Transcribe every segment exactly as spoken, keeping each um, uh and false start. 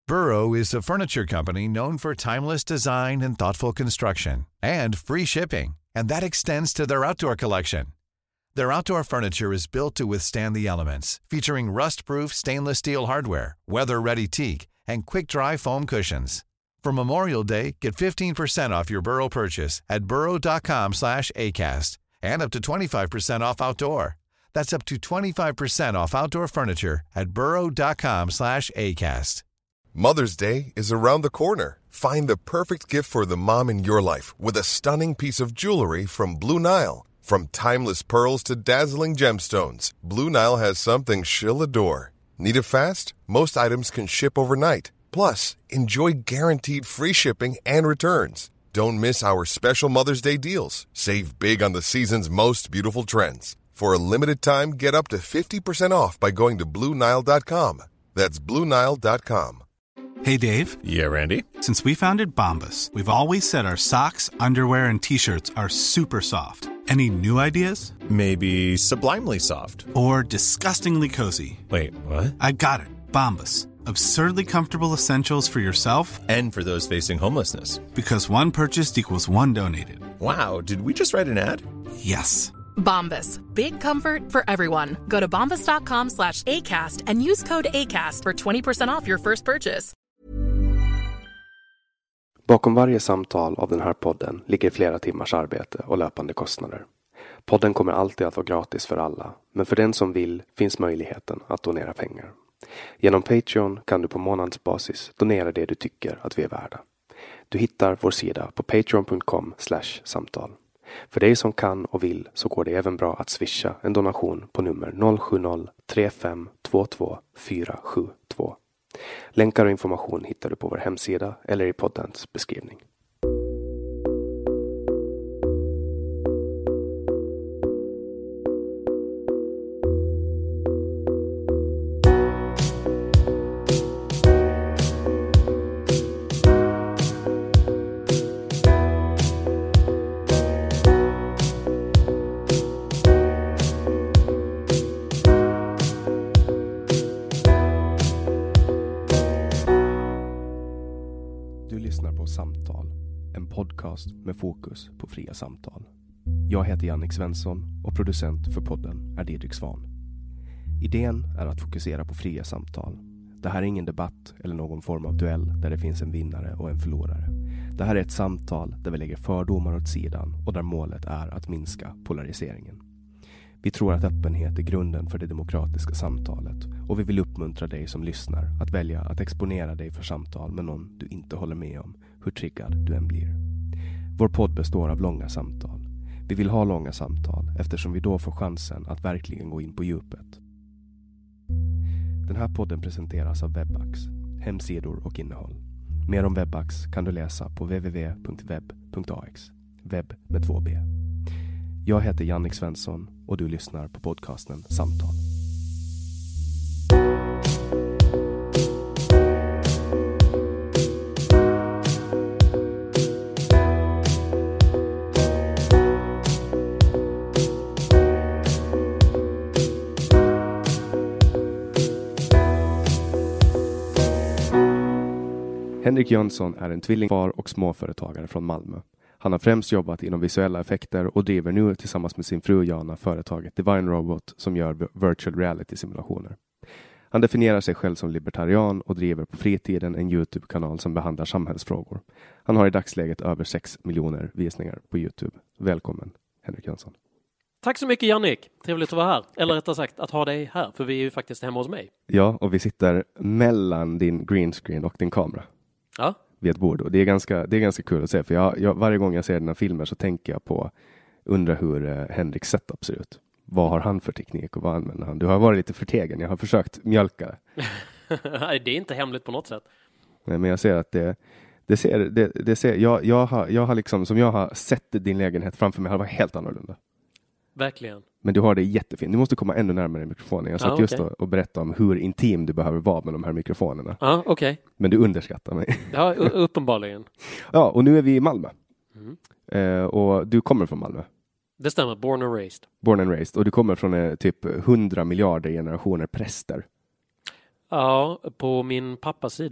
Burrow is a furniture company known for timeless design and thoughtful construction, and free shipping, and that extends to their outdoor collection. Their outdoor furniture is built to withstand the elements, featuring rust-proof stainless steel hardware, weather-ready teak, and quick-dry foam cushions. For Memorial Day, get fifteen percent off your Burrow purchase at burrow.com slash ACAST and up to twenty-five percent off outdoor. That's up to twenty-five percent off outdoor furniture at burrow.com slash ACAST. Mother's Day is around the corner. Find the perfect gift for the mom in your life with a stunning piece of jewelry from Blue Nile. From timeless pearls to dazzling gemstones, Blue Nile has something she'll adore. Need it fast? Most items can ship overnight. Plus, enjoy guaranteed free shipping and returns. Don't miss our special Mother's Day deals. Save big on the season's most beautiful trends. For a limited time, get up to fifty percent off by going to blue nile dot com. That's blue nile dot com. Hey, Dave. Yeah, Randy. Since we founded Bombas, we've always said our socks, underwear, and T-shirts are super soft. Any new ideas? Maybe sublimely soft. Or disgustingly cozy. Wait, what? I got it. Bombas. Absurdly comfortable essentials for yourself and for those facing homelessness. Because one purchased equals one donated. Wow, did we just write an ad? Yes. Bombas. Big comfort for everyone. Go to bombas.com slash ACAST and use code ACAST for twenty percent off your first purchase. Bakom varje samtal av den här podden ligger flera timmars arbete och löpande kostnader. Podden kommer alltid att vara gratis för alla, men för den som vill finns möjligheten att donera pengar. Genom Patreon kan du på månadsbasis donera det du tycker att vi är värda. Du hittar vår sida på patreon dot com slash samtal. För dig som kan och vill så går det även bra att swisha en donation på nummer noll sju noll tre fem två två fyra sju två. Länkar och information hittar du på vår hemsida eller i poddens beskrivning. Samtal, en podcast med fokus på fria samtal. Jag heter Jannik Svensson och producent för podden är Didrik Svan. Idén är att fokusera på fria samtal. Det här är ingen debatt eller någon form av duell där det finns en vinnare och en förlorare. Det här är ett samtal där vi lägger fördomar åt sidan och där målet är att minska polariseringen. Vi tror att öppenhet är grunden för det demokratiska samtalet och vi vill uppmuntra dig som lyssnar att välja att exponera dig för samtal med någon du inte håller med om, hur triggad du än blir. Vår podd består av långa samtal. Vi vill ha långa samtal eftersom vi då får chansen att verkligen gå in på djupet. Den här podden presenteras av Webbax, hemsidor och innehåll. Mer om Webbax kan du läsa på w w w punkt webb punkt a x, webb med två b. Jag heter Jannik Svensson och du lyssnar på podcasten Samtal. Henrik Jönsson är en tvillingfar och småföretagare från Malmö. Han har främst jobbat inom visuella effekter och driver nu tillsammans med sin fru Jana företaget Divine Robot som gör virtual reality-simulationer. Han definierar sig själv som libertarian och driver på fritiden en YouTube-kanal som behandlar samhällsfrågor. Han har i dagsläget över sex miljoner visningar på YouTube. Välkommen, Henrik Jönsson. Tack så mycket, Jannik. Trevligt att vara här. Eller rättare sagt att ha dig här, för vi är ju faktiskt hemma hos mig. Ja, och vi sitter mellan din green screen och din kamera. Ja. Vid ett bord. Och det är ganska, det är ganska kul att se. För jag, jag, varje gång jag ser dina filmer så tänker jag på, undrar hur eh, Henriks setup ser ut. Vad har han för teknik och vad använder han? Du har varit lite förtegen. Jag har försökt mjölka det. Nej, det är inte hemligt på något sätt. Nej, men jag ser att det, det ser, det, det ser, jag, jag har, jag har liksom, som jag har sett din lägenhet framför mig, har varit helt annorlunda. Verkligen. Men du har det jättefint. Du måste komma ännu närmare mikrofonen. Jag satt ah, okay. just och, och berättade om hur intim du behöver vara med de här mikrofonerna. Ja, ah, okej. Okay. Men du underskattar mig. Ja, uppenbarligen. Ja, och nu är vi i Malmö. Mm. Eh, och du kommer från Malmö. Det stämmer, born and raised. Born and raised. Och du kommer från eh, typ hundra miljarder generationer präster. Ja, på min pappas sida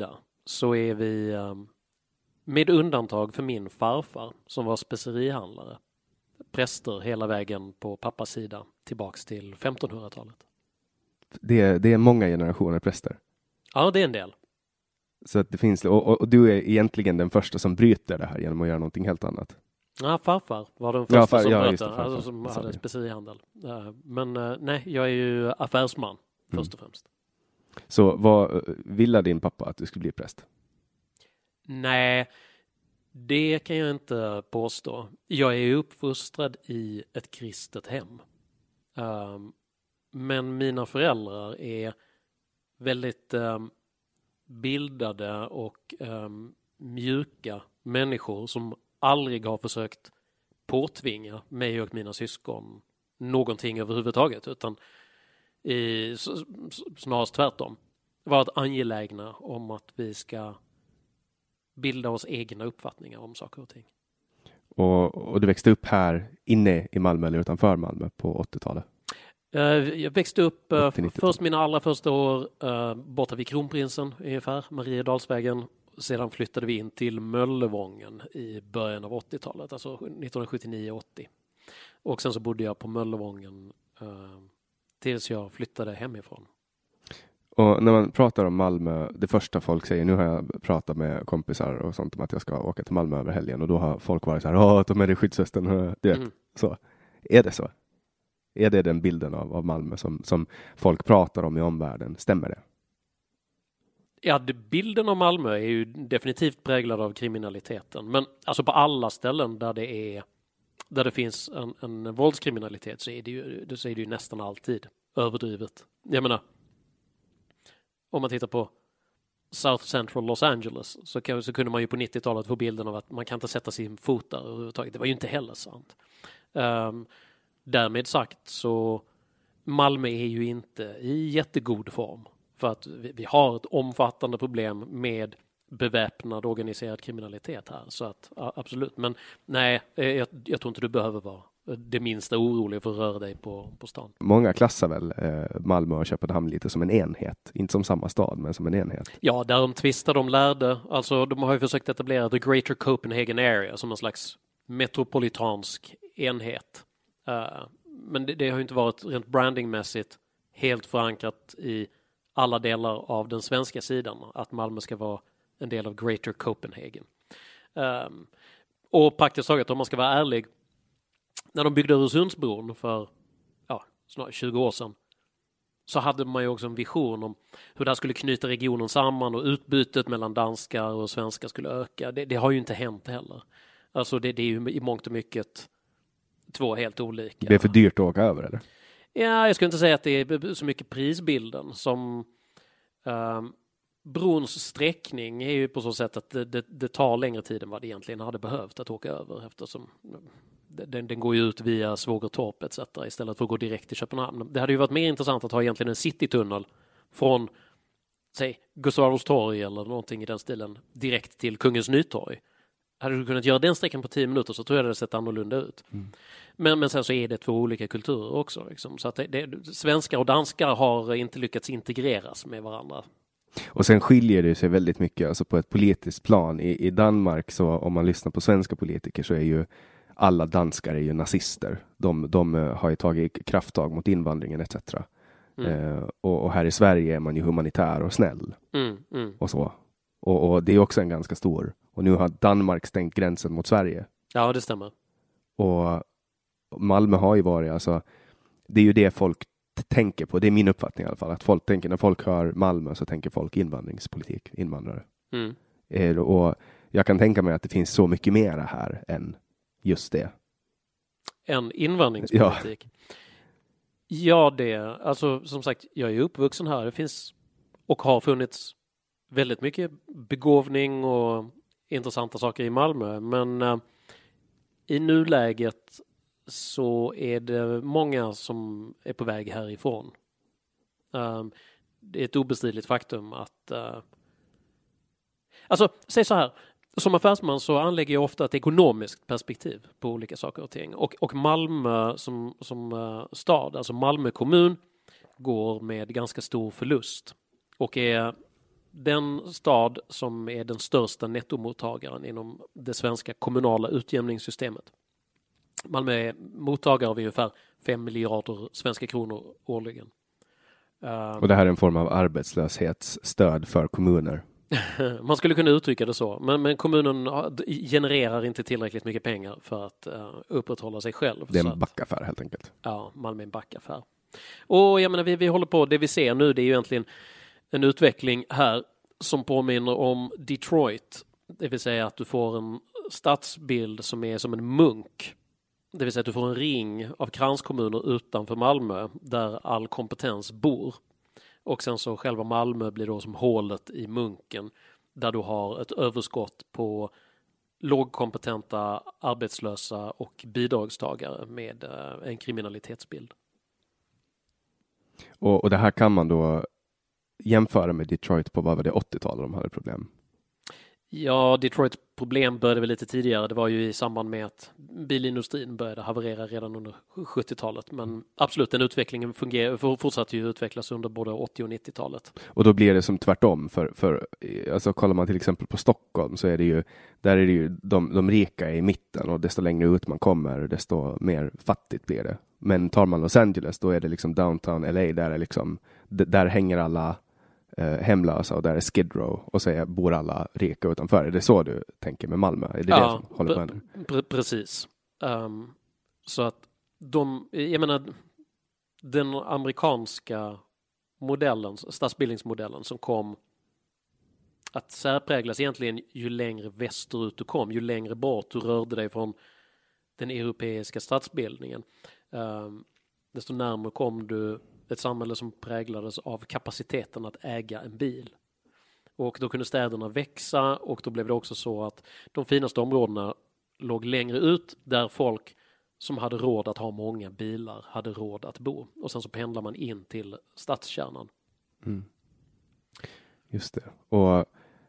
så är vi, um, med undantag för min farfar som var specerihandlare, präster hela vägen på pappas sida tillbaks till femtonhundratalet. Det är, det är många generationer präster. Ja, det är en del. Så att det finns, och, och, och du är egentligen den första som bryter det här genom att göra någonting helt annat. Ja, farfar var den första ja, far, som, ja, bröt, det, alltså, som hade specerihandel. Men uh, nej, jag är ju affärsman mm. först och främst. Så vad ville din pappa att du skulle bli präst? Nej, det kan jag inte påstå. Jag är uppfostrad i ett kristet hem. Um, men mina föräldrar är väldigt um, bildade och um, mjuka människor som aldrig har försökt påtvinga mig och mina syskon någonting överhuvudtaget, utan i, snarast tvärtom varit angelägna om att vi ska bilda oss egna uppfattningar om saker och ting. Och, och du växte upp här inne i Malmö eller utanför Malmö på åttiotalet? Jag växte upp åttio, först mina allra första år uh, borta vid Kronprinsen ungefär, Mariedalsvägen. Sedan flyttade vi in till Möllevången i början av åttiotalet, alltså nittonhundrasjuttionio åttio. Och sen så bodde jag på Möllevången uh, tills jag flyttade hemifrån. Och när man pratar om Malmö, det första folk säger, nu har jag pratat med kompisar och sånt om att jag ska åka till Malmö över helgen, och då har folk varit så här, ja, ta med dig skyddsvästen, du vet, mm. så. Är det så? Är det den bilden av, av Malmö som, som folk pratar om i omvärlden? Stämmer det? Ja, det, bilden av Malmö är ju definitivt präglad av kriminaliteten. Men alltså på alla ställen där det är där det finns en, en våldskriminalitet så är det ju, det är det ju nästan alltid överdrivet. Jag menar, om man tittar på South Central Los Angeles så, kan, så kunde man ju på nittiotalet få bilden av att man kan inte sätta sin fot där överhuvudtaget. Det var ju inte heller sant. Um, därmed sagt så Malmö är ju inte i jättegod form. För att vi, vi har ett omfattande problem med beväpnad organiserad kriminalitet här. Så att absolut. Men nej, jag, jag tror inte du behöver vara det minsta orolig för att röra dig på, på stan. Många klassar väl eh, Malmö och Köpenhamn lite som en enhet. Inte som samma stad, men som en enhet. Ja, där de tvistar de lärde. Alltså, de har ju försökt etablera the Greater Copenhagen Area som en slags metropolitansk enhet. Uh, men det, det har ju inte varit rent brandingmässigt helt förankrat i alla delar av den svenska sidan att Malmö ska vara en del av Greater Copenhagen. Um, och praktiskt taget, om man ska vara ärlig, när de byggde Öresundsbron för ja, snart tjugo år sedan så hade man ju också en vision om hur det här skulle knyta regionen samman och utbytet mellan danskar och svenskar skulle öka. Det, det har ju inte hänt heller. Alltså det, det är ju i mångt och mycket två helt olika. Det är för dyrt att åka över, eller? Ja, jag skulle inte säga att det är så mycket prisbilden som um, brons sträckning är ju på så sätt att det, det, det tar längre tid än vad det egentligen hade behövt att åka över eftersom den, den går ju ut via Svågertorp et cetera istället för att gå direkt till Köpenhamn. Det hade ju varit mer intressant att ha egentligen en citytunnel från säg Gustav Adolfs torg eller någonting i den stilen direkt till Kungens Nytorg. Hade du kunnat göra den sträckan på tio minuter så tror jag det hade sett annorlunda ut. Mm. Men, men sen så är det två olika kulturer också. Liksom. Så att det, det, svenskar och danskar har inte lyckats integreras med varandra. Och sen skiljer det sig väldigt mycket alltså på ett politiskt plan. I, I Danmark så om man lyssnar på svenska politiker så är ju alla danskar är ju nazister. De, de har ju tagit krafttag mot invandringen et cetera. Mm. Eh, och, och här i Sverige är man ju humanitär och snäll. Mm, mm. Och så. Och, och det är också en ganska stor. Och nu har Danmark stängt gränsen mot Sverige. Ja, det stämmer. Och Malmö har ju varit, alltså, det är ju det folk tänker på. Det är min uppfattning i alla fall. Att folk tänker, när folk hör Malmö så tänker folk invandringspolitik, invandrare. Mm. Eh, och jag kan tänka mig att det finns så mycket mer här än just det. En invandringspolitik? Ja, ja det, alltså som sagt, jag är uppvuxen här. Det finns och har funnits väldigt mycket begåvning och intressanta saker i Malmö. Men uh, i nuläget så är det många som är på väg härifrån. Uh, det är ett obestridligt faktum att uh, alltså, säg så här. Som affärsman så anlägger jag ofta ett ekonomiskt perspektiv på olika saker och ting. Och, och Malmö som, som uh, stad, alltså Malmö kommun, går med ganska stor förlust. Och är den stad som är den största nettomottagaren inom det svenska kommunala utjämningssystemet. Malmö är mottagare av ungefär fem miljarder svenska kronor årligen. Och det här är en form av arbetslöshetsstöd för kommuner. Man skulle kunna uttrycka det så. Men, men kommunen genererar inte tillräckligt mycket pengar för att uh, upprätthålla sig själv. Det är en att, backaffär helt enkelt. Ja, Malmö är en backaffär. Och jag menar, vi, vi håller på, det vi ser nu, det är ju egentligen en utveckling här som påminner om Detroit. Det vill säga att du får en stadsbild som är som en munk. Det vill säga att du får en ring av kranskommuner utanför Malmö där all kompetens bor. Och sen så själva Malmö blir då som hålet i munken där du har ett överskott på lågkompetenta, arbetslösa och bidragstagare med en kriminalitetsbild. Och, och det här kan man då jämföra med Detroit på vad var det åttiotalet de hade problem? Ja, Detroits problem började väl lite tidigare. Det var ju i samband med att bilindustrin började haverera redan under sjuttiotalet. Men absolut, den utvecklingen fungerar, fortsatte ju utvecklas under både åttio- och nittiotalet. Och då blir det som tvärtom. För, för alltså, kollar man till exempel på Stockholm så är det ju, där är det ju de, de rika i mitten och desto längre ut man kommer desto mer fattigt blir det. Men tar man Los Angeles då är det liksom downtown L A där är liksom, där hänger alla Eh, hemlösa och där är Skid Row och så är, bor alla rika utanför. Är det så du tänker med Malmö? Är det ja, det som håller på henne? Pre- precis. Um, så att de, jag menar, den amerikanska modellen, stadsbildningsmodellen som kom att särpräglas egentligen ju längre västerut du kom, ju längre bort du rörde dig från den europeiska stadsbildningen. Um, desto närmare kom du ett samhälle som präglades av kapaciteten att äga en bil. Och då kunde städerna växa och då blev det också så att de finaste områdena låg längre ut där folk som hade råd att ha många bilar hade råd att bo. Och sen så pendlar man in till stadskärnan. Mm. Just det. Och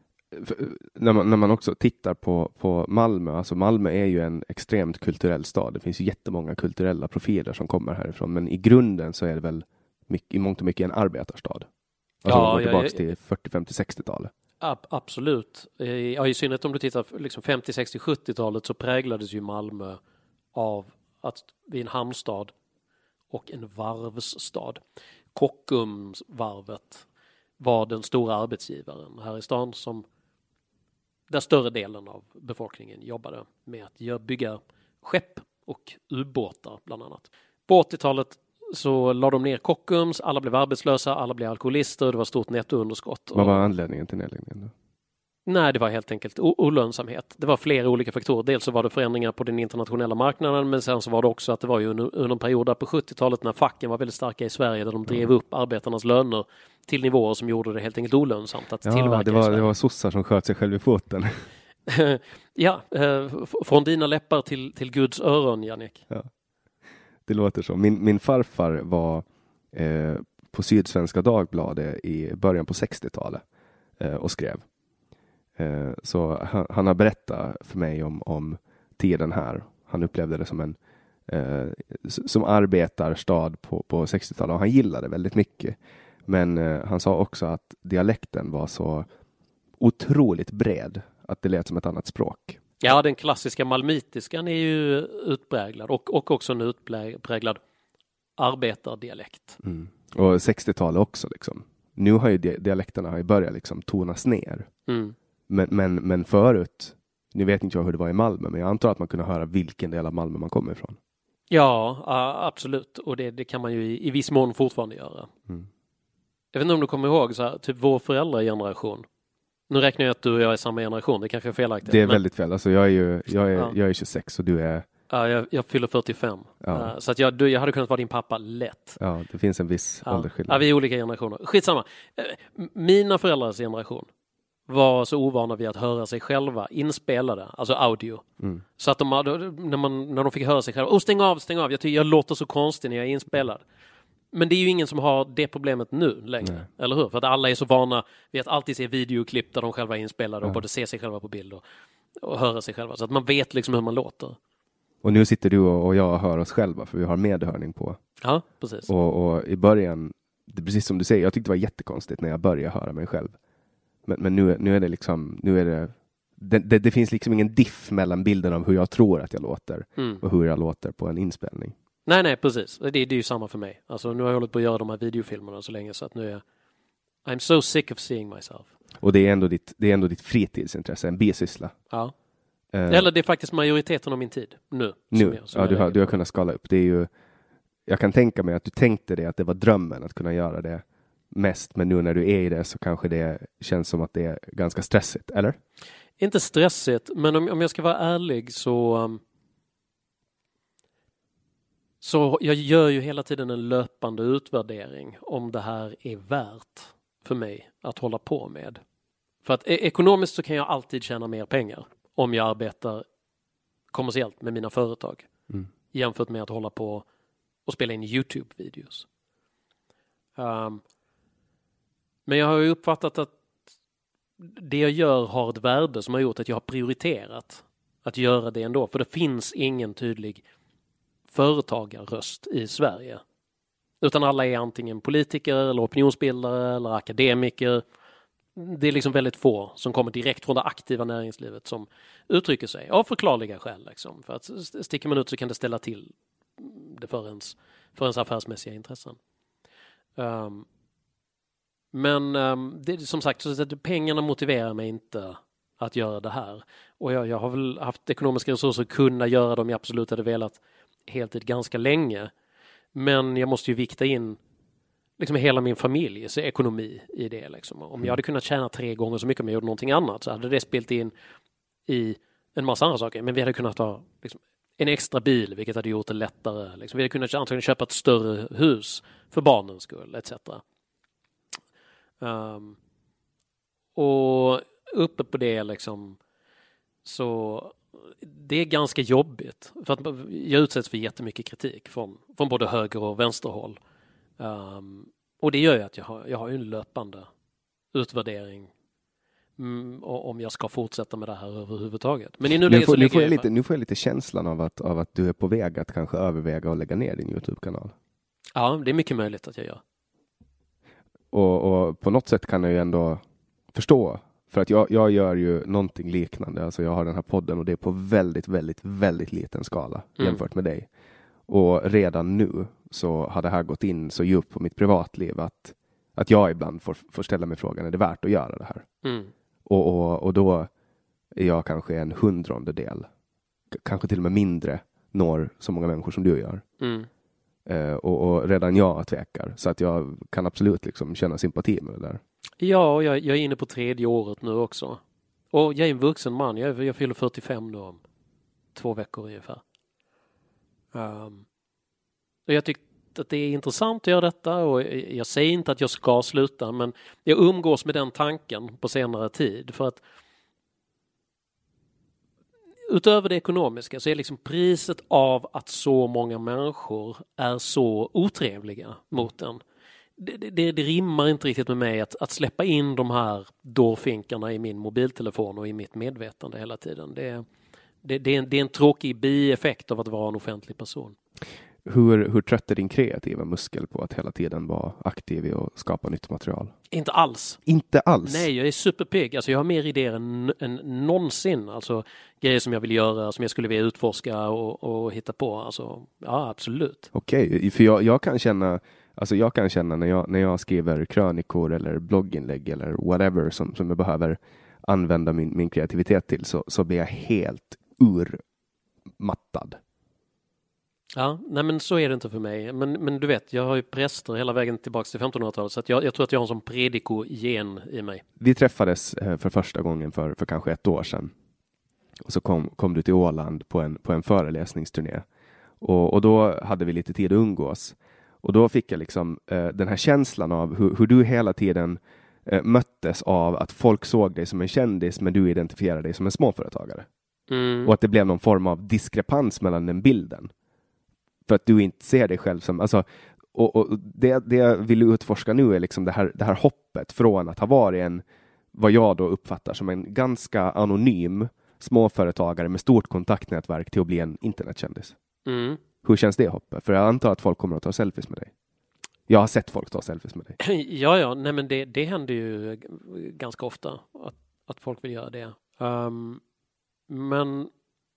när man, när man också tittar på, på Malmö, alltså Malmö är ju en extremt kulturell stad. Det finns ju jättemånga kulturella profiler som kommer härifrån. Men i grunden så är det väl mycket, i mångt och mycket en arbetarstad. Alltså ja, går tillbaka ja, ja, till fyrtio, femtio, sextio-talet. Ab- absolut. Ja, i synnerhet om du tittar liksom femtio, sextio, sjuttio-talet så präglades ju Malmö av att vi är en hamnstad och en varvsstad. Kockumsvarvet var den stora arbetsgivaren här i stan som där större delen av befolkningen jobbade med att bygga skepp och ubåtar bland annat. På åttiotalet så la de ner Kockums, alla blev arbetslösa, alla blev alkoholister, det var stort nettounderskott. Vad var anledningen till nedläggningen då? Nej, det var helt enkelt o- olönsamhet. Det var flera olika faktorer. Dels så var det förändringar på den internationella marknaden, men sen så var det också att det var ju under, under en period där på sjuttiotalet när facken var väldigt starka i Sverige där de drev mm. upp arbetarnas löner till nivåer som gjorde det helt enkelt olönsamt att ja, tillverka det var, i Sverige. Det var sossar som sköt sig själv i foten. ja, eh, f- från dina läppar till, till Guds öron, Jannik. Ja. Det låter så. Min, min farfar var eh, på Sydsvenska Dagbladet i början på sextiotalet eh, och skrev. Eh, så han, han har berättat för mig om, om tiden här. Han upplevde det som en eh, som arbetarstad på, på sextiotalet och han gillade det väldigt mycket. Men eh, han sa också att dialekten var så otroligt bred att det lät som ett annat språk. Ja, den klassiska malmitiskan är ju utpräglad och, och också en utpräglad arbetardialekt. Mm. Och sextiotalet också liksom. Nu har ju dialekterna har ju börjat liksom tonas ner. Mm. Men, men, men förut, nu vet inte jag hur det var i Malmö, men jag antar att man kunde höra vilken del av Malmö man kommer ifrån. Ja, absolut. Och det, det kan man ju i, i viss mån fortfarande göra. Mm. Jag vet inte om du kommer ihåg så här, typ vår föräldrageneration. Nu räknar jag att du och jag är samma generation, det kanske är felaktigt. Det är men... väldigt fel, alltså jag är ju jag är, ja. jag är tjugosex och du är... Ja, jag, jag fyller fyrtiofem. Ja. Uh, så att jag, du, jag hade kunnat vara din pappa lätt. Ja, det finns en viss ja. åldersskillnad. Ja, vi är olika generationer. Skitsamma. Uh, mina föräldrars generation var så ovana vid att höra sig själva inspelade, alltså audio. Mm. Så att de, när, man, när de fick höra sig själva, oh, stäng av, stäng av, jag tycker jag låter så konstig när jag är inspelad. Men det är ju ingen som har det problemet nu längre, Nej. Eller hur? För att alla är så vana vid att alltid se videoklipp där de själva är inspelade och ja. både se sig själva på bild och, och höra sig själva. Så att man vet liksom hur man låter. Och nu sitter du och jag och hör oss själva för vi har medhörning på. Ja, precis. Och, och i början, det är precis som du säger, jag tyckte det var jättekonstigt när jag började höra mig själv. Men, men nu, nu är det liksom, nu är det det, det, det finns liksom ingen diff mellan bilden av hur jag tror att jag låter mm. och hur jag låter på en inspelning. Nej, nej, precis. Det, det är ju samma för mig. Alltså nu har jag hållit på att göra de här videofilmerna så länge så att nu är jag I'm so sick of seeing myself. Och det är ändå ditt, det är ändå ditt fritidsintresse, en bisyssla. Ja. Uh, Eller det är faktiskt majoriteten av min tid nu. Nu, som jag, som ja, du har, du har kunnat skala upp. Det är ju, jag kan tänka mig att du tänkte det, att det var drömmen att kunna göra det mest. Men nu när du är i det så kanske det känns som att det är ganska stressigt, eller? Inte stressigt, men om, om jag ska vara ärlig så... Um, så jag gör ju hela tiden en löpande utvärdering om det här är värt för mig att hålla på med. För att e- ekonomiskt så kan jag alltid tjäna mer pengar om jag arbetar kommersiellt med mina företag mm. jämfört med att hålla på och spela in YouTube-videos. Um, men jag har ju uppfattat att det jag gör har ett värde som har gjort att jag har prioriterat att göra det ändå. För det finns ingen tydlig företagarröst i Sverige. Utan alla är antingen politiker eller opinionsbildare eller akademiker. Det är liksom väldigt få som kommer direkt från det aktiva näringslivet som uttrycker sig av förklarliga skäl. Liksom. För att sticker man ut så kan det ställa till det för ens, för ens affärsmässiga intressen. Um, men um, det, som sagt, så att pengarna motiverar mig inte att göra det här. Och jag, jag har väl haft ekonomiska resurser att kunna göra dem jag absolut hade velat heltid ganska länge. Men jag måste ju vikta in liksom hela min familjs ekonomi i det. Liksom. Om jag hade kunnat tjäna tre gånger så mycket om jag gjorde någonting annat så hade det spelat in i en massa andra saker. Men vi hade kunnat ha liksom, en extra bil, vilket hade gjort det lättare. Liksom. Vi hade kunnat antagligen köpa ett större hus för barnens skull, et cetera. Um, och uppe på det liksom så det är ganska jobbigt för att jag utsätts för jättemycket kritik från, från både höger och vänsterhåll. Um, och det gör ju att jag har, jag har en löpande utvärdering mm, om jag ska fortsätta med det här överhuvudtaget. Men i nuläget nu, får, så nu, får jag jag lite, nu får jag lite känslan av att, av att du är på väg att kanske överväga att lägga ner din YouTube-kanal. Ja, det är mycket möjligt att jag gör. Och, och på något sätt kan jag ju ändå förstå. För att jag, jag gör ju någonting liknande. Alltså jag har den här podden och det är på väldigt, väldigt, väldigt liten skala mm. jämfört med dig. Och redan nu så har det här gått in så djupt på mitt privatliv att, att jag ibland får, får ställa mig frågan, är det värt att göra det här? Mm. Och, och, och då är jag kanske en hundrandedel, kanske till och med mindre, når så många människor som du gör. Mm. Uh, och, och redan jag tvekar. Så att jag kan absolut liksom känna sympati med det där. Ja, och jag, jag är inne på tredje året nu också. Och jag är en vuxen man. Jag, jag fyller fyrtiofem nu om två veckor ungefär. Um, och jag tyckte att det är intressant att göra detta. Och jag, jag säger inte att jag ska sluta. Men jag umgås med den tanken på senare tid. För att utöver det ekonomiska så är liksom priset av att så många människor är så otrevliga mot en. Det, det, det rimmar inte riktigt med mig att, att släppa in de här dårfinkarna i min mobiltelefon och i mitt medvetande hela tiden. Det, det, det, är, en, det är en tråkig bieffekt av att vara en offentlig person. Hur, hur trött är din kreativa muskel på att hela tiden vara aktiv i att skapa nytt material? Inte alls. Inte alls? Nej, jag är superpigg. Alltså, jag har mer idéer än, än någonsin. Alltså, grejer som jag vill göra, som jag skulle vilja utforska och, och hitta på. Alltså, ja, absolut. Okej, okay, för jag, jag kan känna... Alltså jag kan känna när jag, när jag skriver krönikor eller blogginlägg eller whatever som, som jag behöver använda min, min kreativitet till så, så blir jag helt urmattad. Ja, nej men så är det inte för mig. Men, men du vet, jag har ju präster hela vägen tillbaka till femtonhundratalet så att jag, jag tror att jag har en sån prediko-gen i mig. Vi träffades för första gången för, för kanske ett år sedan. Och så kom, kom du till Åland på en, på en föreläsningsturné. Och, och då hade vi lite tid att umgås. Och då fick jag liksom eh, den här känslan av hur, hur du hela tiden eh, möttes av att folk såg dig som en kändis men du identifierade dig som en småföretagare. Mm. Och att det blev någon form av diskrepans mellan den bilden. För att du inte ser dig själv som... Alltså, och, och det, det jag vill utforska nu är liksom det här, det här hoppet från att ha varit en, vad jag då uppfattar som en ganska anonym småföretagare med stort kontaktnätverk till att bli en internetkändis. Mm. Hur känns det hoppet? För jag antar att folk kommer att ta selfies med dig. Jag har sett folk ta selfies med dig. Ja, ja, nej men det, det händer ju ganska ofta att, att folk vill göra det. Um, men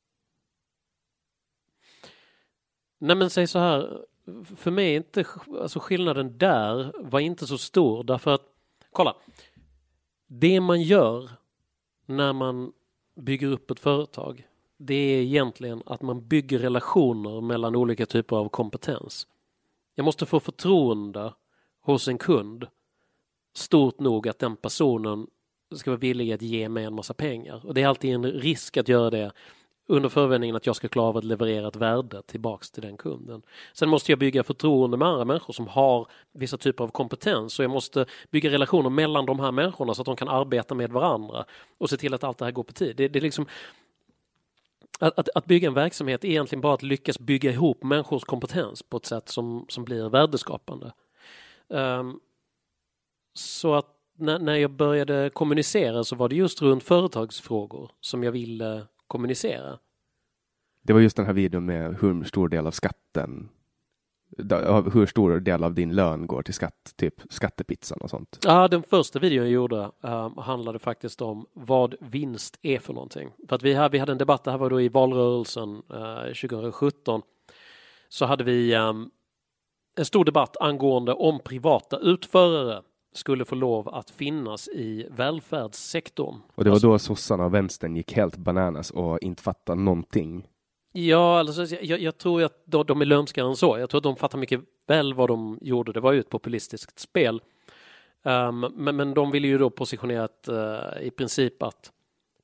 nej men säg så här, för mig är inte, alltså skillnaden där var inte så stor, därför att, kolla, det man gör när man bygger upp ett företag, det är egentligen att man bygger relationer mellan olika typer av kompetens. Jag måste få förtroende hos en kund stort nog att den personen ska vara villig att ge mig en massa pengar. Och det är alltid en risk att göra det under förväntningen att jag ska klara av att leverera ett värde tillbaks till den kunden. Sen måste jag bygga förtroende med andra människor som har vissa typer av kompetens, och jag måste bygga relationer mellan de här människorna så att de kan arbeta med varandra och se till att allt det här går på tid. Det, det är liksom att, att, att bygga en verksamhet är egentligen bara att lyckas bygga ihop människors kompetens på ett sätt som, som blir värdeskapande. Um, så att när, när jag började kommunicera så var det just runt företagsfrågor som jag ville kommunicera. Det var just den här videon med hur stor del av skatten, hur stor del av din lön går till skatt, typ skattepizzan och sånt. Ja, den första videon jag gjorde um, handlade faktiskt om vad vinst är för någonting. För att vi, här, vi hade en debatt, det här var då i valrörelsen uh, tjugohundrasjutton, så hade vi um, en stor debatt angående om privata utförare skulle få lov att finnas i välfärdssektorn. Och det var då sossarna och vänstern gick helt bananas och inte fattade någonting. Ja, alltså, jag, jag tror att de, de är lömskare än så. Jag tror att de fattar mycket väl vad de gjorde. Det var ju ett populistiskt spel. Um, men, men de ville ju då positionera att, uh, i princip att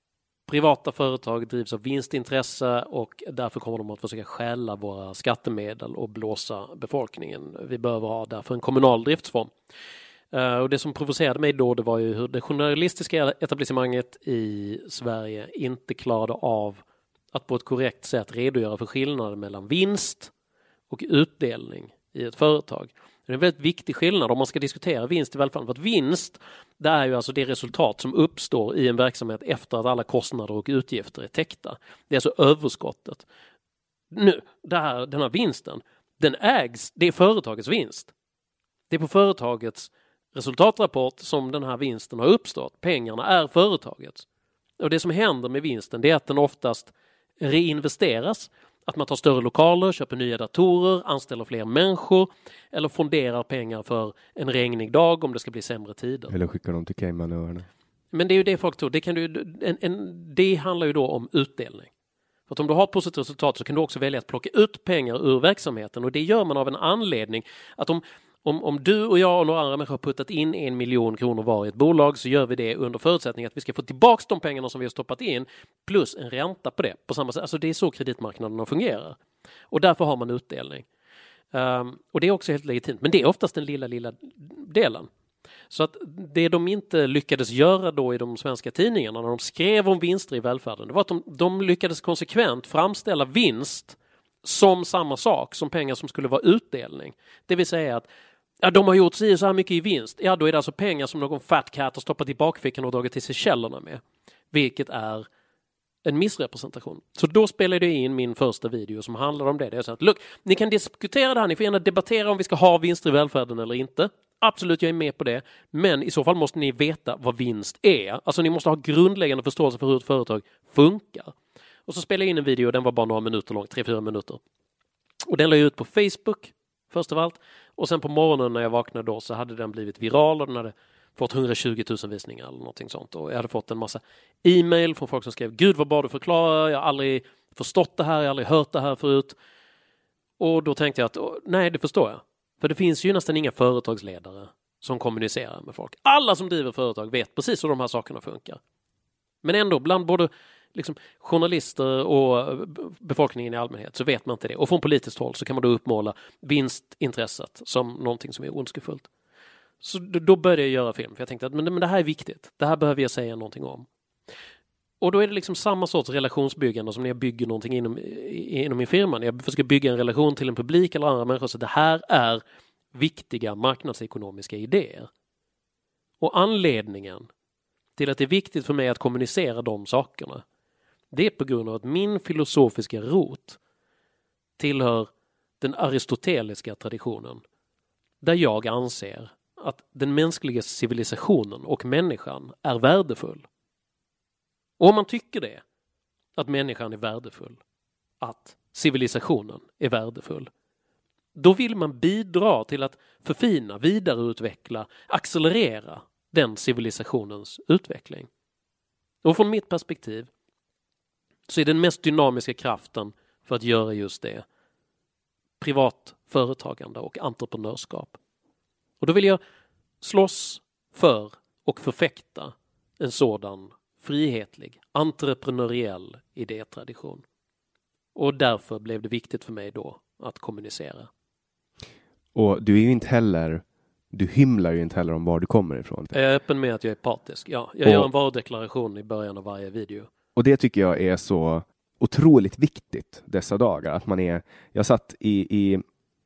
privata företag drivs av vinstintresse och därför kommer de att försöka stjäla våra skattemedel och blåsa befolkningen. Vi behöver ha därför en kommunal driftsform. Uh, och det som provocerade mig då, det var ju hur det journalistiska etablissemanget i Sverige inte klarade av att på ett korrekt sätt redogöra för skillnaden mellan vinst och utdelning i ett företag. Det är en väldigt viktig skillnad om man ska diskutera vinst i välfärden. För att vinst, det är ju alltså det resultat som uppstår i en verksamhet efter att alla kostnader och utgifter är täckta. Det är alltså överskottet. Nu, det här, den här vinsten, den ägs, det är företagets vinst. Det är på företagets resultatrapport som den här vinsten har uppstått. Pengarna är företagets. Och det som händer med vinsten, det är att den oftast reinvesteras. Att man tar större lokaler, köper nya datorer, anställer fler människor eller fonderar pengar för en regnig dag om det ska bli sämre tider. Eller skickar dem till Caymanöarna. Men det är ju det folk tror. Det, kan du, en, en, det handlar ju då om utdelning. För att om du har ett positivt resultat så kan du också välja att plocka ut pengar ur verksamheten, och det gör man av en anledning att om Om, om du och jag och några andra människor har puttat in en miljon kronor var i ett bolag, så gör vi det under förutsättning att vi ska få tillbaka de pengarna som vi har stoppat in plus en ränta på det. På samma sätt. Alltså det är så kreditmarknaden fungerar. Och därför har man utdelning. Um, och det är också helt legitimt. Men det är oftast den lilla, lilla delen. Så att det de inte lyckades göra då i de svenska tidningarna när de skrev om vinster i välfärden, det var att de, de lyckades konsekvent framställa vinst som samma sak som pengar som skulle vara utdelning. Det vill säga att ja, de har gjort sig så här mycket i vinst. Ja, då är det alltså pengar som någon fat cat har stoppat i bakfickan och dragit till sig källorna med. Vilket är en missrepresentation. Så då spelade jag in min första video som handlar om det. Det är så att, look, ni kan diskutera det här. Ni får gärna debattera om vi ska ha vinster i välfärden eller inte. Absolut, jag är med på det. Men i så fall måste ni veta vad vinst är. Alltså ni måste ha grundläggande förståelse för hur ett företag funkar. Och så spelade jag in en video, den var bara några minuter lång, tre fyra minuter. Och den la jag ut på Facebook först av allt. Och sen på morgonen när jag vaknade då så hade den blivit viral och den hade fått hundratjugo tusen visningar eller någonting sånt. Och jag hade fått en massa e-mail från folk som skrev: Gud vad bra du förklarar, jag har aldrig förstått det här, jag har aldrig hört det här förut. Och då tänkte jag att nej, det förstår jag. För det finns ju nästan inga företagsledare som kommunicerar med folk. Alla som driver företag vet precis hur de här sakerna funkar. Men ändå, bland både liksom journalister och befolkningen i allmänhet så vet man inte det. Och från politiskt håll så kan man då uppmåla vinstintresset som någonting som är ondskefullt. Så då började jag göra film. För jag tänkte att men, men det här är viktigt. Det här behöver jag säga någonting om. Och då är det liksom samma sorts relationsbyggande som när jag bygger någonting inom, inom min firma. När jag försöker bygga en relation till en publik eller andra människor. Så det här är viktiga marknadsekonomiska idéer. Och anledningen till att det är viktigt för mig att kommunicera de sakerna, det är på grund av att min filosofiska rot tillhör den aristoteliska traditionen. där jag anser att den mänskliga civilisationen och människan är värdefull. Och om man tycker det, att människan är värdefull, att civilisationen är värdefull, då vill man bidra till att förfina, vidareutveckla, accelerera den civilisationens utveckling. Och från mitt perspektiv så är den mest dynamiska kraften för att göra just det privat företagande och entreprenörskap. Och då vill jag slåss för och förfäkta en sådan frihetlig, entreprenöriell idétradition. Och därför blev det viktigt för mig då att kommunicera. Och du är ju inte heller, du hymlar ju inte heller om var du kommer ifrån. Jag är öppen med att jag är partisk. Ja, jag och, gör en varudeklaration i början av varje video. Och det tycker jag är så otroligt viktigt dessa dagar. Att man är, jag satt i, i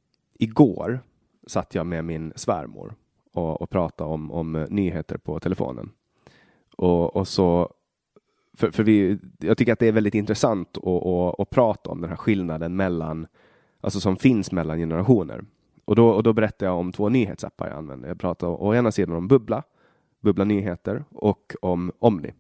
igår satt jag med min svärmor och, och pratade om, om nyheter på telefonen. Och, och så För, för vi, jag tycker att det är väldigt intressant att, att, att prata om den här skillnaden mellan, alltså som finns mellan generationer. Och då, och då berättar jag om två nyhetsappar jag använder. Jag pratar å ena sidan om Bubbla, Bubbla Nyheter, och om Omni.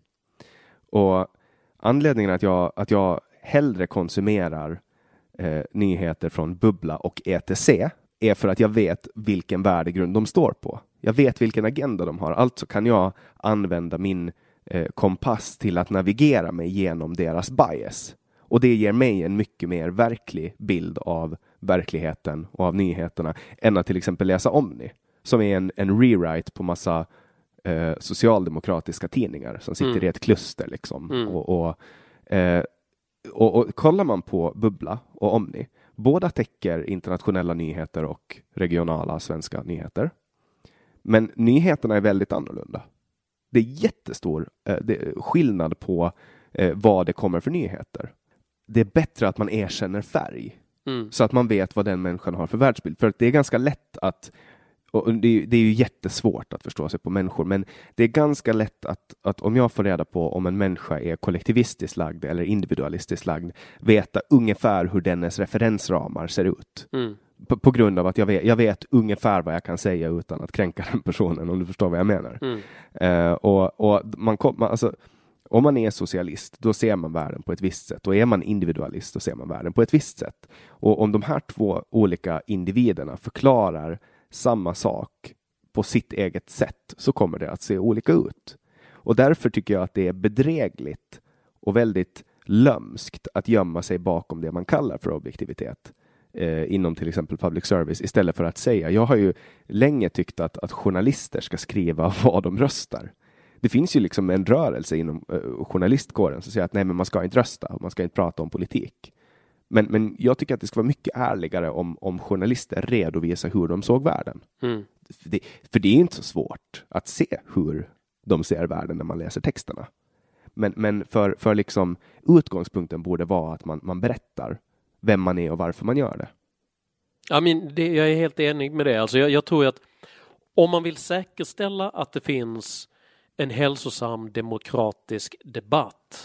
Och anledningen att jag, att jag hellre konsumerar eh, nyheter från Bubbla och E T C är för att jag vet vilken värdegrund de står på. Jag vet vilken agenda de har. Alltså kan jag använda min eh, kompass till att navigera mig genom deras bias. Och det ger mig en mycket mer verklig bild av verkligheten och av nyheterna än att till exempel läsa Omni, som är en, en rewrite på massa eh, socialdemokratiska tidningar som sitter mm. i ett kluster liksom. Mm. Och, och, eh, och, och kollar man på Bubbla och Omni, båda täcker internationella nyheter och regionala svenska nyheter. Men nyheterna är väldigt annorlunda. Det är jättestor eh, det är skillnad på eh, vad det kommer för nyheter. Det är bättre att man erkänner färg. Mm. Så att man vet vad den människan har för världsbild. För att det är ganska lätt att, och det är, det är ju jättesvårt att förstå sig på människor, men det är ganska lätt att, att om jag får reda på om en människa är kollektivistiskt lagd eller individualistiskt lagd, veta ungefär hur dennes referensramar ser ut. Mm. På, på grund av att jag vet, jag vet ungefär vad jag kan säga utan att kränka den personen, om du förstår vad jag menar. Mm. Uh, och, och man kommer, alltså om man är socialist, då ser man världen på ett visst sätt. Och är man individualist, då ser man världen på ett visst sätt. Och om de här två olika individerna förklarar samma sak på sitt eget sätt, så kommer det att se olika ut. Och därför tycker jag att det är bedrägligt och väldigt lömskt att gömma sig bakom det man kallar för objektivitet eh, inom till exempel public service, istället för att säga, jag har ju länge tyckt att, att journalister ska skriva vad de röstar. Det finns ju liksom en rörelse inom uh, journalistkåren som säger att nej, men man ska inte rösta och man ska inte prata om politik. Men, men jag tycker att det ska vara mycket ärligare om, om journalister redovisar hur de såg världen. Mm. För, det, för det är inte så svårt att se hur de ser världen när man läser texterna. Men, men för, för liksom utgångspunkten borde vara att man, man berättar vem man är och varför man gör det. Ja, men det, jag är helt enig med det. Alltså jag, jag tror att om man vill säkerställa att det finns en hälsosam demokratisk debatt,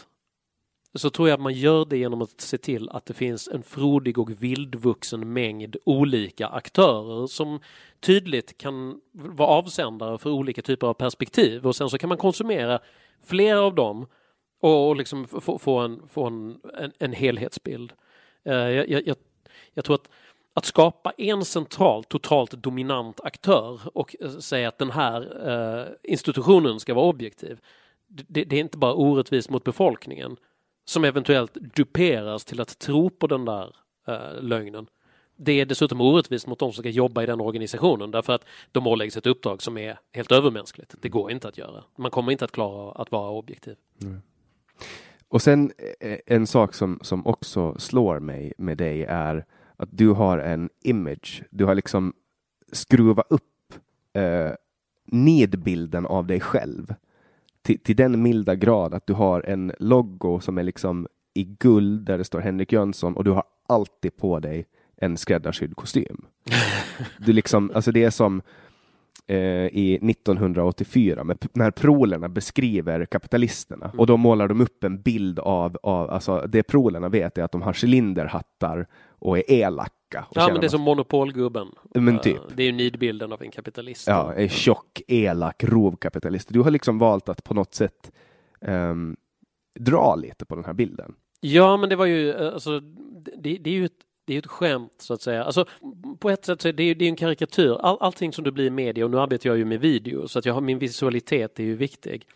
så tror jag att man gör det genom att se till att det finns en frodig och vildvuxen mängd olika aktörer som tydligt kan vara avsändare för olika typer av perspektiv, och sen så kan man konsumera flera av dem och liksom få, få, en, få en, en, en helhetsbild. Uh, jag, jag, jag tror att Att skapa en central, totalt dominant aktör och säga att den här eh, institutionen ska vara objektiv, det, det är inte bara orättvist mot befolkningen som eventuellt duperas till att tro på den där eh, lögnen. Det är dessutom orättvist mot de som ska jobba i den organisationen, därför att de åläggs ett uppdrag som är helt övermänskligt. Det går inte att göra. Man kommer inte att klara att vara objektiv. Mm. Och sen en sak som, som också slår mig med dig är att du har en image. Du har liksom skruvat upp eh, nedbilden av dig själv till, till den milda grad att du har en logo som är liksom i guld där det står Henrik Jönsson, och du har alltid på dig en skräddarsydd kostym. Du liksom, alltså det är som eh, i nittonhundraåttiofyra med, när prolerna beskriver kapitalisterna. Mm. Och då målar de upp en bild av, av alltså det prolerna vet är att de har cylinderhattar och är elaka. Och ja, men det är som monopolgubben. Men typ. Det är ju nidbilden av en kapitalist. Ja, en tjock, elak, rovkapitalist. Du har liksom valt att på något sätt um, dra lite på den här bilden. Ja, men det var ju, alltså, det, det är ju ett, det är ett skämt så att säga. Alltså, på ett sätt så är det, det är en karikatyr. All, allting som du blir i media, och nu arbetar jag ju med video, så att jag har, min visualitet är ju viktig.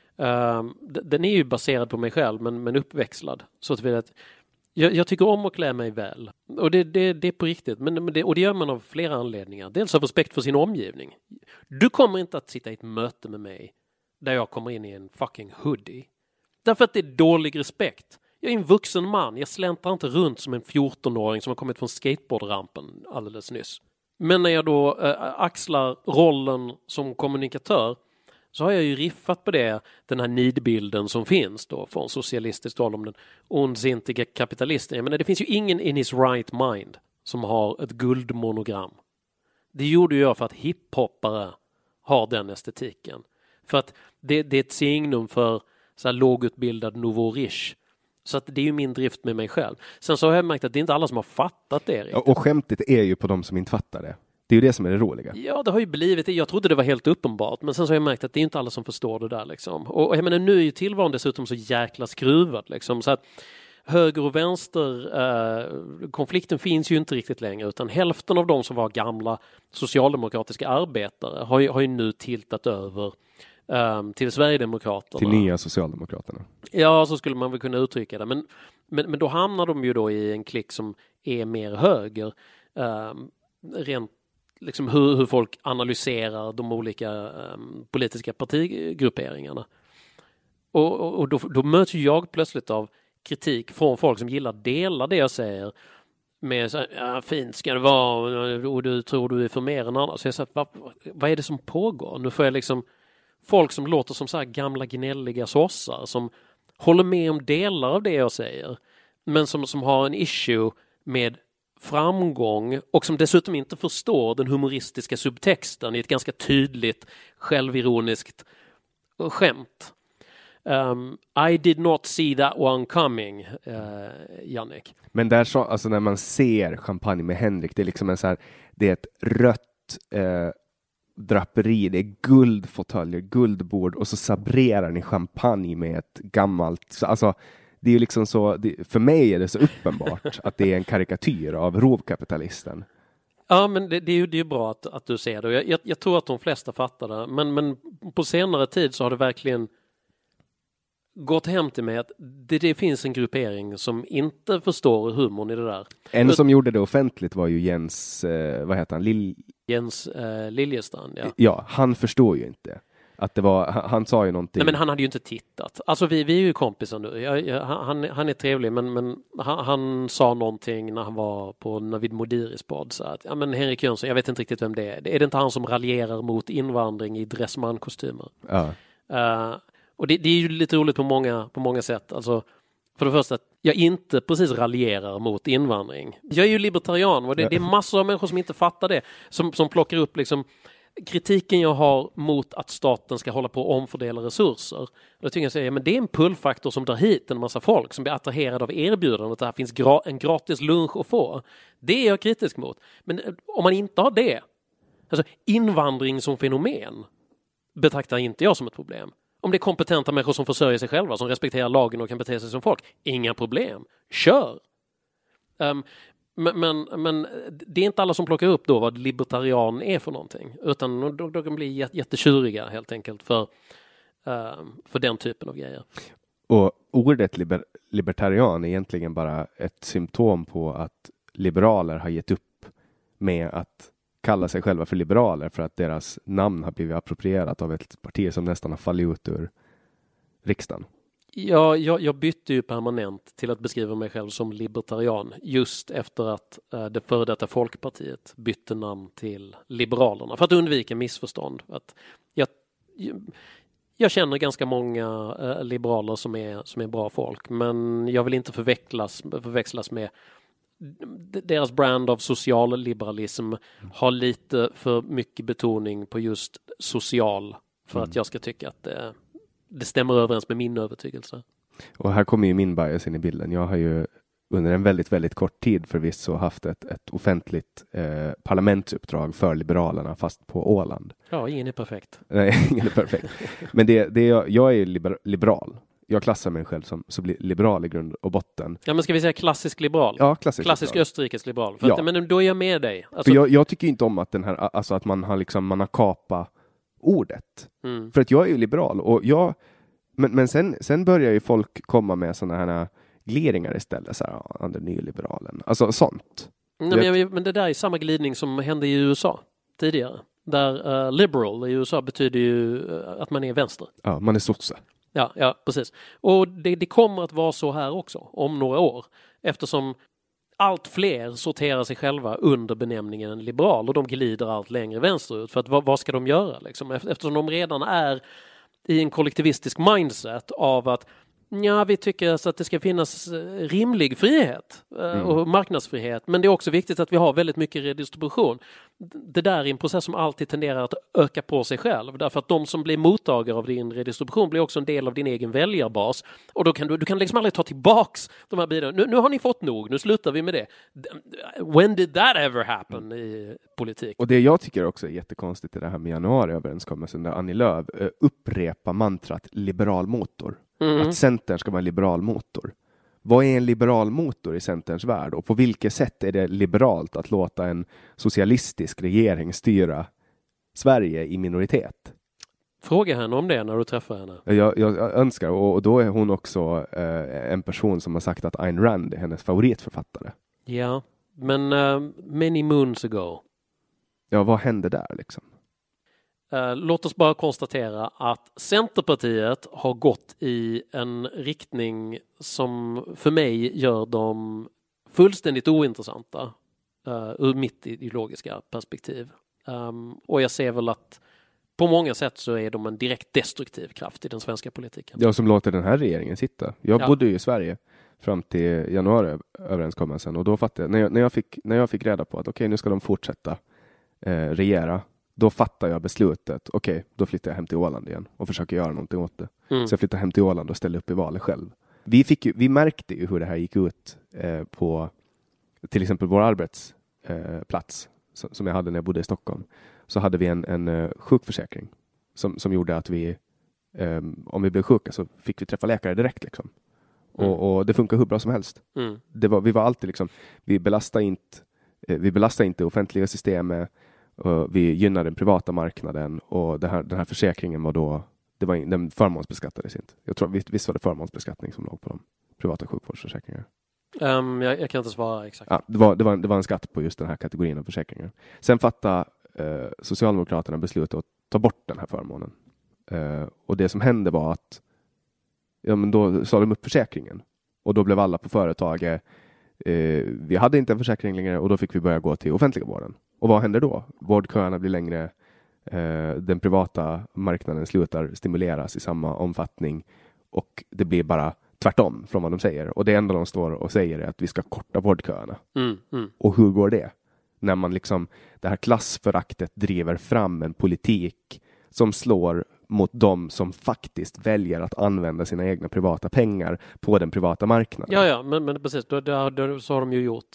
Um, den är ju baserad på mig själv, men, men uppväxlad. Så att vi att jag, jag tycker om att klä mig väl. Och det, det, det är på riktigt. Men, men det, och det gör man av flera anledningar. Dels av respekt för sin omgivning. Du kommer inte att sitta i ett möte med mig där jag kommer in i en fucking hoodie. Därför att det är dålig respekt. Jag är en vuxen man. Jag släntrar inte runt som en fjortonåring som har kommit från skateboardrampen alldeles nyss. Men när jag då äh, axlar rollen som kommunikatör, så har jag ju riffat på det, den här nidbilden som finns då från socialistiskt håll om den ondsintiga kapitalisten. Jag menar, det finns ju ingen in his right mind som har ett guldmonogram. Det gjorde jag för att hiphoppare har den estetiken. För att det, det är ett signum för så här lågutbildad nouveau-riche. Så att det är ju min drift med mig själv. Sen så har jag märkt att det är inte alla som har fattat det. Ja, och skämtet är ju på de som inte fattar det. Det är ju det som är det roliga. Ja, det har ju blivit det. Jag trodde det var helt uppenbart. Men sen så har jag märkt att det är inte alla som förstår det där. Liksom. Och, och jag menar, nu är ju tillvaron dessutom så jäkla skruvad. Liksom. Så att höger och vänster eh, konflikten finns ju inte riktigt längre. Utan hälften av de som var gamla socialdemokratiska arbetare har ju, har ju nu tiltat över Um, till Sverigedemokraterna. Till nya Socialdemokraterna. Ja, så skulle man väl kunna uttrycka det. Men, men, men då hamnar de ju då i en klick som är mer höger. Um, rent liksom hur, hur folk analyserar de olika um, politiska partigrupperingarna. Och, och, och då, då möts ju jag plötsligt av kritik från folk som gillar delar det jag säger. Med så här, ja, fint ska det vara och du tror du är för mer än annars. Så jag säger, vad, vad är det som pågår? Nu får jag liksom folk som låter som så här gamla gnälliga sossar som håller med om delar av det jag säger, men som, som har en issue med framgång och som dessutom inte förstår den humoristiska subtexten i ett ganska tydligt självironiskt skämt. Um, I did not see that one coming, uh, Jannik. Men där så, alltså när man ser champagne med Henrik, det är liksom en så här, det är ett rött eh, draperi, det är guldfåtöljer, guldbord och så sabrerar ni champagne med ett gammalt, så, alltså det är ju liksom så, det, för mig är det så uppenbart att det är en karikatyr av rovkapitalisten. Ja, men det, det är ju det är bra att, att du ser det. Jag, jag, jag tror att de flesta fattar det, men, men på senare tid så har det verkligen gått hem till mig att det, det finns en gruppering som inte förstår humorn i det där. En som gjorde det offentligt var ju Jens, eh, vad heter han? Lill... Jens eh, Liljestrand, ja. Ja, han förstår ju inte. Att det var, han, han sa ju någonting. Nej, men han hade ju inte tittat. Alltså vi, vi är ju kompisar nu. Jag, jag, han, han är trevlig, men, men han, han sa någonting när han var på Navid Modiris podd. Så att, ja men Henrik Jönsson, jag vet inte riktigt vem det är. Är det inte han som raljerar mot invandring i Dressman-kostymer? Ja. Uh, och det, det är ju lite roligt på många, på många sätt. Alltså, för det första, att jag inte precis raljerar mot invandring. Jag är ju libertarian och det, det är massor av människor som inte fattar det. Som, som plockar upp liksom kritiken jag har mot att staten ska hålla på och omfördela resurser. Då tycker jag säga, men det är en pullfaktor som drar hit en massa folk som blir attraherade av erbjudandet att det här finns gra- en gratis lunch att få. Det är jag kritisk mot. Men om man inte har det, alltså invandring som fenomen betraktar inte jag som ett problem. Om det är kompetenta människor som försörjer sig själva, som respekterar lagen och kan bete sig som folk, inga problem. Kör! Um, men, men, men det är inte alla som plockar upp då vad libertarian är för någonting. Utan de, de kan bli jättetjuriga helt enkelt för, um, för den typen av grejer. Och ordet liber, libertarian är egentligen bara ett symptom på att liberaler har gett upp med att kalla sig själva för liberaler för att deras namn har blivit approprierat av ett parti som nästan har fallit ut ur riksdagen. Ja, jag, jag bytte ju permanent till att beskriva mig själv som libertarian just efter att uh, det före detta Folkpartiet bytte namn till Liberalerna för att undvika missförstånd. Att jag, jag känner ganska många uh, liberaler som är, som är bra folk, men jag vill inte förväxlas, förväxlas med deras brand av socialliberalism har lite för mycket betoning på just social för mm. att jag ska tycka att det, det stämmer överens med min övertygelse. Och här kommer ju min bias in i bilden. Jag har ju under en väldigt, väldigt kort tid förvisso haft ett, ett offentligt eh, parlamentsuppdrag för Liberalerna fast på Åland. Ja, ingen är perfekt. Nej, ingen är perfekt. Men det, det jag, jag är liber, liberal. Jag klassar mig själv som så liberal i grund och botten. Ja, men ska vi säga klassisk liberal? Ja, klassisk, klassisk liberal. Österrikes liberal. För ja. att, men då är jag med dig. Alltså... För jag, jag tycker inte om att den här, alltså att man har liksom, man har kapat ordet. Mm. För att jag är ju liberal och jag, men, men sen, sen börjar ju folk komma med sådana här glidningar istället, så här, ja, den nyliberalen. Alltså sånt. Nej, men, jag, men det där är samma glidning som hände i U S A tidigare. Där uh, liberal i U S A betyder ju uh, att man är vänster. Ja, man är sosse. Ja, ja, precis. Och det, det kommer att vara så här också om några år. Eftersom allt fler sorterar sig själva under benämningen liberal och de glider allt längre vänsterut. För att vad, vad ska de göra? Liksom? Eftersom de redan är i en kollektivistisk mindset av att ja, vi tycker så att det ska finnas rimlig frihet mm. och marknadsfrihet. Men det är också viktigt att vi har väldigt mycket redistribution. Det där är en process som alltid tenderar att öka på sig själv. Därför att de som blir mottagare av din redistribution blir också en del av din egen väljarbas. Och då kan du, du kan liksom aldrig ta tillbaks de här bidragen. Nu, nu har ni fått nog, nu slutar vi med det. When did that ever happen mm. i politik? Och det jag tycker också är jättekonstigt i det här med januariöverenskommelsen där Annie Lööf upprepar mantrat liberal motor. Mm. Att Centern ska vara en liberal motor. Vad är en liberal motor i Centerns värld? Och på vilket sätt är det liberalt att låta en socialistisk regering styra Sverige i minoritet? Fråga henne om det när du träffar henne. Jag, jag önskar, och då är hon också eh, en person som har sagt att Ayn Rand är hennes favoritförfattare. Ja, men uh, many moons ago. Ja, vad hände där liksom? Uh, låt oss bara konstatera att Centerpartiet har gått i en riktning som för mig gör dem fullständigt ointressanta uh, ur mitt ideologiska perspektiv. Um, och jag ser väl att på många sätt så är de en direkt destruktiv kraft i den svenska politiken. Ja, som låter den här regeringen sitta. Jag ja. bodde ju i Sverige fram till januariöverenskommelsen och då fattade jag, när jag, när jag, fick, när jag fick reda på att okej, okay, nu ska de fortsätta eh, regera. Då fattar jag beslutet. Okej, okay, då flyttar jag hem till Åland igen och försöker göra någonting åt det. Mm. Så jag flyttar hem till Åland och ställer upp i valet själv. Vi, fick ju, vi märkte ju hur det här gick ut eh, på till exempel vår arbetsplats eh, som jag hade när jag bodde i Stockholm. Så hade vi en, en uh, sjukförsäkring som, som gjorde att vi, um, om vi blev sjuka så fick vi träffa läkare direkt liksom. Mm. Och, och det funkar hur bra som helst. Mm. Det var, vi var alltid liksom, vi belastade inte, eh, vi belastade inte offentliga systemet. Och vi gynnade den privata marknaden och det här, den här försäkringen var då, det var, den förmånsbeskattades inte. Jag tror, visst, visst var det förmånsbeskattning som låg på de privata sjukvårdsförsäkringar. Um, jag, jag kan inte svara exakt. Ja, det, var, det, var, det var en skatt på just den här kategorin av försäkringar. Sen fattade eh, Socialdemokraterna beslutet att ta bort den här förmånen. Eh, och det som hände var att ja, men då sa de upp försäkringen. Och då blev alla på företaget eh, vi hade inte en försäkring längre och då fick vi börja gå till offentliga vården. Och vad händer då? Vårdköerna blir längre. Eh, den privata marknaden slutar stimuleras i samma omfattning. Och det blir bara tvärtom från vad de säger. Och det enda de står och säger är att vi ska korta vårdköerna. Mm, mm. Och hur går det? När man liksom, det här klassföraktet driver fram en politik som slår mot dem som faktiskt väljer att använda sina egna privata pengar på den privata marknaden. Ja, ja, men, men precis. Då, då, då, så har de ju gjort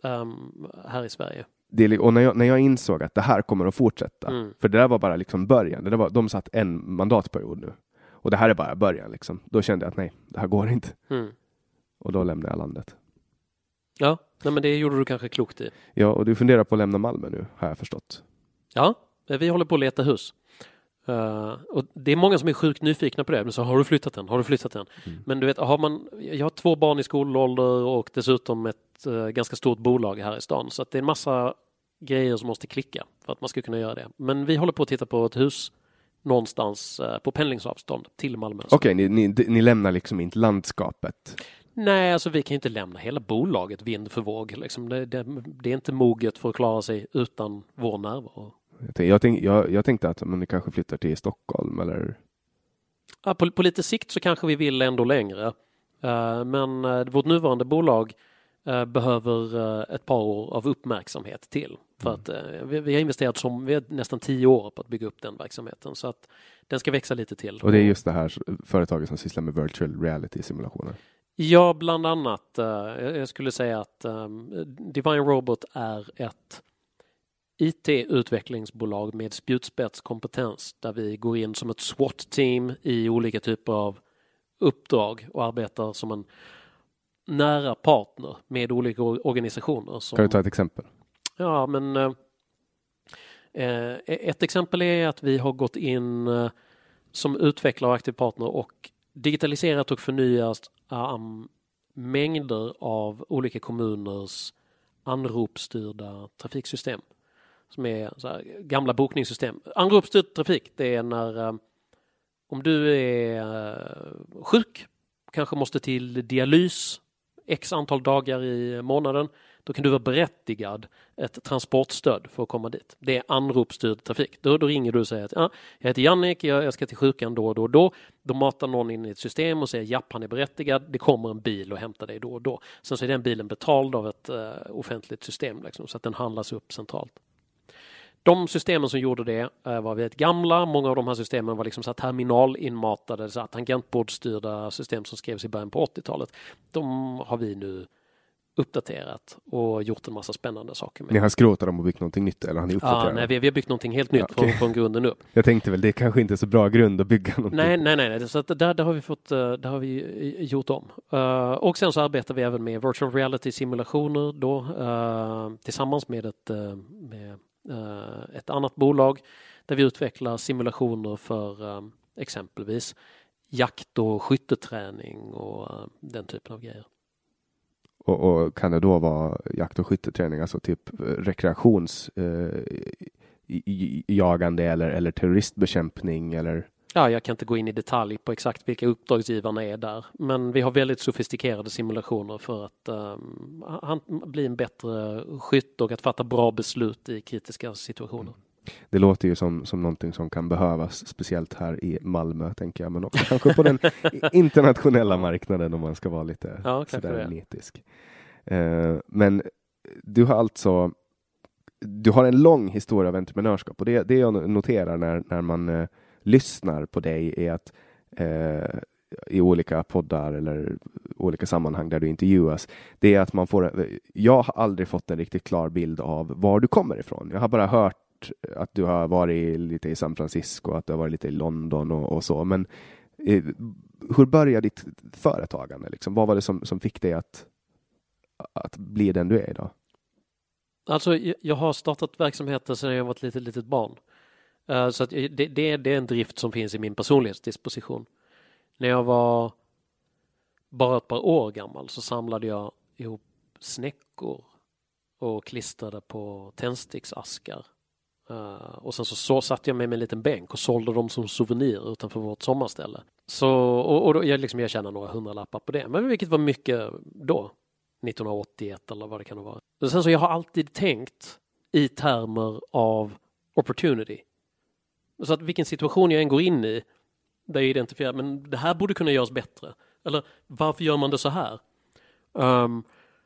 um, här i Sverige. Det, och när jag, när jag insåg att det här kommer att fortsätta, mm. för det där var bara liksom början. Det där var, de satt en mandatperiod nu. Och det här är bara början liksom. Då kände jag att nej, det här går inte. Mm. Och då lämnade jag landet. Ja, nej, men det gjorde du kanske klokt i. Ja, och du funderar på att lämna Malmö nu, har jag förstått. Ja, vi håller på att leta hus. Uh, och det är många som är sjukt nyfikna på det. Men så har du flyttat den? Har du flyttat den? Mm. Men du vet, har man, jag har två barn i skolålder och dessutom ett uh, ganska stort bolag här i stan. Så att det är en massa grejer som måste klicka för att man ska kunna göra det. Men vi håller på att titta på ett hus någonstans uh, på pendlingsavstånd till Malmö. Okej, okay, ni, ni, ni lämnar liksom inte landskapet? Nej, alltså vi kan ju inte lämna hela bolaget vind för våg. Liksom. Det, det, det är inte moget för att klara sig utan vår närvaro. Jag, tänk, jag, tänk, jag, jag tänkte att man kanske flyttar till Stockholm eller... Ja, på, på lite sikt så kanske vi vill ändå längre. Uh, men uh, vårt nuvarande bolag uh, behöver uh, ett par år av uppmärksamhet till. För Mm. att uh, vi, vi har investerat som, vi har nästan tio år på att bygga upp den verksamheten. Så att den ska växa lite till. Och det är just det här företaget som sysslar med virtual reality-simulationer. Ja, bland annat. Uh, jag skulle säga att um, Divine Robot är ett I T-utvecklingsbolag med spjutspetskompetens där vi går in som ett SWAT-team i olika typer av uppdrag och arbetar som en nära partner med olika organisationer. Som, Kan du ta ett exempel? Ja, men eh, ett exempel är att vi har gått in eh, som utvecklare och aktiv partner och digitaliserat och förnyat um, mängder av olika kommuners anropsstyrda trafiksystem. Som är så här, gamla bokningssystem. Anropsstyrd trafik, det är när um, om du är uh, sjuk, kanske måste till dialys x antal dagar i månaden, då kan du vara berättigad ett transportstöd för att komma dit. Det är anropsstyrd trafik. Då, då ringer du och säger att ja, jag heter Jannik, jag, jag ska till sjukan då och då och då. Då matar någon in i ett system och säger japp, han är berättigad. Det kommer en bil och hämtar dig då och då. Sen så är den bilen betald av ett uh, offentligt system liksom, så att den handlas upp centralt. De systemen som gjorde det uh, var väldigt gamla. Många av de här systemen var liksom så här terminalinmatade, så här tangentbordsstyrda system som skrevs i början på åttiotalet. De har vi nu uppdaterat och gjort en massa spännande saker med. Ni har skrotat dem och byggt någonting nytt, eller har ni uppdaterat? Ja, nej, vi, vi har byggt någonting helt nytt ja, okay. från, från grunden upp. Jag tänkte väl, det är kanske inte är så bra grund att bygga någonting. Nej, nej, nej. Så att där, där har vi fått, där har vi gjort om. Uh, och sen så arbetar vi även med virtual reality simulationer då, uh, tillsammans med ett, uh, med, uh, ett annat bolag där vi utvecklar simulationer för uh, exempelvis jakt- och skytteträning och uh, den typen av grejer. Och, och kan det då vara jakt- och skytteträning, alltså typ rekreationsjagande eh, eller, eller terroristbekämpning? Eller? Ja, jag kan inte gå in i detalj på exakt vilka uppdragsgivarna är där. Men vi har väldigt sofistikerade simulationer för att um, han, bli en bättre skytt och att fatta bra beslut i kritiska situationer. Det låter ju som, som någonting som kan behövas, speciellt här i Malmö, tänker jag, men också kanske på den internationella marknaden om man ska vara lite ja, sådär nitisk. Uh, men du har alltså du har en lång historia av entreprenörskap, och det, det jag noterar när, när man uh, lyssnar på dig är att uh, i olika poddar eller olika sammanhang där du intervjuas, det är att man får, jag har aldrig fått en riktigt klar bild av var du kommer ifrån. Jag har bara hört att du har varit lite i San Francisco, att du har varit lite i London och, och så. Men eh, hur började ditt företagande? Liksom? Vad var det som, som fick dig att, att bli den du är idag? Alltså, jag har startat verksamheter sedan jag var ett litet, litet barn. Uh, så att det, det, det är en drift som finns i min personlighetsdisposition. När jag var bara ett par år gammal så samlade jag ihop snäckor och klistrade på tändsticksaskar. Uh, och sen så, så satt jag med mig en liten bänk och sålde dem som souvenir utanför vårt sommarställe. Så, och, och då, jag, liksom, jag tjänade några hundralappar på det. Men vilket var mycket då. nittonhundraåttioett eller vad det kan vara. Och sen så jag har alltid tänkt i termer av opportunity. Så att vilken situation jag än går in i, där jag identifierar, men det här borde kunna göras bättre. Eller varför gör man det så här? Um,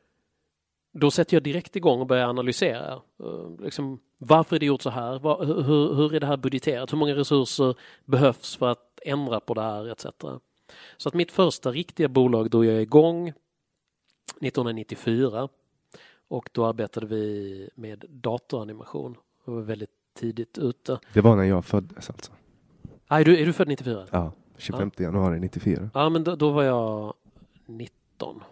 Då sätter jag direkt igång och börjar analysera. Uh, liksom, varför är det gjort så här? Var, hur, hur är det här budgeterat? Hur många resurser behövs för att ändra på det här, et cetera. Så att mitt första riktiga bolag då jag är igång nittonhundranittiofyra, och då arbetade vi med datoranimation. Det var väldigt tidigt ute. Det var när jag föddes alltså. Ah, är, du, är du född nittiofyra? Ja, tjugofemte januari nittiofyra. Ja, men då, då var jag nitton.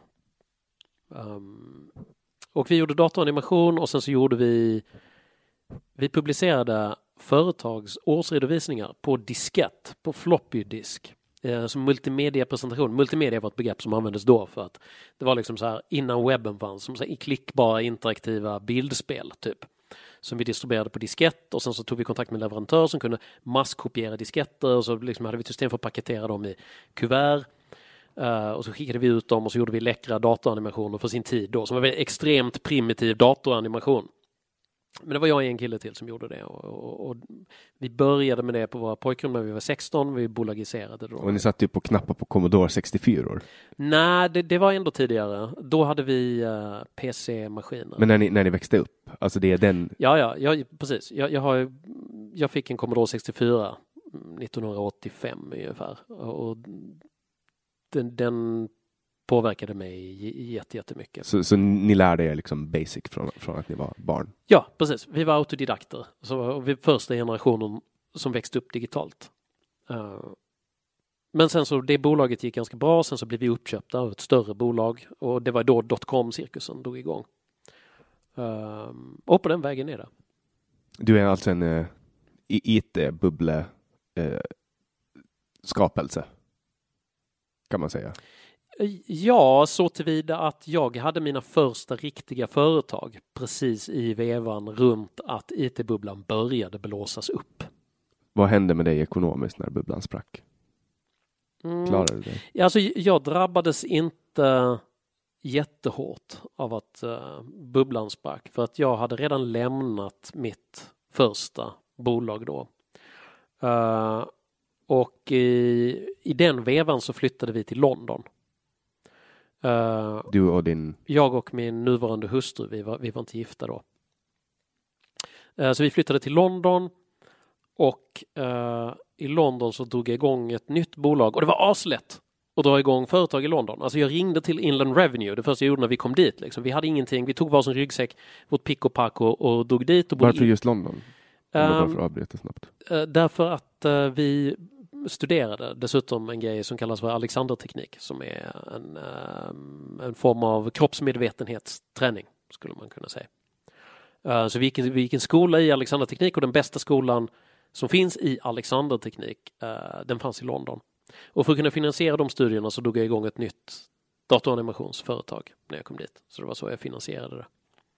Um, och vi gjorde datoranimation, och sen så gjorde vi vi publicerade företags årsredovisningar på diskett, på floppy disk, eh, som multimedia-presentation. Multimedia var ett begrepp som användes då för att det var liksom så här innan webben fanns, som så här, i klickbara interaktiva bildspel typ, som vi distribuerade på diskett, och sen så tog vi kontakt med leverantör som kunde masskopiera disketter, och så liksom hade vi ett system för att paketera dem i kuvert. Uh, och så skickade vi ut dem, och så gjorde vi läckra datoranimationer för sin tid då, som var en extremt primitiv datoranimation. Men det var jag och en kille till som gjorde det. Och, och, och vi började med det på våra pojkrum när vi var sexton. Vi bolagiserade då. Och ni satt ju på knappar på Commodore sextiofyra. Nej, det, det var ändå tidigare. Då hade vi uh, P C-maskiner. Men när ni, när ni växte upp? Alltså det är den... Ja, ja, jag, precis. Jag, jag, har, jag fick en Commodore sextiofyra nittonhundraåttiofem ungefär. Och den, den påverkade mig jätte, jättemycket. Så, så ni lärde er liksom basic från, från att ni var barn? Ja, precis. Vi var autodidakter. Så vi var första generationen som växte upp digitalt. Uh, men sen så det bolaget gick ganska bra. Sen så blev vi uppköpta av ett större bolag. Och det var då dotcom-cirkusen drog igång. Uh, och på den vägen är det. Du är alltså en uh, I T-bubbla uh, skapelse, kan man säga. Ja, så tillvida att jag hade mina första riktiga företag precis i vevan runt att I T-bubblan började blåsas upp. Vad hände med dig ekonomiskt när bubblan sprack? Klarade du det? Mm. Alltså, jag drabbades inte jättehårt av att uh, bubblan sprack. För att jag hade redan lämnat mitt första bolag då. Uh, och i, i den vevan så flyttade vi till London. Uh, du och din... Jag och min nuvarande hustru, vi var, vi var inte gifta då. Uh, så vi flyttade till London och uh, i London så drog jag igång ett nytt bolag och det var aslätt att dra igång företag i London. Alltså jag ringde till Inland Revenue, det första jag gjorde när vi kom dit. Liksom. Vi hade ingenting, vi tog varsin ryggsäck, vårt pick och pack och, och drog dit. Och Varför just London? Um, varför avbryta snabbt? Uh, därför att uh, vi studerade dessutom en grej som kallas för Alexanderteknik, som är en, um, en form av kroppsmedvetenhetsträning skulle man kunna säga. Uh, så vi gick, vi gick en skola i Alexanderteknik och den bästa skolan som finns i Alexanderteknik, uh, den fanns i London. Och för att kunna finansiera de studierna så drog jag igång ett nytt datoranimationsföretag när jag kom dit. Så det var så jag finansierade det.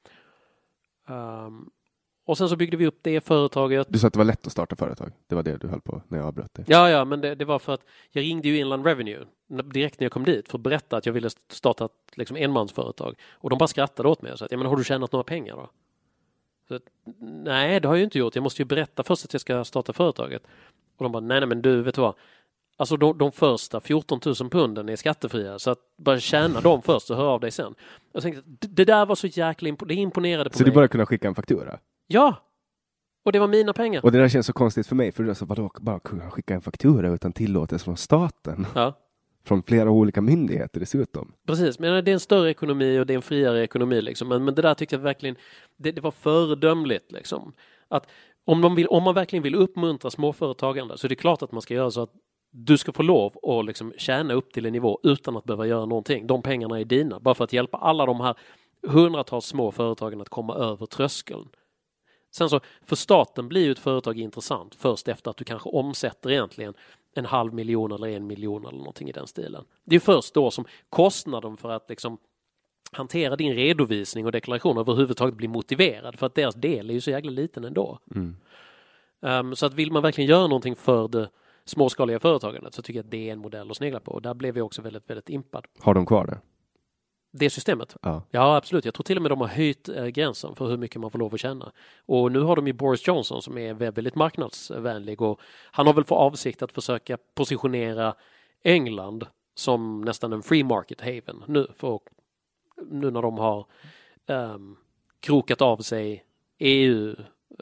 Um, Och sen så byggde vi upp det företaget. Du sa att det var lätt att starta företag. Det var det du höll på när jag avbröt det. Ja, ja, men det, det var för att jag ringde ju Inland Revenue direkt när jag kom dit för att berätta att jag ville starta ett liksom, enmansföretag. Och de bara skrattade åt mig och sa att, ja, men har du tjänat några pengar då? Så att, nej, det har jag ju inte gjort. Jag måste ju berätta först att jag ska starta företaget. Och de bara, nej, nej, men du, vet du vad? Alltså de, de första fjorton tusen punden är skattefria. Så att bara tjäna dem först och hör av dig sen. Jag tänkte, det, det där var så jäkla impo- det imponerade på så mig. Så du bara kunna skicka en faktura? Ja! Och det var mina pengar. Och det där känns så konstigt för mig. För du sa, vadå, bara kunna skicka en faktura utan tillåtelse från staten? Ja. Från flera olika myndigheter dessutom. Precis, men det är en större ekonomi och det är en friare ekonomi. Liksom. Men, men det där tyckte jag verkligen, det, det var föredömligt. Liksom. Att om, de vill, om man verkligen vill uppmuntra småföretagande så är det klart att man ska göra så att du ska få lov att liksom tjäna upp till en nivå utan att behöva göra någonting. De pengarna är dina, bara för att hjälpa alla de här hundratals små företagen att komma över tröskeln. Sen så, för staten blir ju ett företag intressant först efter att du kanske omsätter egentligen en halv miljon eller en miljon eller någonting i den stilen. Det är ju först då som kostnaden för att liksom hantera din redovisning och deklaration överhuvudtaget blir motiverad, för att deras del är ju så jäkla liten ändå. Mm. Um, så att vill man verkligen göra någonting för det småskaliga företagandet så tycker jag att det är en modell att snegla på. Och där blev jag också väldigt, väldigt impad. Har de kvar det? Det systemet? Ja. Ja, absolut. Jag tror till och med de har höjt eh, gränsen för hur mycket man får lov att tjäna. Och nu har de ju Boris Johnson som är väldigt marknadsvänlig och han har väl för avsikt att försöka positionera England som nästan en free market haven nu, för nu när de har um, krokat av sig E U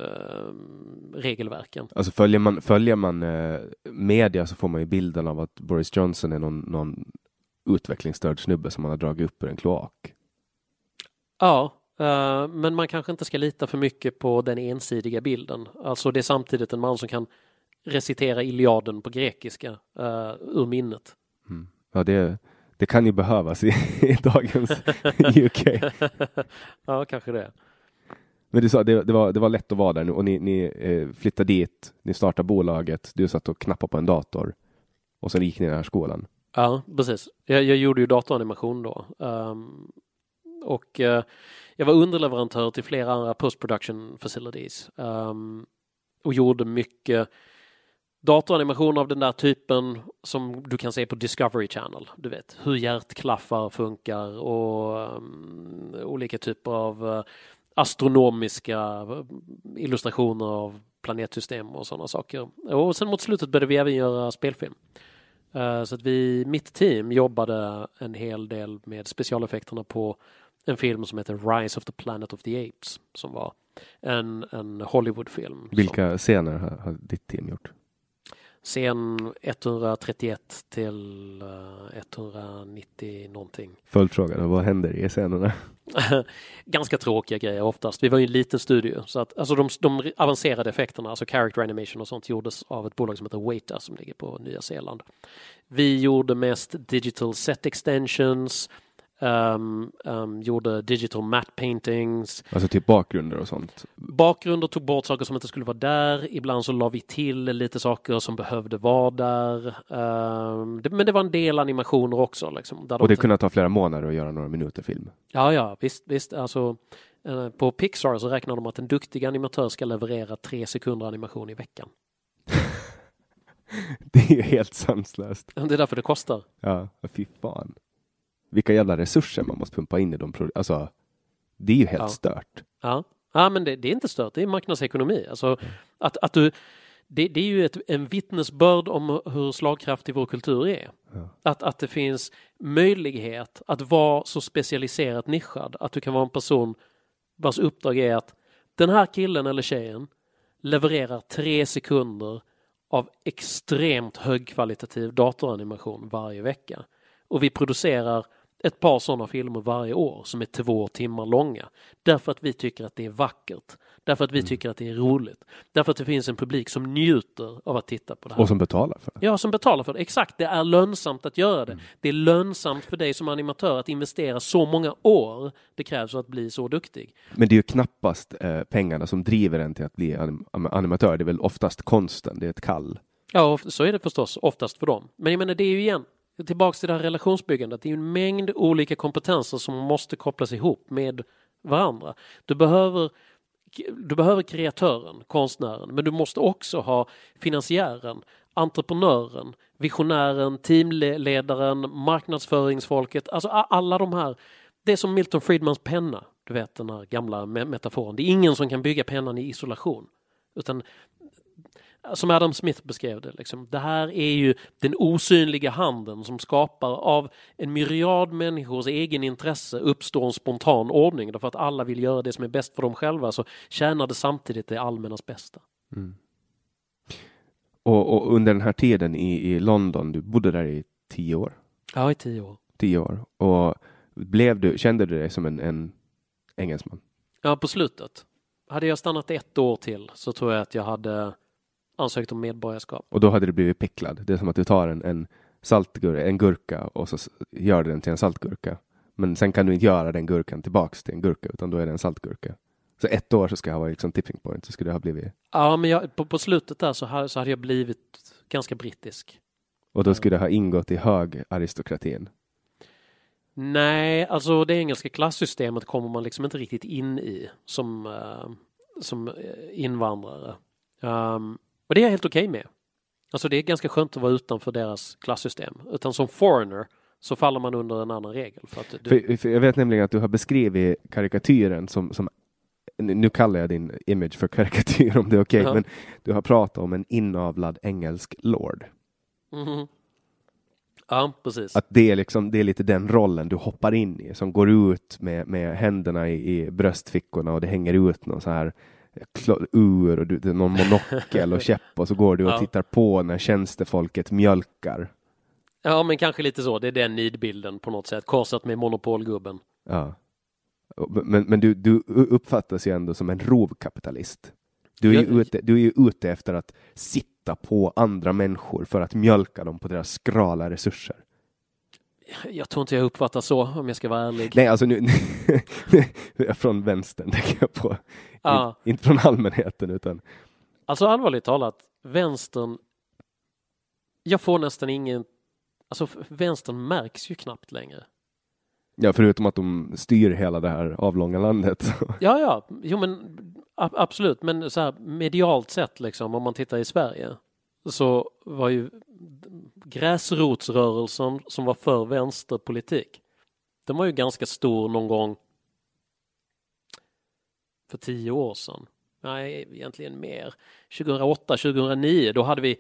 um, regelverken. Alltså följer man, följer man eh, media så får man ju bilden av att Boris Johnson är någon, någon utvecklingsstörd snubbe som man har dragit upp ur en kloak. Ja, uh, men man kanske inte ska lita för mycket på den ensidiga bilden. Alltså det är samtidigt en man som kan recitera Iliaden på grekiska uh, ur minnet. Mm. Ja, det, det kan ju behövas i, i dagens U K. Ja, kanske det. Men du sa det, det, var, det var lätt att vara där nu och ni, ni eh, flyttade dit, ni startade bolaget, du satt och knappade på en dator och sen gick ni i den här skolan. Ja, precis. Jag, jag gjorde ju datoranimation då. Um, och uh, jag var underleverantör till flera andra post-production facilities. Um, och gjorde mycket datoranimation av den där typen som du kan se på Discovery Channel. Du vet, hur hjärtklaffar funkar och um, olika typer av uh, astronomiska illustrationer av planetsystem och sådana saker. Och sen mot slutet började vi även göra spelfilm. Uh, så att vi, mitt team jobbade en hel del med specialeffekterna på en film som heter Rise of the Planet of the Apes, som var en, en Hollywoodfilm. Vilka som, scener har, har ditt team gjort? Scen etthundratrettioett till uh, etthundranittio någonting. Följdfråga, vad händer i scenerna? Ganska tråkiga grejer oftast. Vi var ju en liten studio. Så att, alltså de, de avancerade effekterna, alltså character animation och sånt, gjordes av ett bolag som heter Weta som ligger på Nya Zeeland. Vi gjorde mest digital set extensions, um, um, gjorde digital matte paintings. Alltså typ bakgrunder och sånt? Bakgrunder, tog bort saker som inte skulle vara där. Ibland så la vi till lite saker som behövde vara där. Um, det, men det var en del animationer också. Liksom, där och det de... kunde ta flera månader att göra några minuter film? Ja, ja, visst. visst alltså, uh, på Pixar så räknar de att en duktig animatör ska leverera tre sekunder animation i veckan. Det är ju helt sanslöst. Det är därför det kostar. Ja, fy fan. Vilka jävla resurser man måste pumpa in i de pro- alltså, det är ju helt ja. stört. Ja, ja men det, det är inte stört. Det är marknadsekonomi. Alltså, att, att du, det, det är ju ett, en vittnesbörd om hur slagkraftig vår kultur är. Ja. Att, att det finns möjlighet att vara så specialiserat nischad. Att du kan vara en person vars uppdrag är att den här killen eller tjejen levererar tre sekunder av extremt högkvalitativ datoranimation varje vecka. Och vi producerar ett par sådana filmer varje år som är två timmar långa. Därför att vi tycker att det är vackert. Därför att vi mm. tycker att det är roligt. Därför att det finns en publik som njuter av att titta på det här. Och som betalar för det. Ja, som betalar för det. Exakt, det är lönsamt att göra det. Mm. Det är lönsamt för dig som animatör att investera så många år det krävs för att bli så duktig. Men det är ju knappast eh, pengarna som driver en till att bli anim- animatör. Det är väl oftast konsten, det är ett kall. Ja, så är det förstås oftast för dem. Men jag menar, det är ju igen tillbaka till det här relationsbyggandet. Det är ju en mängd olika kompetenser som måste kopplas ihop med varandra. Du behöver, du behöver kreatören, konstnären, men du måste också ha finansiären, entreprenören, visionären, teamledaren, marknadsföringsfolket. Alltså alla de här. Det är som Milton Friedmans penna. Du vet den här gamla metaforen. Det är ingen som kan bygga pennan i isolation. Utan som Adam Smith beskrev det. Liksom. Det här är ju den osynliga handen som skapar av en myriad människors egen intresse uppstår en spontan ordning. Därför att alla vill göra det som är bäst för dem själva, så tjänar det samtidigt det allmännas bästa. Mm. Och, och under den här tiden i, i London, du bodde där i tio år? Ja, i tio år. Tio år. Och blev du, kände du dig som en, en engelsman? Ja, på slutet. Hade jag stannat ett år till så tror jag att jag hade ansökt om medborgarskap. Och då hade det blivit picklad. Det är som att du tar en, en saltgurka, en gurka och så gör den till en saltgurka. Men sen kan du inte göra den gurkan tillbaks till en gurka, utan då är det en saltgurka. Så ett år så ska jag ha liksom tipping point, så skulle det ha blivit... Ja, men jag, på, på slutet där så, här, så hade jag blivit ganska brittisk. Och då skulle det ha ingått i hög aristokratin? Nej, alltså det engelska klassystemet kommer man liksom inte riktigt in i som, uh, som invandrare. Um, och det är jag helt okej med. Alltså det är ganska skönt att vara utanför deras klassystem. Utan som foreigner så faller man under en annan regel. För att du... för, för jag vet nämligen att du har beskrivit karikatyren som, som nu kallar jag din image för karikatyr om det är okej, okay, uh-huh. men du har pratat om en inavlad engelsk lord. Mm-hmm. Ja, precis. Att det är, liksom, det är lite den rollen du hoppar in i, som går ut med, med händerna i, i bröstfickorna och det hänger ut någon så här ur och du, någon monokel och käpp och så går du och ja. tittar på när tjänstefolket mjölkar. Ja, men kanske lite så. Det är den nidbilden på något sätt. Korsat med monopolgubben. Ja. Men, men du, du uppfattas ju ändå som en rovkapitalist. Du är, ju ute, du är ju ute efter att sitta på andra människor för att mjölka dem på deras skrala resurser. Jag tror inte jag uppfattar så, om jag ska vara ärlig. Nej, alltså nu från vänstern tänker jag på. Ja. In, inte från allmänheten utan... Alltså allvarligt talat, vänstern... Jag får nästan ingen... Alltså vänstern märks ju knappt längre. Ja, förutom att de styr hela det här avlånga landet. Ja, ja. Jo, men absolut. Men så här medialt sett liksom, om man tittar i Sverige så var ju gräsrotsrörelsen som var för vänsterpolitik, den var ju ganska stor någon gång för tio år sedan. Nej, egentligen mer. tjugohundraåtta tjugohundranio, då hade vi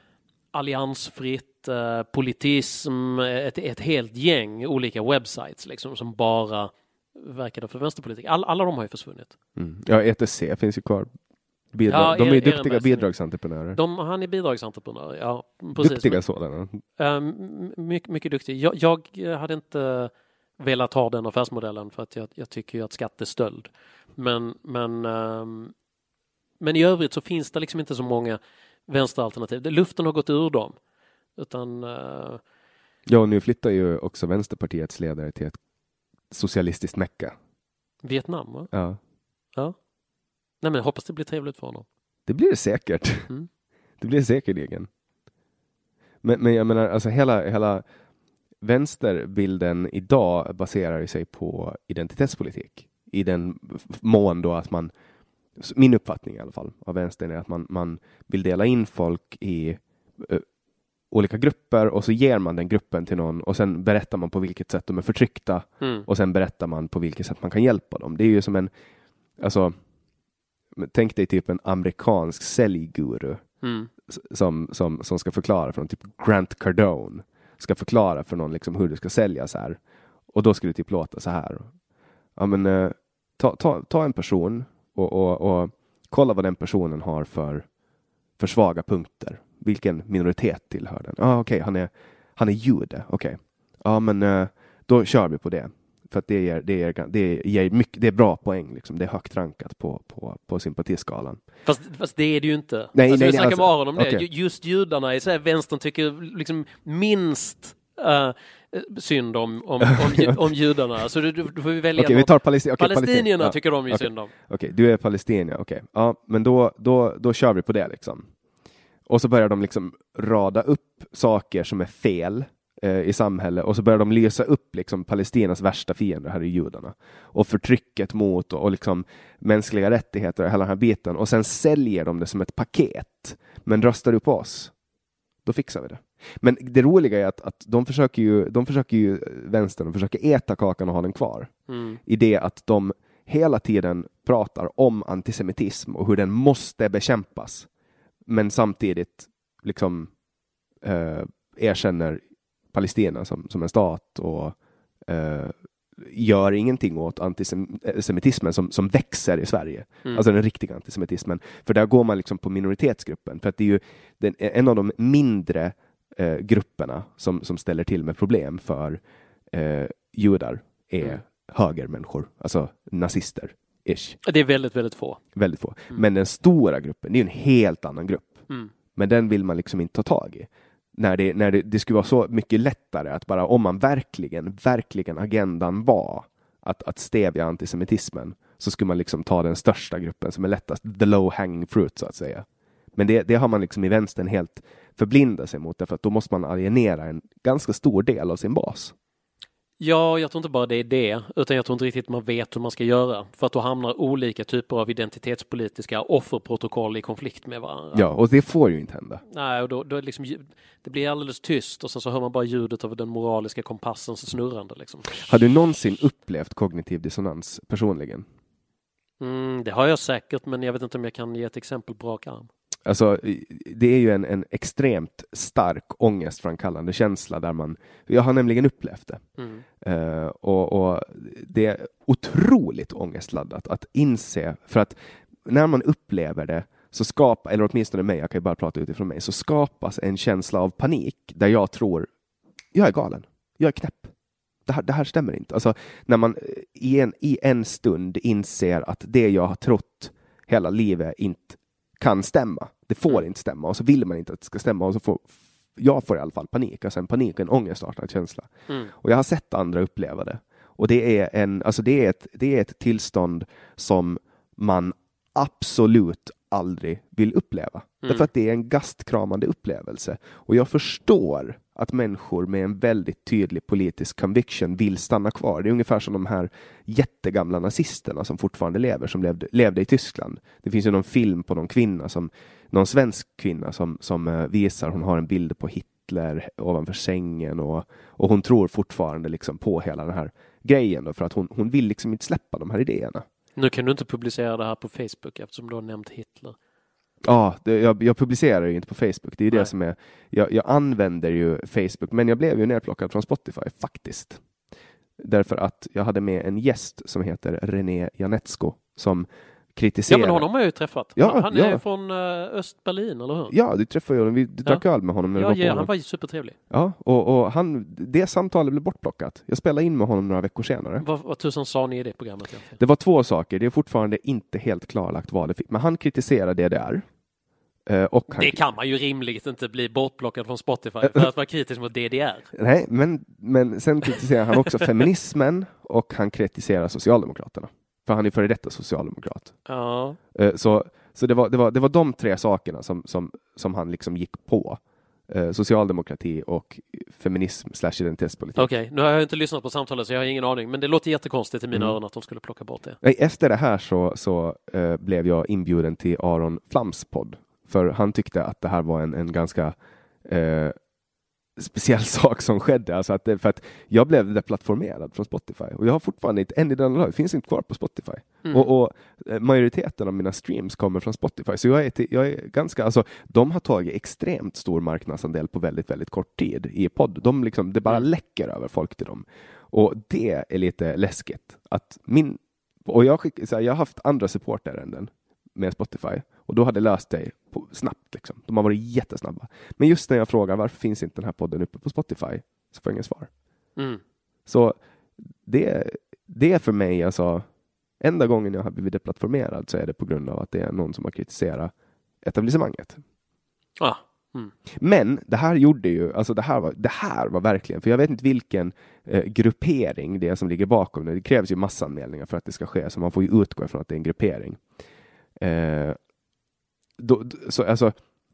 alliansfritt, eh, politism, ett, ett helt gäng olika webbsites liksom, som bara verkade för vänsterpolitik. All, alla de har ju försvunnit. Mm. Ja, E T C finns ju kvar. Bidrag. Ja, de är ju er, duktiga er bidragsentreprenörer. De, han är bidragsentreprenör, ja. Precis. Duktiga sådana. Um, mycket, mycket duktig. Jag, jag hade inte velat ha den affärsmodellen för att jag, jag tycker ju att skatt är stöld. Men, men, um, men i övrigt så finns det liksom inte så många vänsteralternativ. Luften har gått ur dem. Utan... Uh... Ja, nu flyttar ju också Vänsterpartiets ledare till ett socialistiskt mecka. Vietnam, va? Ja. Ja. Nej, men jag hoppas det blir trevligt för honom. Det blir det säkert. Mm. Det blir säkert egen. Men, men jag menar, alltså hela, hela vänsterbilden idag baserar sig på identitetspolitik. I den mån då att man, min uppfattning i alla fall av vänstern är att man, man vill dela in folk i uh, olika grupper och så ger man den gruppen till någon och sen berättar man på vilket sätt de är förtryckta Mm. och sen berättar man på vilket sätt man kan hjälpa dem. Det är ju som en, alltså tänk dig typ en amerikansk säljguru Mm. som, som, som ska förklara för någon, typ Grant Cardone ska förklara för någon liksom hur du ska sälja så här. Och då ska det typ låta så här. Ja, men eh, ta, ta, ta en person och, och, och kolla vad den personen har för, för svaga punkter. Vilken minoritet tillhör den? Ja, ah, okej, okay, han är han är jude. Okej. Okay. Ja, men eh, då kör vi på det. För att det ger, det ger, det ger mycket, det är bra poäng liksom. Det är högt rankat på, på, på sympatiskalan. Fast, fast det är det ju inte. Nej, alltså, nej, vi snackar alltså, med Aron om det. okay. Just judarna i så här, vänstern tycker liksom minst uh, synd om, om, om, om judarna. Så du, du får vi välja. Okej, okay, vi tar Palestin- okay, Palestinierna Palestin- tycker de ju okay. synd om. Okej, okay, du är palestinier. Okej. Okay. Ja, men då, då, då kör vi på det liksom. Och så börjar de liksom rada upp saker som är fel eh, i samhället. Och så börjar de lysa upp liksom Palestinas värsta fiender, här är judarna. Och förtrycket mot och, och liksom mänskliga rättigheter och hela den här biten. Och sen säljer de det som ett paket. Men röstar du på oss, då fixar vi det. Men det roliga är att, att de försöker ju, de försöker ju vänstern, de försöker äta kakan och ha den kvar. Mm. I det att de hela tiden pratar om antisemitism och hur den måste bekämpas. Men samtidigt liksom eh, erkänner Palestina som, som en stat och eh, gör ingenting åt antisemitismen som, som växer i Sverige. Mm. Alltså den riktiga antisemitismen. För där går man liksom på minoritetsgruppen. För att det är ju den, en av de mindre eh, grupperna som, som ställer till med problem för eh, judar är mm. högermänniskor. Alltså nazister. Ish. Det är väldigt, väldigt få. Väldigt få. Mm. Men den stora gruppen, det är en helt annan grupp. Mm. Men den vill man liksom inte ta tag i. När, det, när det, det skulle vara så mycket lättare att bara om man verkligen, verkligen agendan var att, att stävja antisemitismen, så skulle man liksom ta den största gruppen som är lättast, the low hanging fruit så att säga. Men det, det har man liksom i vänstern helt förblindat sig mot, därför att då måste man alienera en ganska stor del av sin bas. Ja, jag tror inte bara det är det, utan jag tror inte riktigt man vet hur man ska göra. För att då hamnar olika typer av identitetspolitiska offerprotokoll i konflikt med varandra. Ja, och det får ju inte hända. Nej, och då, då är det, liksom, det blir alldeles tyst och sen så hör man bara ljudet av den moraliska kompassen snurrande. Liksom. Har du någonsin upplevt kognitiv dissonans personligen? Mm, det har jag säkert, men jag vet inte om jag kan ge ett exempel på rak arm. Alltså, det är ju en, en extremt stark ångestframkallande känsla där man, jag har nämligen upplevt det. Mm. Uh, och, och det är otroligt ångestladdat att inse, för att när man upplever det så skapar, eller åtminstone mig, jag kan ju bara prata utifrån mig, så skapas en känsla av panik där jag tror, jag är galen, jag är knäpp. Det här, det här stämmer inte. Alltså, när man i en, i en stund inser att det jag har trott hela livet inte kan stämma. Det får mm. inte stämma. Och så vill man inte att det ska stämma. Och så får jag får i alla fall panik. Alltså en panik, en ångestartad känsla. Mm. Och jag har sett andra uppleva det. Och det är, en, alltså det är, ett, det är ett tillstånd som man absolut aldrig vill uppleva. Mm. Därför att det är en gastkramande upplevelse. Och jag förstår att människor med en väldigt tydlig politisk conviction vill stanna kvar. Det är ungefär som de här jättegamla nazisterna som fortfarande lever, som levde, levde i Tyskland. Det finns ju någon film på någon kvinna, som, någon svensk kvinna som, som visar, hon har en bild på Hitler ovanför sängen och, och hon tror fortfarande liksom på hela den här grejen då, för att hon, hon vill liksom inte släppa de här idéerna. Nu kan du inte publicera det här på Facebook eftersom du har nämnt Hitler. Ja, det, jag, jag publicerar ju inte på Facebook. Det är ju Nej. det som är... Jag, jag använder ju Facebook, men jag blev ju nerplockad från Spotify, faktiskt. Därför att jag hade med en gäst som heter René Janetsko, som kritiserar... Ja, men honom har jag ju träffat. Ja, han ja. är från uh, Östberlin, eller hur? Ja, du träffade ju honom. Vi drack Ja. öl med honom. När Ja, du var på ja honom. han var ju supertrevlig. Ja, och, och han, det samtalet blev bortplockat. Jag spelade in med honom några veckor senare. Vad, vad tusan sa ni i det programmet egentligen? Det var två saker. Det är fortfarande inte helt klarlagt vad det fick. Men han kritiserar D D R. Eh, och han... Det kan man ju rimligt inte bli bortplockad från Spotify för att vara kritisk mot D D R. Nej, men, men sen kritiserar han också feminismen och han kritiserar Socialdemokraterna. För han är före detta socialdemokrat. Ja. Eh, så så det, var, det, var, det var de tre sakerna som, som, som han liksom gick på. Eh, socialdemokrati och feminism slash identitetspolitik. Okej, okay. Nu har jag inte lyssnat på samtalet så jag har ingen aning. Men det låter jättekonstigt i mina Mm. öron att de skulle plocka bort det. Nej, efter det här så, så eh, blev jag inbjuden till Aron Flams podd. För han tyckte att det här var en, en ganska eh, speciell sak som skedde. Alltså att det, för att jag blev deplattformerad från Spotify. Och jag har fortfarande inte, än i den lag, finns inte kvar på Spotify. Mm. Och, och eh, majoriteten av mina streams kommer från Spotify. Så jag är, till, jag är ganska, alltså de har tagit extremt stor marknadsandel på väldigt, väldigt kort tid i podd. De liksom, det bara Mm. läcker över folk till dem. Och det är lite läskigt. Att min, och jag, skick, så här, jag har haft andra supportärenden med Spotify. Och då hade löst det på, snabbt. Liksom. De har varit jättesnabba. Men just när jag frågar varför finns inte den här podden uppe på Spotify så får jag ingen svar. Mm. Så det, det är för mig, alltså, enda gången jag har blivit deplattformerad så är det på grund av att det är någon som har kritiserat etablissemanget. Ah. Mm. Men det här gjorde ju, alltså det här var, det här var verkligen, för jag vet inte vilken eh, gruppering det är som ligger bakom det. Det krävs ju massanmälningar för att det ska ske, så man får ju utgå ifrån att det är en gruppering. Eh, då, så, alltså,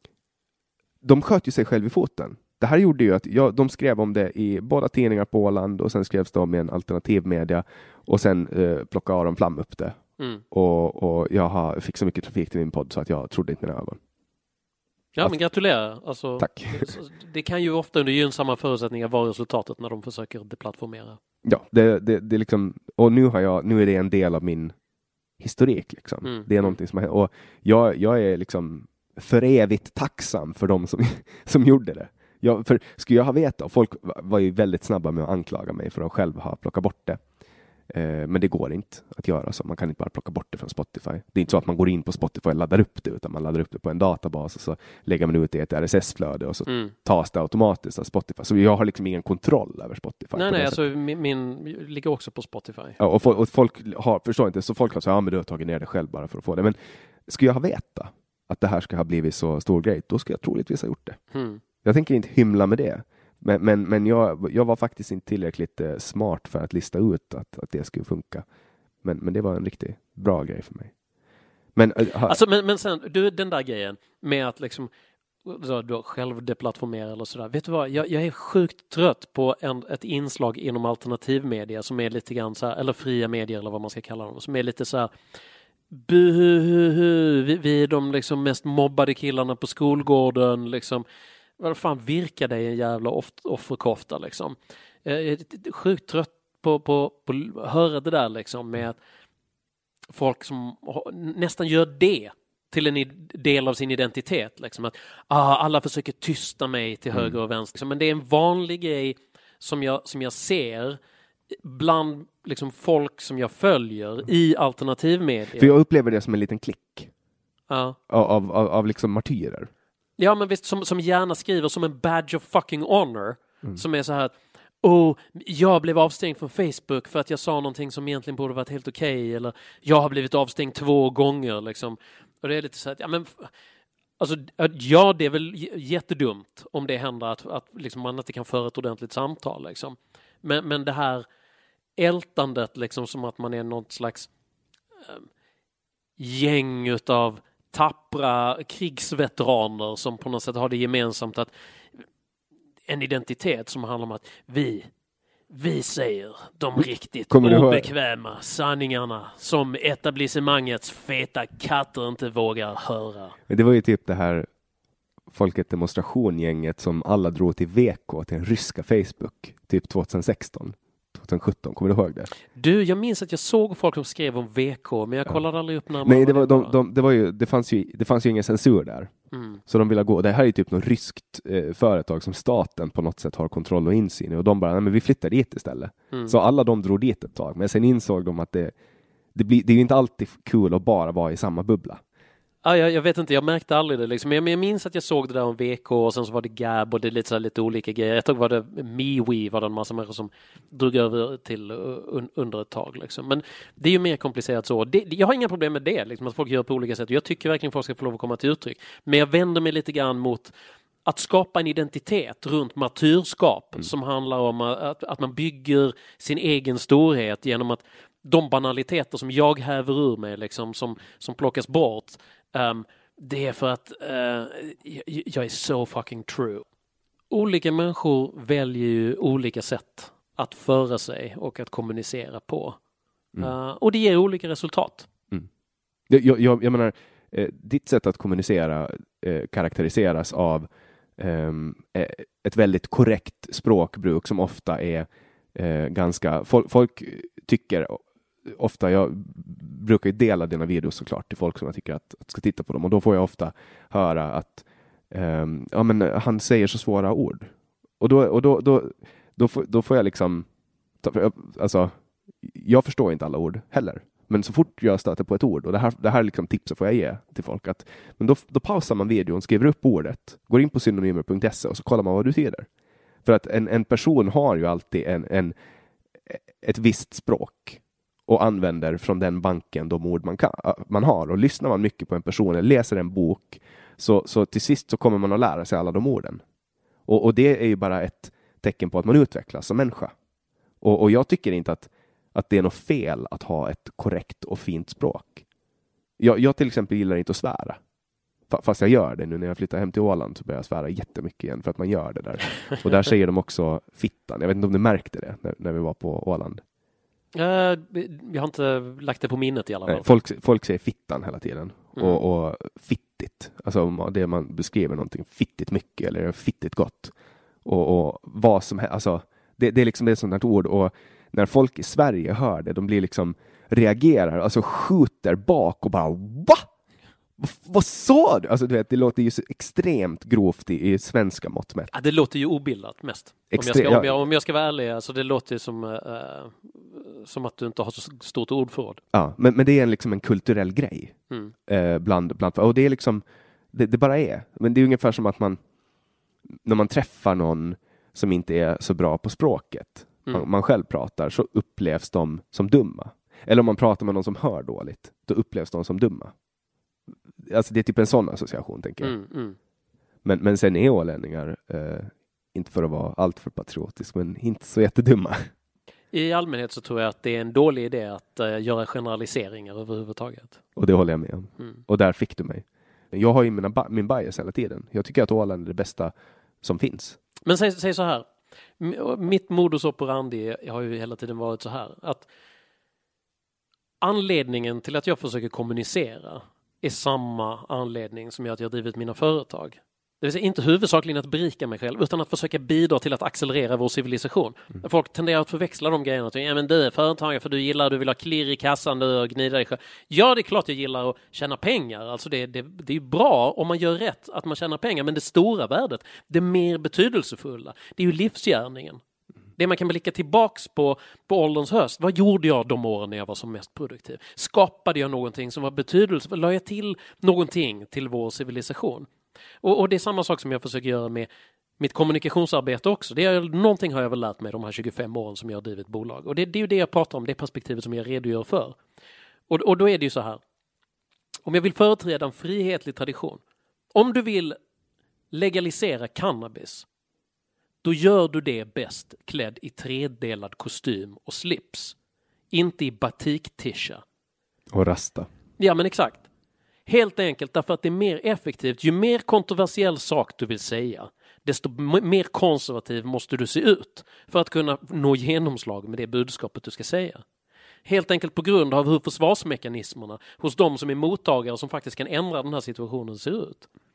de sköt ju sig själv i foten. Det här gjorde ju att jag, de skrev om det i båda tidningar på Åland och sen skrevs det om i en alternativ media och sen eh, plockade Aron Flam upp det. Mm. Och, och jag har, fick så mycket trafik till min podd så att jag trodde inte mina ögon. Ja, men gratulerar. Alltså, Tack. Det kan ju ofta under gynnsamma förutsättningar vara resultatet när de försöker deplattformera. Ja, det, det, det liksom, och nu har jag, nu är det en del av min historik liksom. Mm. Det är någonting som har, och jag, jag är liksom för evigt tacksam för de som, som gjorde det. Jag, för skulle jag ha vetat, och folk var ju väldigt snabba med att anklaga mig för att själv ha plockat bort det. Eh, men det går inte att göra så. Man kan inte bara plocka bort det från Spotify. Det är inte så att man går in på Spotify och laddar upp det, utan man laddar upp det på en databas och så lägger man ut det i ett R S S-flöde och så Mm. tas det automatiskt av Spotify. Så jag har liksom ingen kontroll över Spotify. Nej, på nej, det alltså sättet. min, min ligger också på Spotify. Ja, och, folk, och folk har, förstår inte, så folk har sagt, ja men du har tagit ner det själv bara för att få det. Men skulle jag ha veta att det här ska ha blivit så stor grej, då ska jag troligtvis ha gjort det. Mm. Jag tänker inte hymla med det. Men, men, men jag, jag var faktiskt inte tillräckligt eh, smart för att lista ut att, att det skulle funka. Men, men det var en riktigt bra grej för mig. Men, äh, ha, Alltså, men, men sen, du, den där grejen med att liksom så, då själv deplattformera eller sådär. Vet du vad, jag, jag är sjukt trött på en, ett inslag inom alternativmedia som är lite grann så här, eller fria medier eller vad man ska kalla dem, som är lite så här buhuhuhu, vi, vi är de liksom mest mobbade killarna på skolgården liksom. Vad fan virkar det en jävla off- offerkofta liksom. Jag är sjukt trött på, på, på att höra det där liksom med att folk som nästan gör det till en del av sin identitet liksom att ah, alla försöker tysta mig till höger och vänster liksom. Men det är en vanlig grej som jag, som jag ser bland liksom folk som jag följer i alternativmedia. för jag upplever det som en liten klick Ja. av, av, av liksom martyrer. Ja, men visst, som, som gärna skriver som en badge of fucking honor. Mm. Som är så här att, oh, jag blev avstängd från Facebook för att jag sa någonting som egentligen borde varit helt okej. Okay, eller jag har blivit avstängd två gånger. Liksom. Och det är lite så att, ja men, alltså, ja det är väl jättedumt om det händer att, att liksom, man inte kan föra ett ordentligt samtal. Liksom. Men, men det här ältandet liksom som att man är något slags äh, gäng utav tappra krigsveteraner som på något sätt har det gemensamt att en identitet som handlar om att vi vi säger de riktigt Kommer obekväma sanningarna som etablissemangets feta katter inte vågar höra. Det var ju typ det här Folket Demonstration-gänget som alla drog till V K till den ryska Facebook typ tjugohundrasexton tjugohundrasjutton, kommer du ihåg det? Du, jag minns att jag såg folk som skrev om V K, men jag kollade ja. aldrig upp när Nej, det var, de, de, det var ju, det fanns ju, det fanns ju ingen censur där. Mm. Så de ville gå, det här är typ något ryskt eh, företag som staten på något sätt har kontroll och insyn i, och de bara, nej men vi flyttar dit istället. Mm. Så alla de drog dit ett tag, men sen insåg de att det, det, blir, det är ju inte alltid kul att bara vara i samma bubbla. Ja, jag, jag vet inte, jag märkte aldrig det liksom. Men jag, jag minns att jag såg det där om V K, och sen så var det Gab och det är lite, så här, lite olika grejer. Jag tror var det MeWe, var det en massa människor som drog över till un, under ett tag liksom. Men det är ju mer komplicerat så. Det, jag har inga problem med det, liksom, att folk gör på olika sätt. Jag tycker verkligen folk ska få lov att komma till uttryck. Men jag vänder mig lite grann mot att skapa en identitet runt martyrskap mm. som handlar om att, att man bygger sin egen storhet genom att de banaliteter som jag häver ur mig liksom, som, som plockas bort, um, det är för att uh, jag, jag är så fucking true. Olika människor väljer ju olika sätt att föra sig och att kommunicera på. Mm. Uh, och det ger olika resultat. Mm. Jag, jag, jag menar, eh, ditt sätt att kommunicera eh, karaktäriseras av eh, ett väldigt korrekt språkbruk som ofta är eh, ganska... Folk, folk tycker ofta, jag brukar ju dela dina videos såklart till folk som jag tycker att, att ska titta på dem, och då får jag ofta höra att um, ja, men han säger så svåra ord, och då, och då, då, då, får, då får jag liksom alltså, jag förstår inte alla ord heller, men så fort jag stöter på ett ord, och det här, det här liksom tipset får jag ge till folk, att men då, då pausar man videon, skriver upp ordet, går in på synonymer punkt se och så kollar man vad du säger. För att en, en person har ju alltid en, en, ett visst språk och använder från den banken de ord man, kan, man har. Och lyssnar man mycket på en person eller läser en bok, så, så till sist så kommer man att lära sig alla de orden. Och, och det är ju bara ett tecken på att man utvecklas som människa. Och, och jag tycker inte att, att det är något fel att ha ett korrekt och fint språk. Jag, jag till exempel gillar inte att svära. Fast jag gör det nu när jag flyttar hem till Åland, så börjar jag svära jättemycket igen för att man gör det där. Och där säger de också fittan. Jag vet inte om du märkte det när, när vi var på Åland. Uh, jag har inte lagt det på minnet i alla fall. Nej, folk, folk säger fittan hela tiden. Mm. Och, och fittigt. Alltså det man beskriver någonting fittigt mycket eller fittigt gott. Och, och vad som helst. Alltså, det, det är liksom det sånt här ord. Och när folk i Sverige hör det, de blir liksom reagerar. Alltså skjuter bak och bara va? Vad sa du? Alltså du vet, det låter ju så extremt grovt i, i svenska mått mätt. Ja, det låter ju obildat mest. Extre- om, jag ska, om, jag, om jag ska vara ärlig, alltså det låter ju som, uh, som att du inte har så stort ordförråd. Ja, men, men det är en, liksom en kulturell grej. Mm. Uh, bland, bland, och det är liksom, det, det bara är. Men det är ungefär som att man, när man träffar någon som inte är så bra på språket, mm. man, man själv pratar, så upplevs de som dumma. Eller om man pratar med någon som hör dåligt, då upplevs de som dumma. Alltså det är typ en sån association, tänker jag. Mm, mm. Men, men sen är ålänningar, eh, inte för att vara allt för patriotisk, men inte så jättedumma. I allmänhet så tror jag att det är en dålig idé att uh, göra generaliseringar överhuvudtaget. Och det håller jag med om. Mm. Och där fick du mig. Jag har ju mina ba- min bias hela tiden. Jag tycker att Åland är det bästa som finns. Men säg, säg så här. M- mitt modus operandi har ju hela tiden varit så här. Att anledningen till att jag försöker kommunicera är samma anledning som gör att jag har drivit mina företag. Det vill säga inte huvudsakligen att berika mig själv, utan att försöka bidra till att accelerera vår civilisation. Mm. Folk tenderar att förväxla de grejerna. Att, ja, men du är företagare för du gillar, du vill ha klirr i kassan, du gnida dig själv. Ja, det är klart jag gillar att tjäna pengar. Alltså det, det, det är bra om man gör rätt att man tjänar pengar, men det stora värdet, det mer betydelsefulla, det är ju livsgärningen. Det man kan blicka tillbaks på på ålderns höst. Vad gjorde jag de åren när jag var som mest produktiv? Skapade jag någonting som var betydelsefullt? Lade jag till någonting till vår civilisation? Och, och det är samma sak som jag försöker göra med mitt kommunikationsarbete också. Det är, någonting har jag väl lärt mig de här tjugofem åren som jag har drivit bolag. Och det, det är ju det jag pratar om, det perspektivet som jag redogör för. Och, och då är det ju så här. Om jag vill företräda en frihetlig tradition. Om du vill legalisera cannabis, då gör du det bäst klädd i tredelad kostym och slips. Inte i batik-tisha. Och rasta. Ja, men exakt. Helt enkelt därför att det är mer effektivt. Ju mer kontroversiell sak du vill säga, desto m- mer konservativ måste du se ut för att kunna nå genomslag med det budskapet du ska säga. Helt enkelt på grund av hur försvarsmekanismerna hos de som är mottagare som faktiskt kan ändra den här situationen ser ut.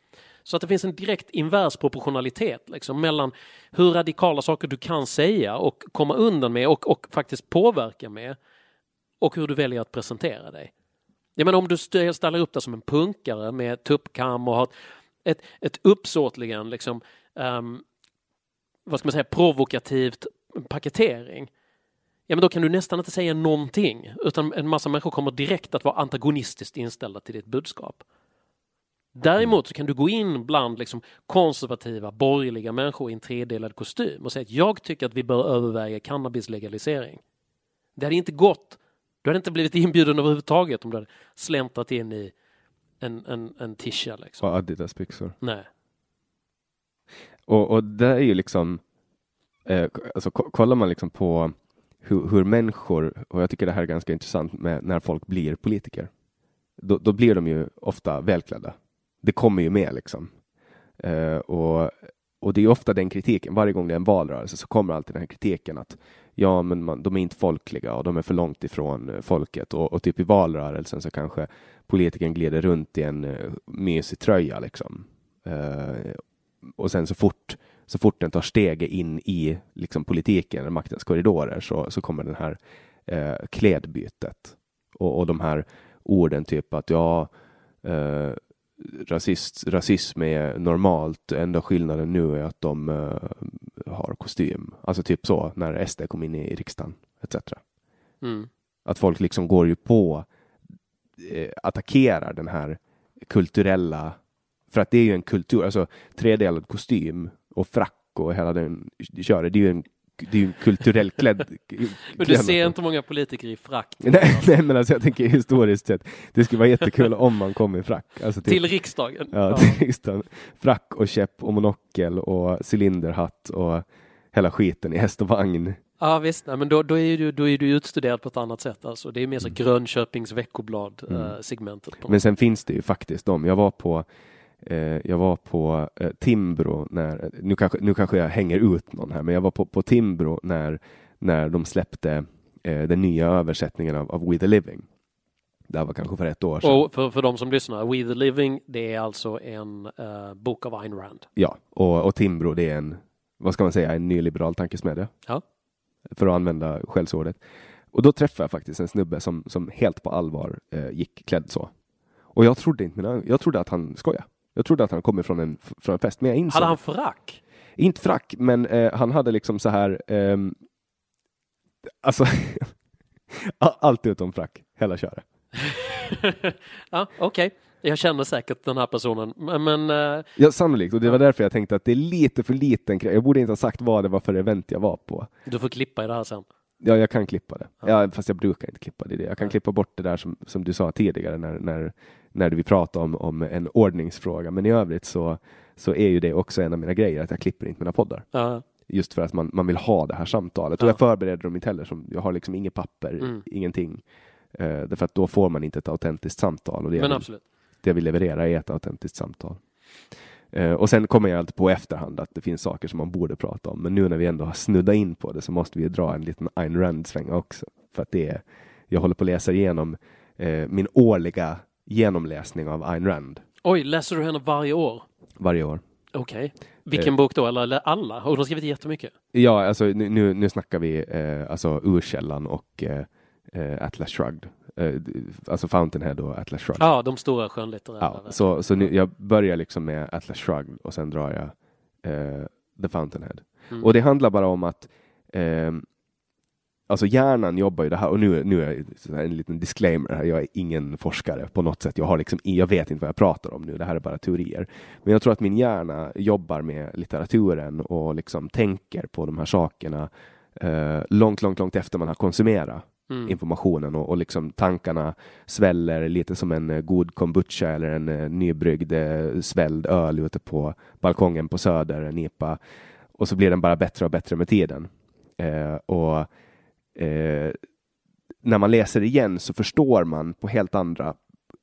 Så att det finns en direkt invers proportionalitet liksom, mellan hur radikala saker du kan säga och komma undan med och, och faktiskt påverka med och hur du väljer att presentera dig. Jag menar, om du ställer upp det som en punkare med tuppkam och har ett, ett uppsåtligen liksom, um, vad ska man säga, provokativt paketering, ja men då kan du nästan inte säga någonting, utan en massa människor kommer direkt att vara antagonistiskt inställda till ditt budskap. Däremot så kan du gå in bland liksom konservativa, borgerliga människor i en tredelad kostym och säga att jag tycker att vi bör överväga cannabislegalisering. Det hade inte gått. Du hade inte blivit inbjuden överhuvudtaget om du hade släntrat in i en, en, en tisha. Liksom. Och Adidas-byxor. Nej. Och, och det är ju liksom, eh, alltså k- kollar man liksom på hur, hur människor, och jag tycker det här är ganska intressant med när folk blir politiker. Då, då blir de ju ofta välklädda. Det kommer ju med liksom. Eh, och, och det är ju ofta den kritiken, varje gång det är en valrörelse så kommer alltid den här kritiken att ja men man, de är inte folkliga och de är för långt ifrån folket. Och, och typ i valrörelsen så kanske politikern glider runt i en uh, mysig tröja liksom. Uh, och sen så fort, så fort den tar stege in i liksom, politiken eller maktens korridorer så, så kommer den här uh, klädbytet. Och, och de här orden typ att ja, uh, rasist, rasism är normalt. Enda skillnaden nu är att de uh, har kostym. Alltså typ så när S D kom in i riksdagen et cetera. Mm. Att folk liksom går ju på eh, attackerar den här kulturella, för att det är ju en kultur, alltså tredelad kostym och frack och hela den köret, det är ju en det är ju en kulturell klädd. Men du ser inte många politiker i frack. nej, nej, men alltså jag tänker historiskt sett, det skulle vara jättekul om man kom i frack. Alltså till, till riksdagen. Ja, ja. till riksdagen. Frack och käpp och monokel och cylinderhatt och hela skiten i häst och vagn. Ja visst, nej, men då, då, är du, då är du utstuderad på ett annat sätt. Alltså. Det är mer så Grönköpings veckoblad mm. äh, segmentet. På men sen finns det ju faktiskt de. Jag var på Jag var på eh, Timbro när, nu kanske, nu kanske jag hänger ut någon här, men jag var på, på Timbro när, när de släppte eh, den nya översättningen av, av We the Living. Det var kanske för ett år sedan. Och för, för de som lyssnar, We the Living, det är alltså en uh, bok av Ayn Rand. Ja, och, och Timbro det är en, vad ska man säga, en nyliberal tankesmedja. Ja. För att använda skällsordet. Och då träffade jag faktiskt en snubbe som, som helt på allvar eh, gick klädd så. Och jag trodde inte mina, jag trodde att han skojade. Jag trodde att han kom från en, från en fest, men jag insåg... Hade han frack? Inte frack, men eh, han hade liksom så här... Eh, alltså... allt utom frack, hela köret. Ja, okej. Okay. Jag känner säkert den här personen, men... Uh... Ja, sannolikt. Och det var därför jag tänkte att det är lite för liten... Jag borde inte ha sagt vad det var för event jag var på. Du får klippa i det här sen. Ja, jag kan klippa det. Ja. Ja, fast jag brukar inte klippa det. Jag kan ja. klippa bort det där som, som du sa tidigare när... när när vi pratar om, om en ordningsfråga. Men i övrigt så, så är ju det också en av mina grejer att jag klipper inte mina poddar. Ja. Just för att man, man vill ha det här samtalet. Ja. Och jag förbereder dem inte heller. Som, jag har liksom inget papper, mm. ingenting. Uh, därför att då får man inte ett autentiskt samtal. Och det, Men jag absolut. Vill, det jag vill leverera är ett autentiskt samtal. Uh, och sen kommer jag alltid på efterhand att det finns saker som man borde prata om. Men nu när vi ändå har snuddat in på det så måste vi dra en liten Ayn Rand-sväng också. För att det är, jag håller på att läsa igenom uh, min årliga genomläsning av Ayn Rand. Oj, läser du henne varje år? Varje år. Okej. Okay. Vilken eh, bok då? Eller, eller alla? Har hon skrivit jättemycket? Ja, alltså nu, nu snackar vi eh, alltså Urkällan och eh, Atlas Shrugged. Eh, alltså Fountainhead och Atlas Shrugged. Ja, de stora skönlitterära. Ja, så, så nu, jag börjar liksom med Atlas Shrugged och sen drar jag eh, The Fountainhead. Mm. Och det handlar bara om att eh, alltså hjärnan jobbar ju det här, och nu, nu är det en liten disclaimer här. Jag är ingen forskare på något sätt. Jag har liksom, jag vet inte vad jag pratar om nu. Det här är bara teorier. Men jag tror att min hjärna jobbar med litteraturen och liksom tänker på de här sakerna eh, långt, långt, långt efter man har konsumerat mm. informationen. Och, och liksom tankarna sväller lite som en god kombucha eller en uh, nybryggd uh, svälld öl ute på balkongen på Söder, en I P A. Och så blir den bara bättre och bättre med tiden. Eh, och Eh, när man läser igen så förstår man på helt andra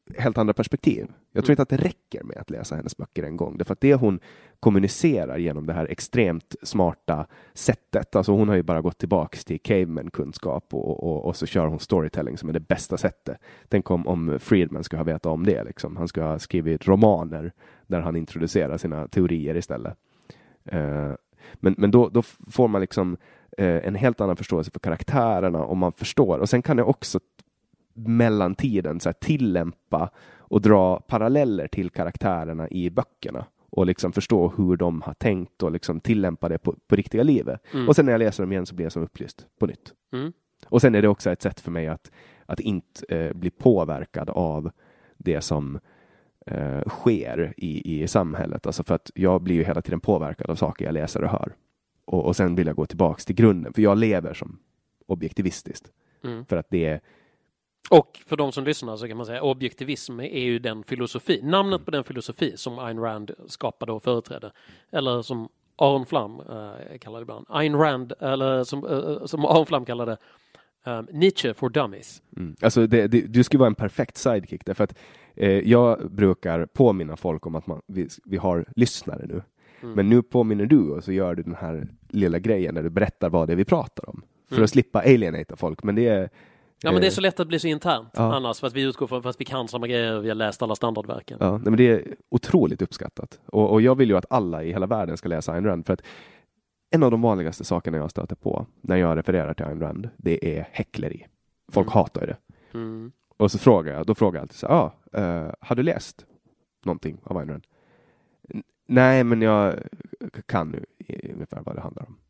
helt andra perspektiv. Jag tror inte att det räcker med att läsa hennes böcker en gång. Därför att det hon kommunicerar genom det här extremt smarta sättet. Alltså hon har ju bara gått tillbaka till caveman-kunskap och, och, och så kör hon storytelling som är det bästa sättet. Tänk om, om Friedman ska ha vetat om det. Liksom. Han ska ha skrivit romaner där han introducerar sina teorier istället. Uh, men men då, då får man liksom uh, en helt annan förståelse för karaktärerna och man förstår. Och sen kan jag också mellan tiden så här, tillämpa och dra paralleller till karaktärerna i böckerna och liksom förstå hur de har tänkt och liksom tillämpa det på, på riktiga livet. Mm. Och sen när jag läser dem igen så blir jag som upplyst på nytt. Mm. Och sen är det också ett sätt för mig att, att inte eh, bli påverkad av det som eh, sker i, i samhället. Alltså för att jag blir ju hela tiden påverkad av saker jag läser och hör. Och, och sen vill jag gå tillbaka till grunden. För jag lever som objektivistiskt. Mm. För att det är och för de som lyssnar så kan man säga objektivism är ju den filosofi, namnet mm. på den filosofi som Ayn Rand skapade och företrädde. Eller som Aron Flam äh, kallade det ibland. Ayn Rand, eller som, äh, som Aron Flam kallade um, Nietzsche for dummies. Mm. Alltså det, det, du skulle vara en perfekt sidekick därför att eh, jag brukar påminna folk om att man, vi, vi har lyssnare nu. Mm. Men nu påminner du och så gör du den här lilla grejen när du berättar vad det är vi pratar om. För mm. att slippa alienata folk. Men det är Ja, men det är så lätt att bli så internt ja. annars för att vi utgår från för att vi kan samma grejer och vi har läst alla standardverken. Ja, men det är otroligt uppskattat. Och, och jag vill ju att alla i hela världen ska läsa Ayn Rand för att en av de vanligaste sakerna jag stöter på när jag refererar till Ayn Rand, det är häckleri. Folk mm. hatar det. Mm. Och så frågar jag, då frågar jag alltid så ja, ah, uh, har du läst någonting av Ayn Rand? N- nej, men jag kan nu ungefär vad det handlar om.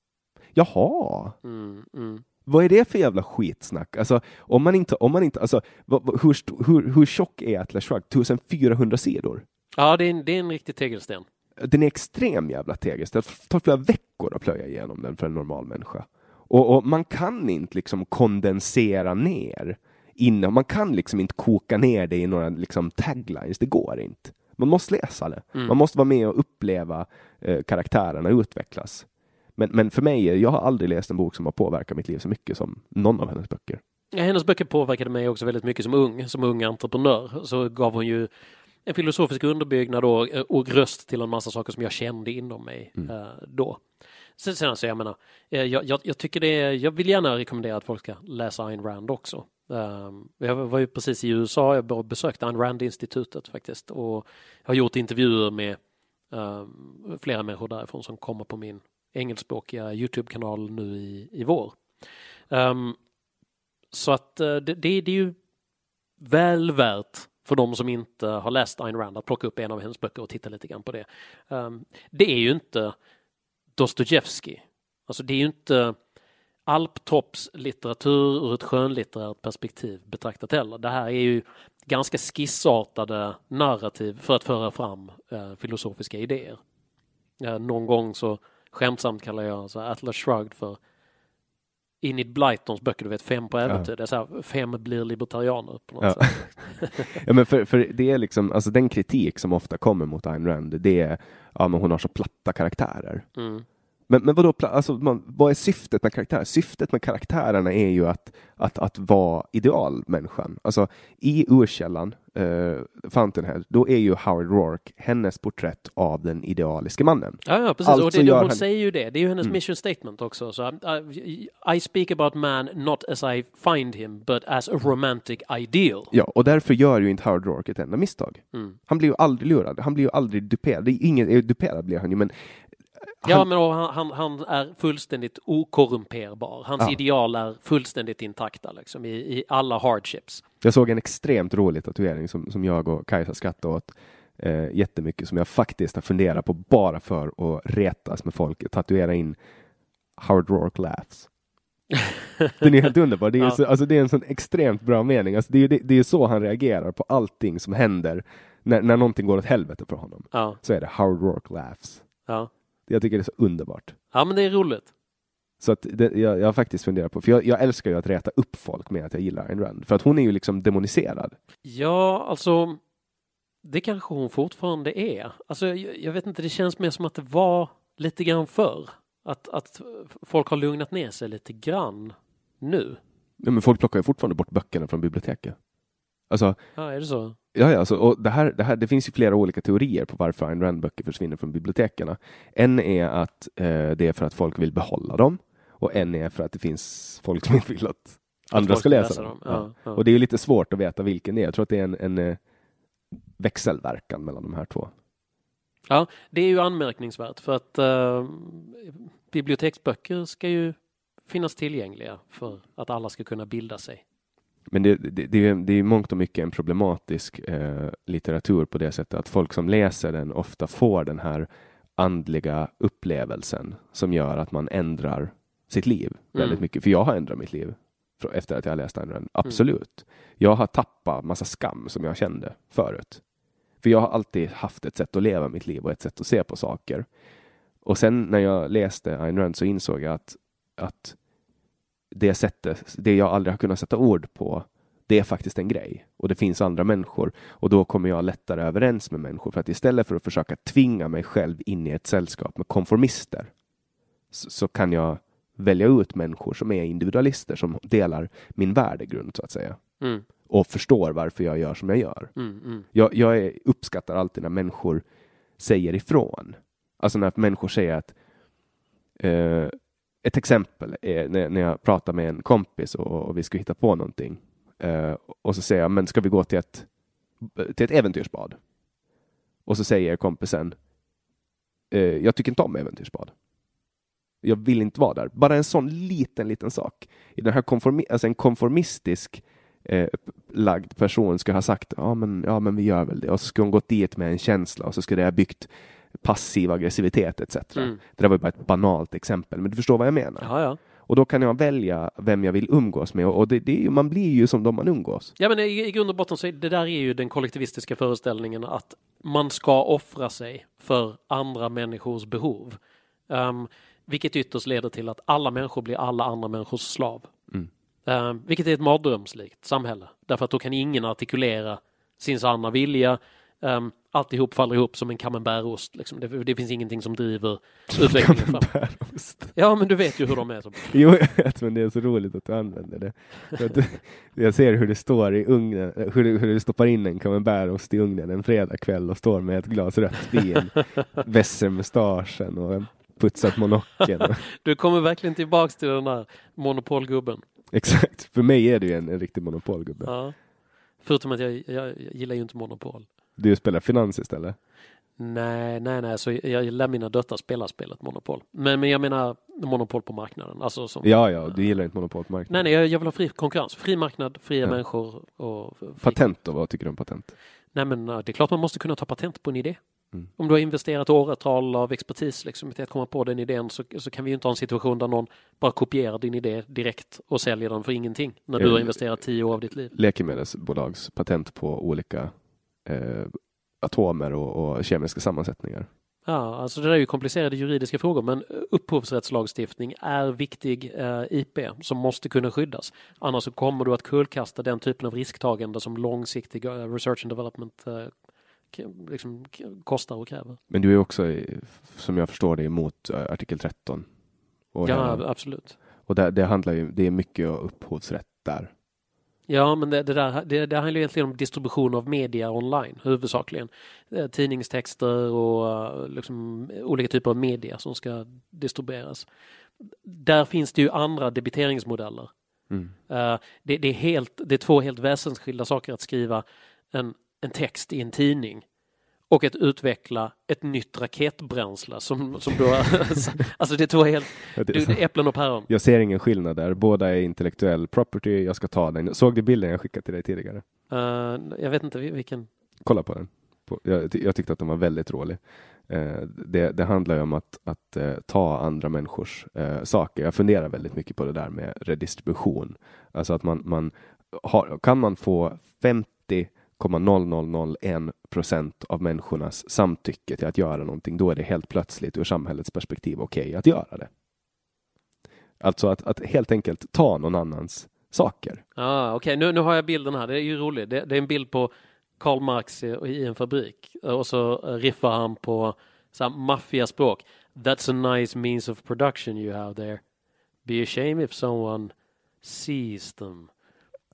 Jaha. Mm, mm. Vad är det för jävla skitsnack? Alltså, om man inte, om man inte, alltså, vad, hur, hur, hur tjock är Atlas Shrugged? fjortonhundra sidor. Ja, det är en, det är en riktig tegelsten. Den är extrem jävla tegelsten. Det tar flera veckor att plöja igenom den för en normal människa. Och, och man kan inte liksom kondensera ner innan. Man kan liksom inte koka ner det i några liksom taglines. Det går inte. Man måste läsa det. Mm. Man måste vara med och uppleva eh, karaktärerna utvecklas. Men, men för mig, jag har aldrig läst en bok som har påverkat mitt liv så mycket som någon av hennes böcker. Ja, hennes böcker påverkade mig också väldigt mycket som ung, som ung entreprenör. Så gav hon ju en filosofisk underbyggnad och, och röst till en massa saker som jag kände inom mig mm. eh, då. Sen, sen alltså, jag menar, jag, jag, jag tycker det är, jag vill gärna rekommendera att folk ska läsa Ayn Rand också. Um, jag var ju precis i U S A, jag besökte Ayn Rand-institutet faktiskt och har gjort intervjuer med um, flera människor därifrån som kommer på min engelskspråkiga YouTube-kanal nu i, i vår. Um, så att uh, det, det, det är ju väl värt för de som inte har läst Ayn Rand att plocka upp en av hennes böcker och titta lite grann på det. Um, det är ju inte Dostojevskij. Alltså det är ju inte alptoppslitteratur ur ett skönlitterärt perspektiv betraktat heller. Det här är ju ganska skissartade narrativ för att föra fram uh, filosofiska idéer. Uh, någon gång så skämtsamt kallar jag så Atlas Shrugged för Enid Blytons böcker, du vet, fem på äventyr. Ja. Det är så här, fem blir libertarianer på något ja. sätt. Ja, men för, för det är liksom, alltså den kritik som ofta kommer mot Ayn Rand, det är, ja men hon har så platta karaktärer. Mm. Men, men vadå, alltså, man, vad är syftet med karaktärer? Syftet med karaktärerna är ju att, att, att vara idealmänniskan. Alltså i urkällan, uh, Fountainhead, då är ju Howard Rourke hennes porträtt av den idealiske mannen. Ja, ja precis. Alltså och det, hon han... säger ju det. Det är ju hennes mm. mission statement också. Så, uh, I speak about man not as I find him, but as a romantic ideal. Ja, och därför gör ju inte Howard Rourke ett enda misstag. Mm. Han blir ju aldrig lurad. Han blir ju aldrig duperad. Det är ingen, duperad blir han ju, men Han, ja, men han, han, han är fullständigt okorrumperbar. Hans ja. ideal är fullständigt intakta liksom, i, i alla hardships. Jag såg en extremt rolig tatuering som, som jag och Kajsa skrattade åt eh, jättemycket, som jag faktiskt har funderat på bara för att retas med folk. Tatuera in Howard Rourke laughs. Den är helt underbar. Det är, ja. så, alltså, det är en sån extremt bra mening. Alltså, det, är, det, det är så han reagerar på allting som händer när, när någonting går åt helvete för honom. Ja. Så är det Howard Rourke laughs. Ja. Jag tycker det är så underbart. Ja, men det är roligt. Så att det, jag, jag har faktiskt funderat på, för jag, jag älskar ju att reta upp folk med att jag gillar Ayn Rand. För att hon är ju liksom demoniserad. Ja, alltså det kanske hon fortfarande är. Alltså jag, jag vet inte, det känns mer som att det var lite grann förr. Att, att folk har lugnat ner sig lite grann nu. Ja, men folk plockar ju fortfarande bort böckerna från biblioteket. Alltså, ja, är det så? Ja, ja alltså, och det, här, det, här, det finns ju flera olika teorier på varför Ayn Rand-böcker försvinner från biblioteken. En är att eh, det är för att folk vill behålla dem. Och en är för att det finns folk som inte vill att andra ska läsa, läsa dem. dem. Ja, ja. Och det är lite svårt att veta vilken det är. Jag tror att det är en, en eh, växelverkan mellan de här två. Ja, det är ju anmärkningsvärt för att uh, biblioteksböcker ska ju finnas tillgängliga för att alla ska kunna bilda sig. Men det, det, det, är, det är mångt och mycket en problematisk eh, litteratur på det sättet att folk som läser den ofta får den här andliga upplevelsen som gör att man ändrar sitt liv väldigt mm. mycket. För jag har ändrat mitt liv efter att jag har läst Ayn Rand. Absolut. Mm. Jag har tappat massa skam som jag kände förut. För jag har alltid haft ett sätt att leva mitt liv och ett sätt att se på saker. Och sen när jag läste Ayn Rand så insåg jag att, att det sättet, det jag aldrig har kunnat sätta ord på, det är faktiskt en grej. Och det finns andra människor. Och då kommer jag lättare överens med människor. För att istället för att försöka tvinga mig själv in i ett sällskap med konformister så, så kan jag välja ut människor som är individualister som delar min värdegrund så att säga. Mm. Och förstår varför jag gör som jag gör. Mm, mm. Jag, jag är, uppskattar alltid när människor säger ifrån. Alltså när människor säger att eh, ett exempel är när, när jag pratar med en kompis och, och vi ska hitta på någonting. Eh, och så säger jag, men ska vi gå till ett, till ett äventyrsbad? Och så säger kompisen, eh, jag tycker inte om äventyrsbad. Jag vill inte vara där. Bara en sån liten, liten sak. I den här konformi- alltså en konformistisk eh, lagd person ska ha sagt, ja men, ja men vi gör väl det. Och så ska hon gått dit med en känsla och så ska det ha byggt passiv aggressivitet et cetera. Mm. Det där var ju bara ett banalt exempel. Men du förstår vad jag menar. Ja, ja. Och då kan jag välja vem jag vill umgås med. Och det, det är ju, man blir ju som de man umgås. Ja, men i, i grund och botten så är det där är ju den kollektivistiska föreställningen att man ska offra sig för andra människors behov. Um, vilket ytterst leder till att alla människor blir alla andra människors slav. Mm. Um, vilket är ett mardrömslikt samhälle. Därför att då kan ingen artikulera sin sanna vilja. Um, alltihop faller ihop som en camembertost. Liksom. Det, det finns ingenting som driver utvecklingen fram. Ja, men du vet ju hur de är. Som... Jo, jag vet, men det är så roligt att du använder det. Att, jag ser hur det står i ugnen, hur du, hur du stoppar in en camembertost i ugnen en fredagkväll och står med ett glas rött vin, vässer mustaschen och putsat monocken. Du kommer verkligen tillbaks till den där monopolgubben. Exakt, för mig är det ju en, en riktig monopolgubbe. Ja. Förutom att jag, jag, jag gillar ju inte monopol. Du spelar finans istället? Nej, nej, nej. Så jag lär mina döttrar spela spelet monopol. Men, men jag menar monopol på marknaden. Alltså som, ja, ja. Du gillar inte monopol på marknaden. Nej, nej. Jag, jag vill ha fri konkurrens. Fri marknad, fria ja. människor. Och fri... Patent då? Vad tycker du om patent? Nej, men det är klart man måste kunna ta patent på en idé. Mm. Om du har investerat åratal av expertis liksom, till att komma på den idén så, så kan vi ju inte ha en situation där någon bara kopierar din idé direkt och säljer den för ingenting när du har investerat tio år av ditt liv. Läkemedelsbolags patent på olika eh, atomer och, och kemiska sammansättningar. Ja, alltså det är ju komplicerade juridiska frågor, men upphovsrättslagstiftning är viktig eh, I P som måste kunna skyddas. Annars så kommer du att kullkasta den typen av risktagande som långsiktig uh, research and development uh, liksom kostar och kräver. Men du är också, som jag förstår det, emot uh, artikel tretton. Och ja, där, absolut. Och det, det handlar ju, det är mycket upphovsrätt där. Ja, men det, det, där, det, det handlar ju egentligen om distribution av media online, huvudsakligen. Tidningstexter och liksom, olika typer av media som ska distribueras. Där finns det ju andra debiteringsmodeller. Mm. Uh, det, det, är helt, det är två helt väsensskilda saker att skriva en, en text i en tidning och att utveckla ett nytt raketbränsle som, som då, alltså det är två helt du, äpplen och päron. Jag ser ingen skillnad där. Båda är intellektuell property. Jag ska ta den. Såg du bilden jag skickade till dig tidigare? Uh, jag vet inte vilken. Kolla på den. Jag, jag tyckte att den var väldigt rolig. Uh, det, det handlar ju om att, att uh, ta andra människors uh, saker. Jag funderar väldigt mycket på det där med redistribution. Alltså att man, man har, kan man få femtio komma noll noll noll en procent av människornas samtycke till att göra någonting, då är det helt plötsligt ur samhällets perspektiv okej okay att göra det. Alltså att, att helt enkelt ta någon annans saker. Ah, okej, okay. nu, nu har jag bilden här. Det är ju roligt. Det, det är en bild på Karl Marx i, i en fabrik. Och så riffar han på så här maffiaspråk. That's a nice means of production you have there. Be ashamed if someone sees them.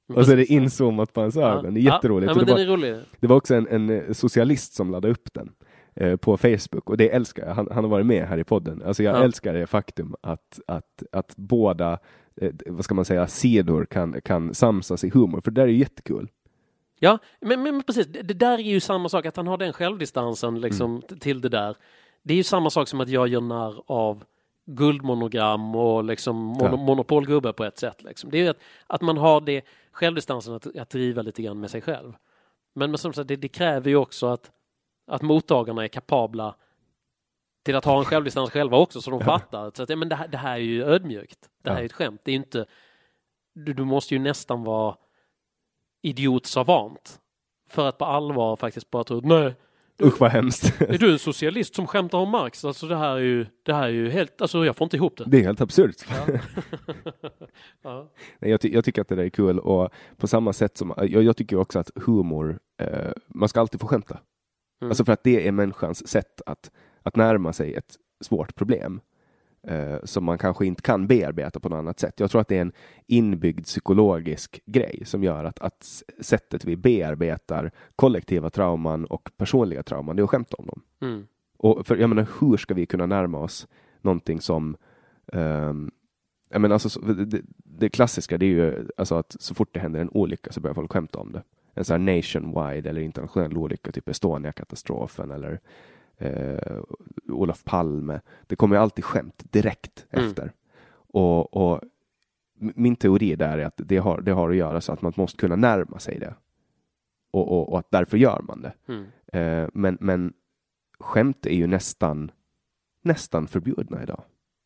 Och så är det inzoomat på hans ögon. Det är jätteroligt. Ja, men det, var, den är rolig. det var också en, en socialist som laddade upp den eh, på Facebook. Och det älskar jag. Han, han har varit med här i podden. Alltså jag ja. älskar det faktum att, att, att båda eh, vad ska man säga, sidor kan, kan samsas i humor. För det där är ju jättekul. Ja, men, men precis. Det, det där är ju samma sak. Att han har den självdistansen liksom, mm. till det där. Det är ju samma sak som att jag gör narr av guldmonogram och liksom mon- ja. monopolgubbe på ett sätt. Liksom. Det är ju att, att man har det självdistansen att, att driva lite grann med sig själv. Men, men som sagt, det, det kräver ju också att, att mottagarna är kapabla till att ha en självdistans själva också så de ja. fattar. Så att, men det, här, det här är ju ödmjukt. Det här ja. är ett skämt. Det är inte, du, du måste ju nästan vara idiotsavant för att på allvar faktiskt bara tro nej. Du, Usch vad hemskt. Är du en socialist som skämtar om Marx? Alltså det här är ju, det här är ju helt, alltså jag får inte ihop det. Det är helt absurt. Ja. ja. Nej, jag, ty- jag tycker att det där är kul och på samma sätt som, jag, jag tycker också att humor, eh, man ska alltid få skämta. Mm. Alltså för att det är människans sätt att, att närma sig ett svårt problem. Uh, som man kanske inte kan bearbeta på något annat sätt. Jag tror att det är en inbyggd psykologisk grej som gör att, att sättet vi bearbetar kollektiva trauman och personliga trauman, det är att skämta om dem. Mm. Och för, jag menar, hur ska vi kunna närma oss någonting som um, jag menar, alltså, det, det klassiska det är ju alltså att så fort det händer en olycka så börjar folk skämta om det. En sån här nationwide eller internationell olycka, typ Estonia-katastrofen eller Uh, Olof Palme. Det kommer ju alltid skämt direkt mm. efter. Och, och min teori där är att det har, det har att göra så att man måste kunna närma sig det. Och, och, och att därför gör man det. Mm. Uh, men, men skämt är ju nästan nästan förbjudna idag.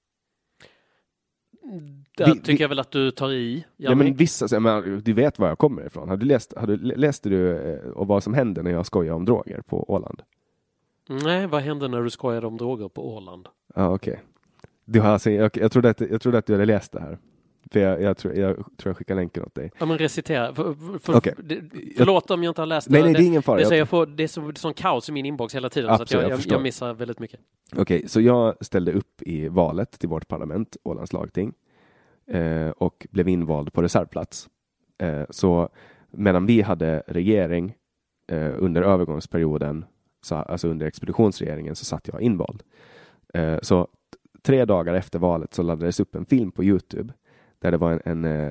Där vi, tycker vi, jag väl att du tar i. Ja, men vissa, jag menar, du vet var jag kommer ifrån. Har du läst, har du, läste du uh, och vad som hände när jag skojar om droger på Åland? Nej, vad hände när du skojade om droger på Åland? Ja, okej. Okay. Du har alltså, jag, jag, trodde att, jag trodde att du hade läst det här. För jag, jag, tror, jag tror jag skickar länken åt dig. Ja, men recitera. För, för, okay. det, förlåt om jag inte har läst det. Nej, nej, det är ingen fara. Det, det, jag får, det är som, som kaos i min inbox hela tiden. Absolut, så att jag, jag, jag, jag missar väldigt mycket. Okej, okay, så jag ställde upp i valet till vårt parlament, Ålands lagting. Eh, och blev invald på reservplats. Eh, så medan vi hade regering eh, under övergångsperioden, så, alltså under expeditionsregeringen, så satt jag invald. Eh, så t- tre dagar efter valet så laddades upp en film på YouTube där det var en, en, en,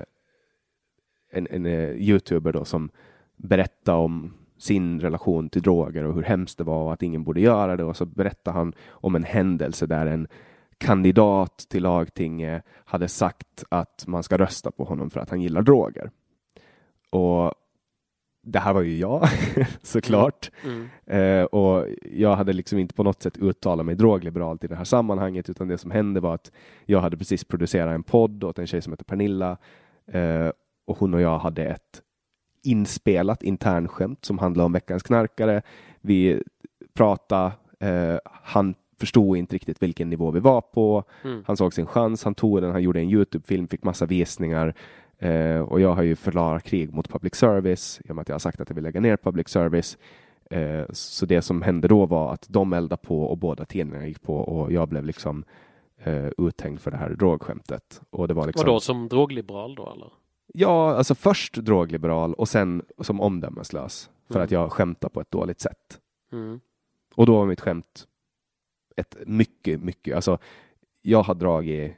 en, en YouTuber då som berättade om sin relation till droger och hur hemskt det var och att ingen borde göra det. Och så berättade han om en händelse där en kandidat till lagtinget hade sagt att man ska rösta på honom för att han gillar droger. Och det här var ju jag, såklart. Mm. Eh, och jag hade liksom inte på något sätt uttalat mig drogliberalt i det här sammanhanget, utan det som hände var att jag hade precis producerat en podd åt en tjej som heter Pernilla. Eh, och hon och jag hade ett inspelat internskämt som handlade om veckans knarkare. Vi pratade, eh, han förstod inte riktigt vilken nivå vi var på. Mm. Han såg sin chans, han tog den, han gjorde en YouTube-film, fick massa visningar. Uh, och jag har ju förklarat krig mot public service i och med att jag har sagt att jag vill lägga ner public service. Uh, så det som hände då var att de eldade på och båda tidningarna gick på och jag blev liksom uh, uthängd för det här drogskämtet. Och det var liksom... Vadå, som drogliberal då eller? Ja, alltså först drogliberal och sen som omdömeslös för mm. att jag skämtar på ett dåligt sätt. Mm. Och då var mitt skämt ett mycket, mycket, alltså jag har dragit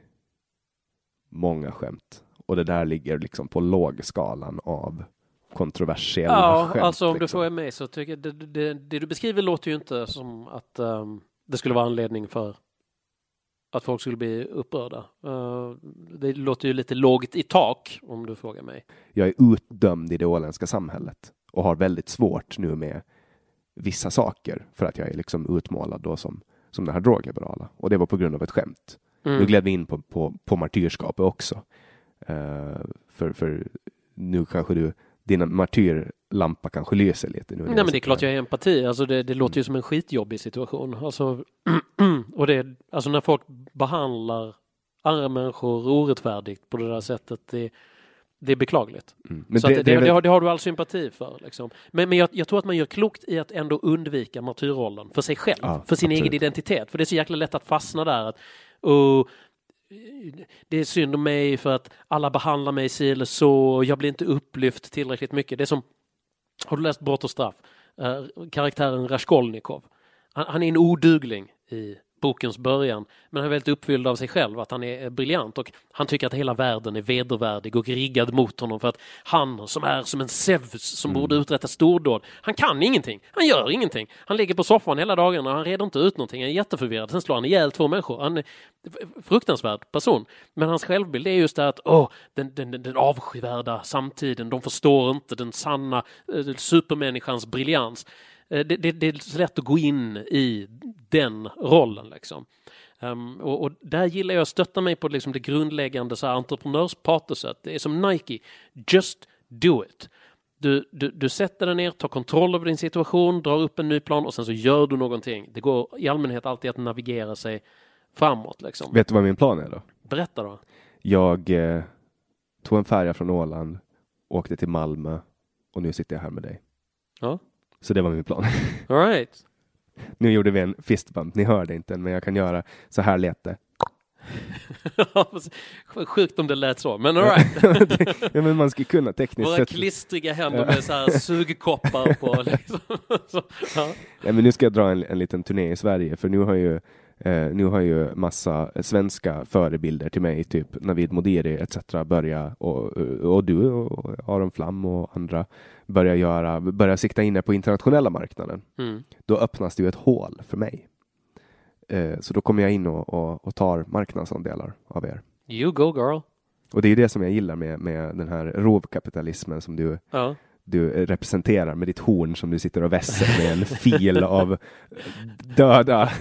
många skämt. Och det där ligger liksom på lågskalan av kontroversiella ja, skämt. Alltså om liksom. du får mig så tycker jag det, det, det du beskriver låter ju inte som att um, det skulle vara anledning för att folk skulle bli upprörda. Uh, det låter ju lite lågt i tak om du frågar mig. Jag är utdömd i det åländska samhället och har väldigt svårt nu med vissa saker för att jag är liksom utmålad då som, som den här drogliberala. Och det var på grund av ett skämt. Mm. Nu gled vi in på, på, på martyrskapet också. Uh, för, för nu kanske du din martyrlampa kanske lyser lite nu. Nej, men det är klart jag är empati. Alltså det, det låter ju som en skitjobbig situation. Alltså, och det, alltså när folk behandlar andra människor orättfärdigt på det där sättet, det, det är beklagligt. Mm. Men så det, det, det, det, det, har, det har du all sympati för. Liksom. Men, men jag, jag tror att man gör klokt i att ändå undvika martyrrollen för sig själv. Ja, för sin absolut. Egen identitet. För det är så jäkla lätt att fastna där. Att, och, det är synd om mig för att alla behandlar mig si eller så och jag blir inte upplyft tillräckligt mycket. Det är som, har du läst Brott och straff? Uh, karaktären Raskolnikov. Han, han är en odugling i bokens början, men han är väldigt uppfylld av sig själv, att han är briljant och han tycker att hela världen är vedervärdig och riggad mot honom för att han som är som en Zeus som mm. borde uträtta stordåd, han kan ingenting, han gör ingenting, han ligger på soffan hela dagen och han reder inte ut någonting, han är jätteförvirrad, sen slår han ihjäl två människor, han är en fruktansvärd person, men hans självbild är just det att åh, den, den, den avskyvärda samtiden, de förstår inte den sanna eh, supermänniskans briljans. Det, det, det är så lätt att gå in i den rollen liksom. Um, och, och där gillar jag att stötta mig på liksom det grundläggande så här entreprenörspatoset. Det är som Nike, just do it. Du, du, du sätter dig ner, tar kontroll över din situation, drar upp en ny plan och sen så gör du någonting. Det går i allmänhet alltid att navigera sig framåt liksom. Vet du vad min plan är då? Berätta då. Jag eh, tog en färja från Åland, åkte till Malmö och nu sitter jag här med dig. Ja. Så det var min plan. All right. Nu gjorde vi en fistbump. Ni hörde inte, men jag kan göra så här lät det. Sjukt om det lät så, men all right. Ja, men man ska kunna tekniskt Våra sett. klistriga händer med så här sugkoppar på. Liksom. Så, ja. Ja, men nu ska jag dra en, en liten turné i Sverige, för nu har ju Eh, nu har ju massa svenska förebilder till mig, typ Navid Modiri et cetera börja och, och du och Aron Flam och andra börja göra, börja sikta in på internationella marknaden. Mm. Då öppnas det ju ett hål för mig. Eh, så då kommer jag in och, och, och tar marknadsandelar av er. You go girl. Och det är ju det som jag gillar med, med den här rovkapitalismen som du ja. du representerar med ditt horn som du sitter och vässer med en fil av döda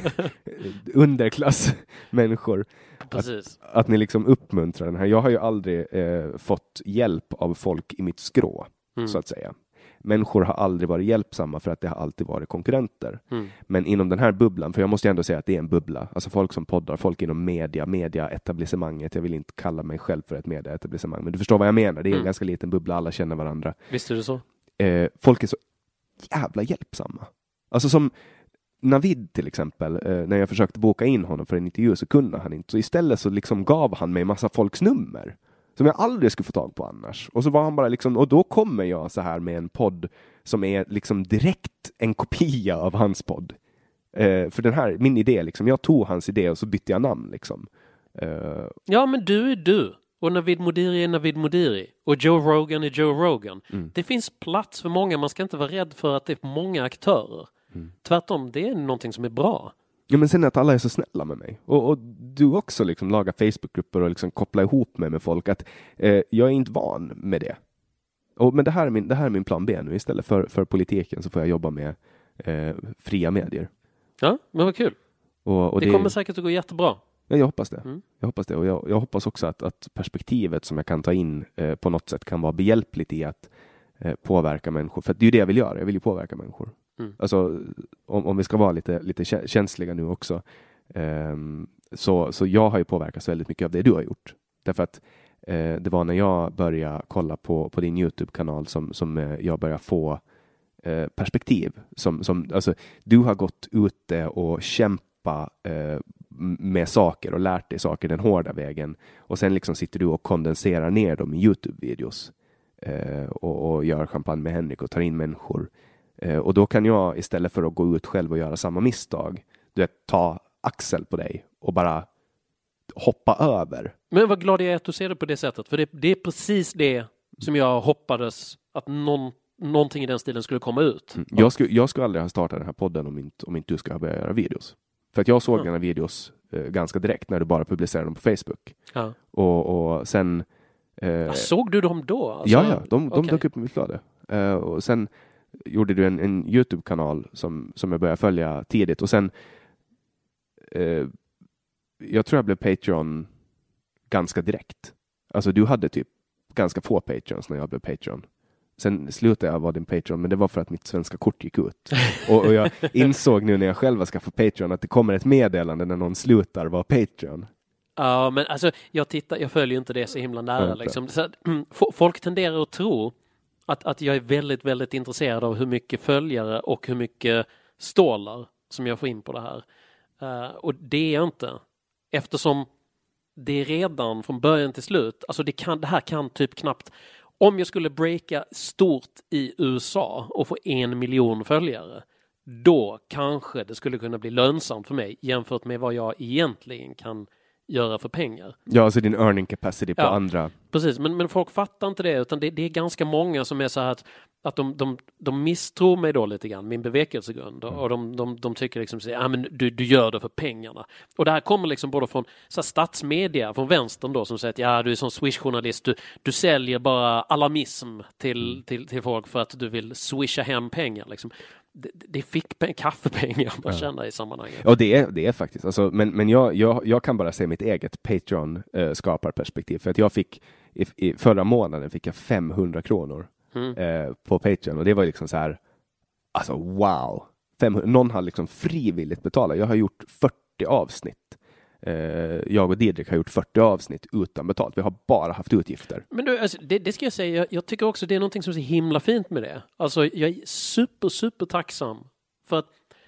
underklassmänniskor. Precis. Att, att ni liksom uppmuntrar den här. Jag har ju aldrig eh, fått hjälp av folk i mitt skrå, mm. så att säga. Människor har aldrig varit hjälpsamma för att det har alltid varit konkurrenter. Mm. Men inom den här bubblan, för jag måste ändå säga att det är en bubbla. Alltså folk som poddar, folk inom media, mediaetablissemanget. Jag vill inte kalla mig själv för ett mediaetablissemang, men du förstår vad jag menar. Det är mm. en ganska liten bubbla, alla känner varandra. Visst är det så? Eh, folk är så jävla hjälpsamma. Alltså som Navid till exempel, eh, när jag försökte boka in honom för en intervju så kunde han inte. Så istället så liksom gav han mig massa folks nummer som jag aldrig skulle få tag på annars. Och så var han bara liksom, och då kommer jag så här med en podd som är liksom direkt en kopia av hans podd. Eh, för den här, min idé liksom, jag tog hans idé och så bytte jag namn liksom. Eh, ja, men du är du. Och Navid Modiri är Navid Modiri. Och Joe Rogan är Joe Rogan. Mm. Det finns plats för många, man ska inte vara rädd för att det är många aktörer. Mm. Tvärtom, det är någonting som är bra. Ja, men sen att alla är så snälla med mig. Och, och du också liksom lagar Facebookgrupper och liksom kopplar ihop mig med folk. Att eh, jag är inte van med det. Och, men det här, är min, det här är min plan B nu. Istället för, för politiken så får jag jobba med eh, fria medier. Ja, men vad kul. Och, och det, det kommer säkert att gå jättebra. Ja, jag hoppas det. Mm. Jag hoppas det. Och jag, jag hoppas också att, att perspektivet som jag kan ta in eh, på något sätt kan vara behjälpligt i att eh, påverka människor. För det är ju det jag vill göra. Jag vill ju påverka människor. Mm. Alltså, om, om vi ska vara lite, lite känsliga nu också. Um, så, så jag har ju påverkats väldigt mycket av det du har gjort. Därför att uh, det var när jag började kolla på, på din YouTube-kanal som, som uh, jag började få uh, perspektiv. Som, som, alltså, du har gått ute och kämpat uh, med saker och lärt dig saker den hårda vägen. Och sen liksom sitter du och kondenserar ner dem i YouTube-videos. Uh, och, och gör champagne med Henrik och tar in människor. Och då kan jag istället för att gå ut själv och göra samma misstag, du vet, ta axel på dig och bara hoppa över. Men vad glad jag är att du ser det på det sättet. För det, det är precis det som jag hoppades att någon, någonting i den stilen skulle komma ut. Mm. Jag, skulle, jag skulle aldrig ha startat den här podden om inte, om inte du ska börja göra videos. För att jag såg ja. dina videos eh, ganska direkt när du bara publicerade dem på Facebook. Ja. Och, och sen... Eh, såg du dem då? Alltså, ja, ja. De, de okay. dök upp i mitt flöde. Eh, och sen... gjorde du en, en YouTube-kanal som, som jag började följa tidigt. Och sen eh, jag tror jag blev Patreon ganska direkt. Alltså du hade typ ganska få Patreons när jag blev Patreon. Sen slutade jag vara din Patreon, men det var för att mitt svenska kort gick ut. och, och jag insåg nu när jag själv ska få Patreon att det kommer ett meddelande när någon slutar vara Patreon. Ja, men alltså jag tittar, jag följer inte det så himla nära. Liksom. Så, mm, folk tenderar att tro Att, att jag är väldigt, väldigt intresserad av hur mycket följare och hur mycket stålar som jag får in på det här. Uh, och det är jag inte. Eftersom det är redan från början till slut, alltså det, kan, det här kan typ knappt, om jag skulle breaka stort i U S A och få en miljon följare, då kanske det skulle kunna bli lönsamt för mig jämfört med vad jag egentligen kan göra för pengar. Ja, alltså din earning capacity på ja, andra. Precis, men, men folk fattar inte det, utan det, det är ganska många som är så här att, att de, de, de misstror mig då lite grann, min bevekelsegrund, mm. och de, de, de tycker liksom så, ja, men du, du gör det för pengarna. Och det här kommer liksom både från så här, statsmedia, från vänstern då, som säger att ja, du är som Swish-journalist, du, du säljer bara alarmism till, mm. till, till folk för att du vill swisha hem pengar liksom. Det, det fick pe- kaffepengar man ja. känner i sammanhanget. Ja, det är, det är faktiskt. Alltså, men men jag, jag, jag kan bara se mitt eget Patreon-skaparperspektiv. För att jag fick, i, i förra månaden fick jag femhundra kronor mm. eh, på Patreon. Och det var liksom så här, alltså wow. femhundra, någon har liksom frivilligt betalat. Jag har gjort fyrtio avsnitt. Eh, jag och Didrik har gjort fyrtio avsnitt utan betalt. Vi har bara haft utgifter. Men du, alltså, det, det ska jag säga, jag, jag tycker också det är någonting som är så himla fint med det. Alltså jag är super, super tacksam för att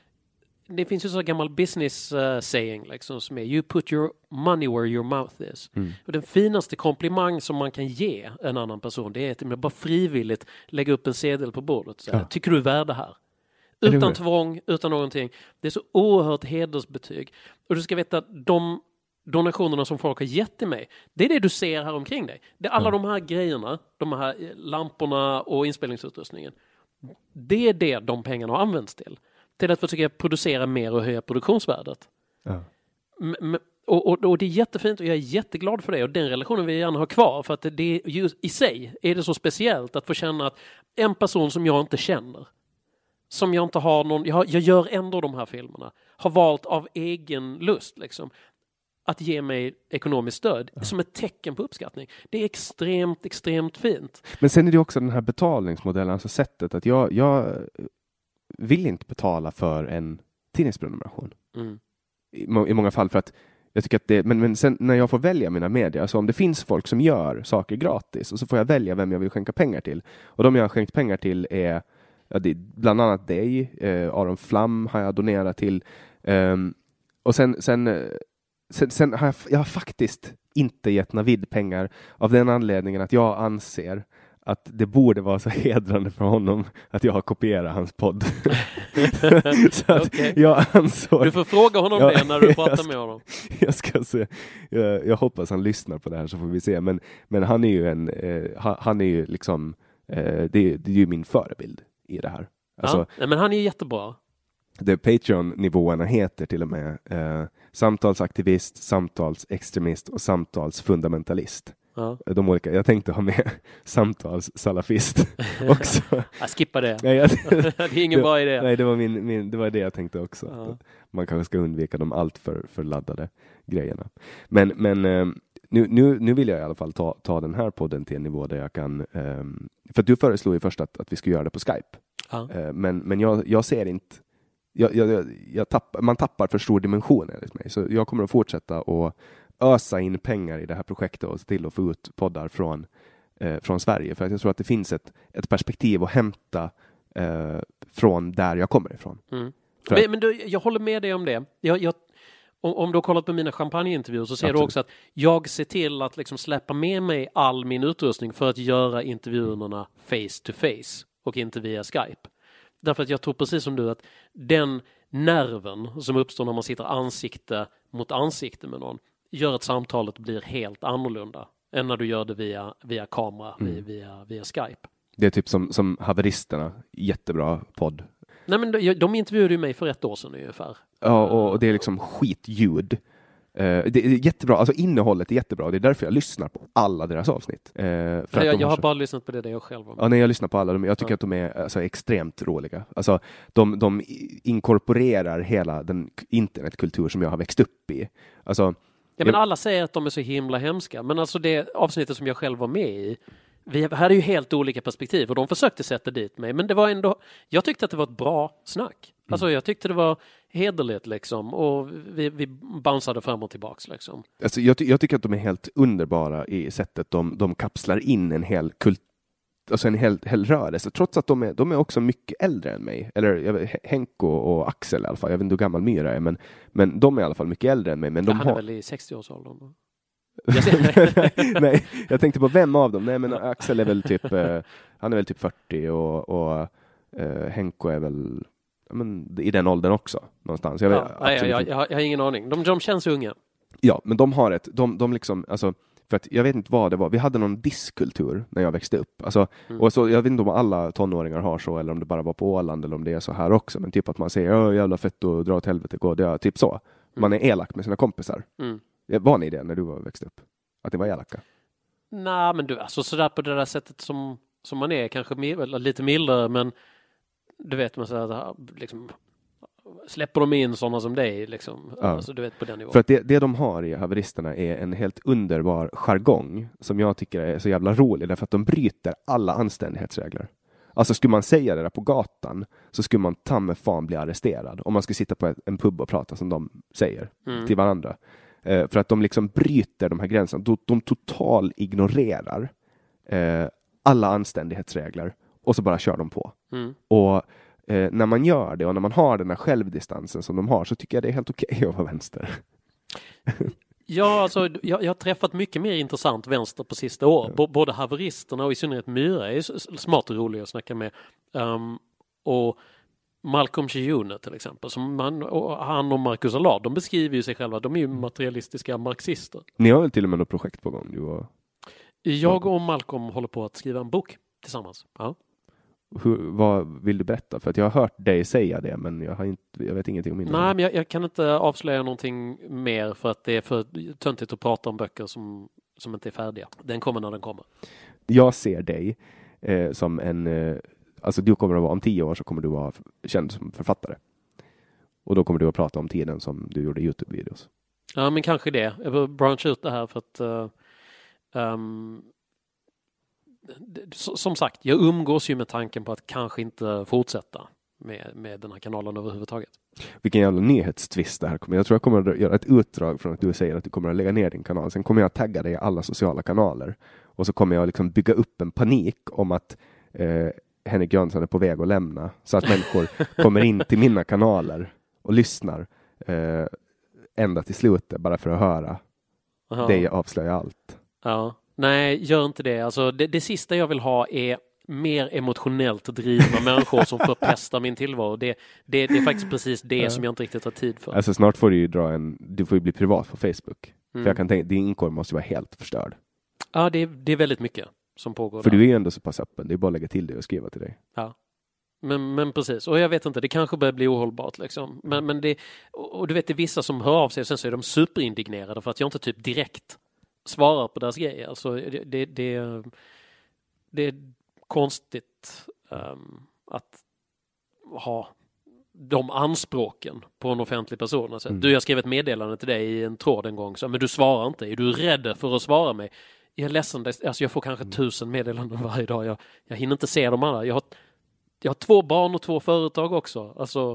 det finns ju så gammal business uh, saying liksom, som är you put your money where your mouth is. Mm. Och den finaste komplimang som man kan ge en annan person, det är att man bara frivilligt lägga upp en sedel på bordet. Så här, ja. Tycker du är värd det här? Utan tvång, utan någonting. Det är så oerhört hedersbetyg. Och du ska veta att de donationerna som folk har gett till mig, det är det du ser här omkring dig. Det är alla ja. de här grejerna, de här lamporna och inspelningsutrustningen. Det är det de pengarna har använts till. Till att försöka producera mer och höja produktionsvärdet. Ja. M- och, och, och det är jättefint och jag är jätteglad för det. Och den relationen vill jag gärna ha kvar. För att det just i sig är det så speciellt att få känna att en person som jag inte känner, som jag inte har någon, jag, har, jag gör ändå de här filmerna, har valt av egen lust liksom att ge mig ekonomiskt stöd ja. som ett tecken på uppskattning. Det är extremt, extremt fint. Men sen är det också den här betalningsmodellen, alltså sättet att jag, jag vill inte betala för en tidningsprenumeration. Mm. I, I många fall för att jag tycker att det, men, men sen när jag får välja mina medier, alltså om det finns folk som gör saker gratis och så får jag välja vem jag vill skänka pengar till. Och de jag har skänkt pengar till är ja, det, bland annat dig, eh, Aron Flam har jag donerat till. Um, och sen, sen, sen, sen har jag, jag har faktiskt inte gett Navid pengar av den anledningen att jag anser att det borde vara så hedrande för honom att jag har kopierat hans podd. Så att okay. jag ansåg... Du får fråga honom ja, det när du pratar ska, med honom. Jag ska se. Jag, jag hoppas han lyssnar på det här så får vi se. Men, men han är ju en... Eh, han är ju liksom... Eh, det, det är ju min förebild i det här. Alltså, ja, men han är ju jättebra. Det Patreon-nivåerna heter till och med eh, samtalsaktivist, samtalsextremist och samtalsfundamentalist. Ja. De olika, jag tänkte ha med samtalssalafist också. Jag skippar det. Nej, jag, det är ingen det, bra idé. Nej, det var, min, min, det var det jag tänkte också. Ja. Man kanske ska undvika de allt för, för laddade grejerna. Men, men eh, nu, nu, nu vill jag i alla fall ta, ta den här podden till en nivå där jag kan... Eh, för du föreslog ju först att, att vi skulle göra det på Skype. Ja. Eh, men men jag, jag ser inte... Jag, jag, jag tapp, man tappar för stor dimension enligt mig. Så jag kommer att fortsätta och ösa in pengar i det här projektet och se till att få ut poddar från, eh, från Sverige. För att jag tror att det finns ett, ett perspektiv att hämta eh, från där jag kommer ifrån. Mm. Men, men du, jag håller med dig om det. Jag, jag, om, om du har kollat på mina champagneintervjuer så ser Absolut. du också att jag ser till att liksom släppa med mig all min utrustning för att göra intervjuerna face to face och inte via Skype. Därför att jag tror precis som du att den nerven som uppstår när man sitter ansikte mot ansikte med någon gör att samtalet blir helt annorlunda än när du gör det via, via kamera, mm. via, via Skype. Det är typ som, som Haveristerna, jättebra podd. Nej, men de, de intervjuade ju mig för ett år sedan ungefär. Ja, och, och det är liksom skitljud. Uh, det är jättebra, alltså innehållet är jättebra. Det är därför jag lyssnar på alla deras avsnitt. Uh, för ja, jag, jag har så... bara lyssnat på det där jag själv var med. Ja, nej, jag lyssnar på alla. Jag tycker ja. att de är alltså, extremt roliga. Alltså, de, de inkorporerar hela den internetkultur som jag har växt upp i. Alltså, ja, men alla säger att de är så himla hemska. Men alltså det avsnittet som jag själv var med i, vi hade ju helt olika perspektiv och de försökte sätta dit mig. Men det var ändå, jag tyckte att det var ett bra snack. Mm. Alltså jag tyckte det var hederligt liksom och vi, vi bounceade fram och tillbaks liksom. Alltså, jag, ty- jag tycker att de är helt underbara i sättet de, de kapslar in en hel kult, alltså en hel, hel rörelse, trots att de är, de är också mycket äldre än mig. Eller jag vet, Henko och Axel i alla fall, jag vet inte hur gammal Myra är, men, men de är i alla fall mycket äldre än mig. Men de han har... är väl i sextio-årsåldern? Jag ser, Nej, jag tänkte på vem av dem. Nej, men Axel är väl typ eh, han är väl typ fyrtio och, och eh, Henko är väl ja, men, i den åldern också någonstans. Jag, vet, ja, nej, jag, jag, jag, har, jag har ingen aning. De, de känns unga. Ja, men de har ett de, de liksom alltså för att jag vet inte vad det var. Vi hade någon diskkultur när jag växte upp. Alltså, mm. och så, jag vet inte om alla tonåringar har så eller om det bara var på Åland eller om det är så här också. Men typ att man säger åh jävla fett och dra åt helvete. Gå. Det är typ så. Man är elak med sina kompisar. Mm. Var ni det när du var växte upp? Att ni var elaka? Nej, men du, alltså sådär på det där sättet som, som man är. Kanske mer, lite mildare, men du vet man säger liksom släpper de in sådana som dig liksom. Ja. Alltså, du vet på den nivån. För att det, det de har i haveristerna är en helt underbar jargong som jag tycker är så jävla rolig därför att de bryter alla anständighetsregler. Alltså skulle man säga det där på gatan så skulle man ta med fan bli arresterad om man skulle sitta på en pub och prata som de säger mm. till varandra. Eh, för att de liksom bryter de här gränserna. De, de total ignorerar eh, alla anständighetsregler och så bara kör de på. Mm. Och eh, när man gör det och när man har den här självdistansen som de har så tycker jag det är helt okej att vara vänster. Ja, alltså jag, jag har träffat mycket mer intressant vänster på sista år. Ja. B- både haveristerna och i synnerhet Myra är smart och rolig att snacka med. Um, och Malcolm Chiune till exempel, som man, och han och Marcus Allard, de beskriver ju sig själva, de är ju materialistiska marxister. Ni har väl till och med något projekt på gång? Du och... Jag och Malcolm håller på att skriva en bok tillsammans. Ja. Hur, vad vill du berätta? För att jag har hört dig säga det, men jag, har inte, jag vet ingenting om min. Nej, men jag, jag kan inte avslöja någonting mer för att det är för töntigt att prata om böcker som, som inte är färdiga. Den kommer när den kommer. Jag ser dig eh, som en... Eh, alltså du kommer att vara om tio år så kommer du vara känd som författare. Och då kommer du att prata om tiden som du gjorde YouTube-videos. Ja, men kanske det. Jag vill brancha ut det här för att... Uh, um, som sagt, jag umgås ju med tanken på att kanske inte fortsätta med, med den här kanalen överhuvudtaget. Vilken jävla nyhetstvist det här kommer. Jag tror jag kommer att göra ett utdrag från att du säger att du kommer att lägga ner din kanal. Sen kommer jag att tagga dig i alla sociala kanaler. Och så kommer jag liksom bygga upp en panik om att eh, Henrik Jönsson är på väg att lämna. Så att människor kommer in till mina kanaler och lyssnar eh, ända till slutet bara för att höra Aha. dig avslöja allt. Ja. Nej, gör inte det. Alltså, det. Det sista jag vill ha är mer emotionellt drivna människor som förpestar min tillvaro. Det, det, det är faktiskt precis det som jag inte riktigt har tid för. Alltså snart får du ju dra en... Du får ju bli privat på Facebook. Mm. För jag kan tänka, din inkomst måste vara helt förstörd. Ja, det, det är väldigt mycket som pågår. För där. du är ju ändå så pass öppen. Det är bara att lägga till det och skriva till dig. Ja. Men, men precis. Och jag vet inte, det kanske börjar bli ohållbart liksom. Men, men det... Och du vet, det är vissa som hör av sig och sen så är de superindignerade för att jag inte typ direkt svarar på deras grejer. Alltså det, det, det, det är konstigt um, att ha de anspråken på en offentlig person. Alltså, mm. Du, jag skrev ett meddelande till dig i en tråd en gång, så, men du svarar inte. Är du rädd för att svara mig? Jag är ledsen, alltså jag får kanske mm. tusen meddelanden varje dag. Jag, jag hinner inte se dem alla. Jag har, jag har två barn och två företag också. Alltså...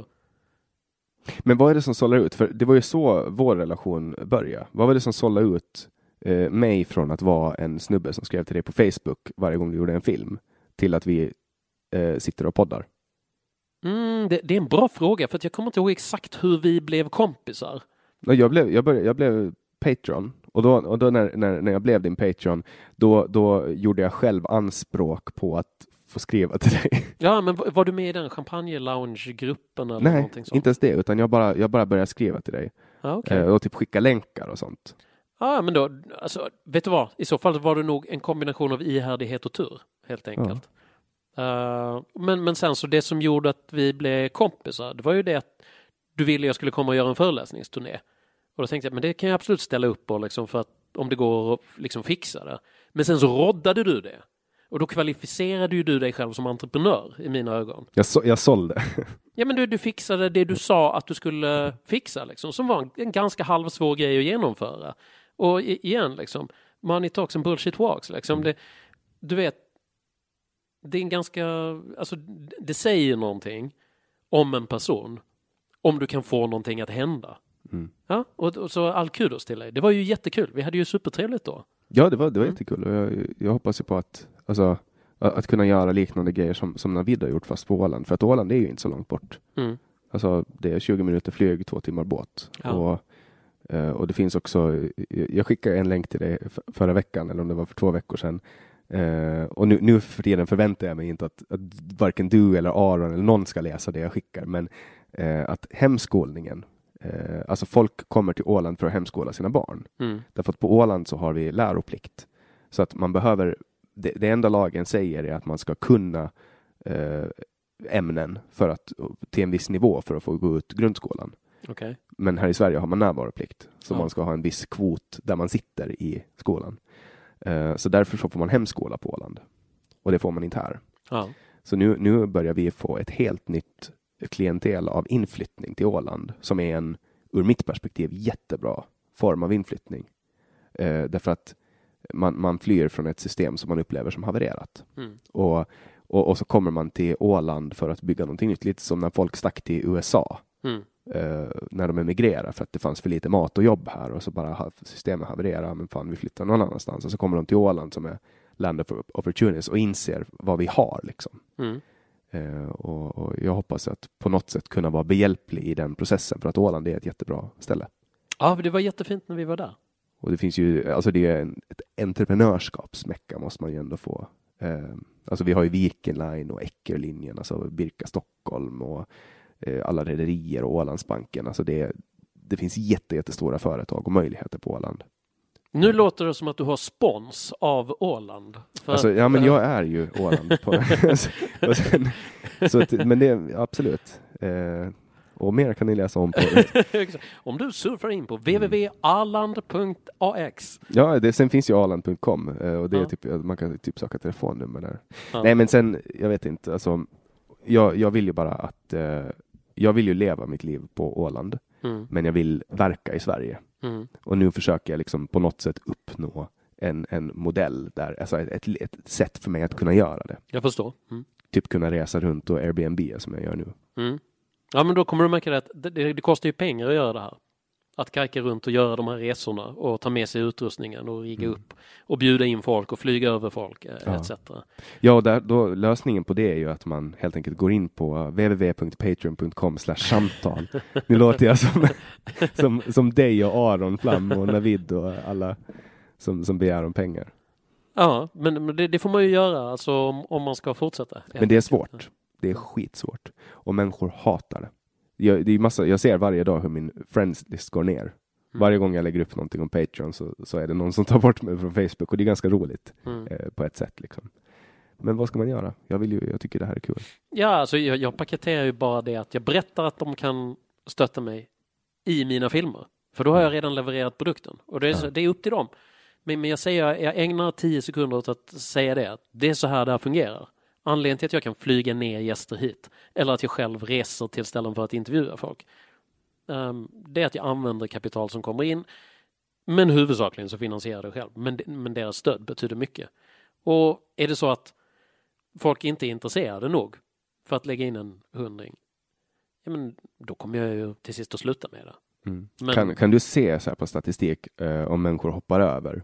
Men vad är det som sållar ut? För det var ju så vår relation började. Vad var det som sållar ut eh, mig från att vara en snubbe som skrev till dig på Facebook varje gång vi gjorde en film till att vi eh, sitter och poddar? Mm, det, det är en bra fråga, för att jag kommer inte ihåg exakt hur vi blev kompisar. Jag blev, jag började, jag blev Patreon. Och då, och då när, när, när jag blev din Patreon, då, då gjorde jag själv anspråk på att få skriva till dig. Ja, men var du med i den champagne-lounge-gruppen eller Nej, någonting sånt? inte ens det, utan jag bara, jag bara började skriva till dig. Ah, okay. eh, och typ skicka länkar och sånt. Ja, ah, men då, alltså, vet du vad? I så fall var det nog en kombination av ihärdighet och tur, helt enkelt. Ja. Uh, men, men sen så det som gjorde att vi blev kompisar, det var ju det att du ville jag skulle komma och göra en föreläsningsturné. Och då tänkte jag, men det kan jag absolut ställa upp på liksom, för att om det går att liksom fixa det. Men sen så roddade du det. Och då kvalificerade ju du dig själv som entreprenör i mina ögon. Jag, så, jag sålde. Ja, men du, du fixade det du sa att du skulle fixa, liksom, som var en, en ganska halvsvår grej att genomföra. Och i, igen, liksom, money talks and bullshit walks. Liksom. Det, du vet, det är en ganska, alltså, det säger någonting om en person om du kan få någonting att hända. Mm. Ja, och, och så all kudos till dig. Det var ju jättekul. Vi hade ju supertrevligt då. Ja, det var, det var mm. jättekul. Och jag, jag hoppas ju på att, alltså, att, att kunna göra liknande grejer som, som Navid har gjort fast på Åland. För att Åland är ju inte så långt bort. Mm. Alltså, det är tjugo minuter flyg, två timmar båt. Ja. Och Uh, och det finns också, jag skickade en länk till dig förra veckan, eller om det var för två veckor sedan. Uh, och nu, nu för tiden förväntar jag mig inte att, att varken du eller Aron eller någon ska läsa det jag skickar, men uh, att hemskolningen, uh, alltså folk kommer till Åland för att hemskola sina barn. Mm. Därför att på Åland så har vi läroplikt. Så att man behöver, det, det enda lagen säger är att man ska kunna uh, ämnen för att, till en viss nivå för att få gå ut grundskolan. Okay. Men här i Sverige har man närvaroplikt. Så ja. man ska ha en viss kvot där man sitter i skolan. Uh, så därför så får man hemskola på Åland. Och det får man inte här. Ja. Så nu, nu börjar vi få ett helt nytt klientel av inflyttning till Åland. Som är en, ur mitt perspektiv, jättebra form av inflyttning. Uh, därför att man, man flyr från ett system som man upplever som havererat. Mm. Och, och, och så kommer man till Åland för att bygga någonting nytt. Lite som när folk stack till U S A. Mm. Uh, när de emigrerar för att det fanns för lite mat och jobb här och så bara systemet havererar, men fan vi flyttar någon annanstans, och så kommer de till Åland som är land of opportunities och inser vad vi har liksom. Mm. Uh, och, och jag hoppas att på något sätt kunna vara behjälplig i den processen, för att Åland är ett jättebra ställe. Ja, det var jättefint när vi var där. Och det finns ju, alltså det är en, ett entreprenörskapsmäcka måste man ju ändå få. Uh, alltså vi har ju Viking Line och Eckerlinjen, alltså Birka Stockholm och alla rederier och Ålandsbanken. Alltså det, det finns jätte, jättestora företag och möjligheter på Åland. Nu låter det som att du har spons av Åland. För alltså, ja, men jag är ju Åland. På, och sen, så att, men det är absolut. Eh, och mer kan ni läsa om på det. Om du surfar in på w w w punkt aland punkt a x. Ja, det, sen finns ju aland punkt com och det är ja. typ, man kan typ söka telefonnummer där. Ja. Nej, men sen, jag vet inte, alltså, jag, jag vill ju bara att eh, jag vill ju leva mitt liv på Åland, mm. men jag vill verka i Sverige. Mm. Och nu försöker jag liksom på något sätt uppnå en, en modell där, alltså ett, ett, ett sätt för mig att kunna göra det. Jag förstår. Mm. Typ kunna resa runt och Airbnb som jag gör nu. Mm. Ja, men då kommer du märka att det, det, det kostar ju pengar att göra det här. Att kajka runt och göra de här resorna och ta med sig utrustningen och rigga mm. upp och bjuda in folk och flyga över folk, ja. et cetera. Ja, och där, då, lösningen på det är ju att man helt enkelt går in på w w w punkt patreon punkt com slash samtal. Nu låter jag som, som, som dig och Aron Flam och Navid och alla som, som begär om pengar. Ja, men det, det får man ju göra alltså, om, om man ska fortsätta. Men det är svårt. Det är skitsvårt. Och människor hatar det. Jag, det är massa, jag ser varje dag hur min friends-list går ner. Mm. Varje gång jag lägger upp någonting om Patreon så, så är det någon som tar bort mig från Facebook. Och det är ganska roligt mm. eh, på ett sätt. Liksom. Men vad ska man göra? Jag, vill ju, jag tycker det här är kul. Ja, alltså jag, jag paketerar ju bara det att jag berättar att de kan stötta mig i mina filmer. För då har jag redan levererat produkten. Och det är, ja. det är upp till dem. Men, men jag säger, jag ägnar tio sekunder åt att säga det. Det är så här det här fungerar. Anledningen till att jag kan flyga ner gäster hit eller att jag själv reser till ställen för att intervjua folk, um, det är att jag använder kapital som kommer in, men huvudsakligen så finansierar det själv. Men, men deras stöd betyder mycket. Och är det så att folk inte är intresserade nog för att lägga in en hundring, ja, men då kommer jag ju till sist att sluta med det. Mm. Men, kan, kan du se så här på statistik eh, om människor hoppar över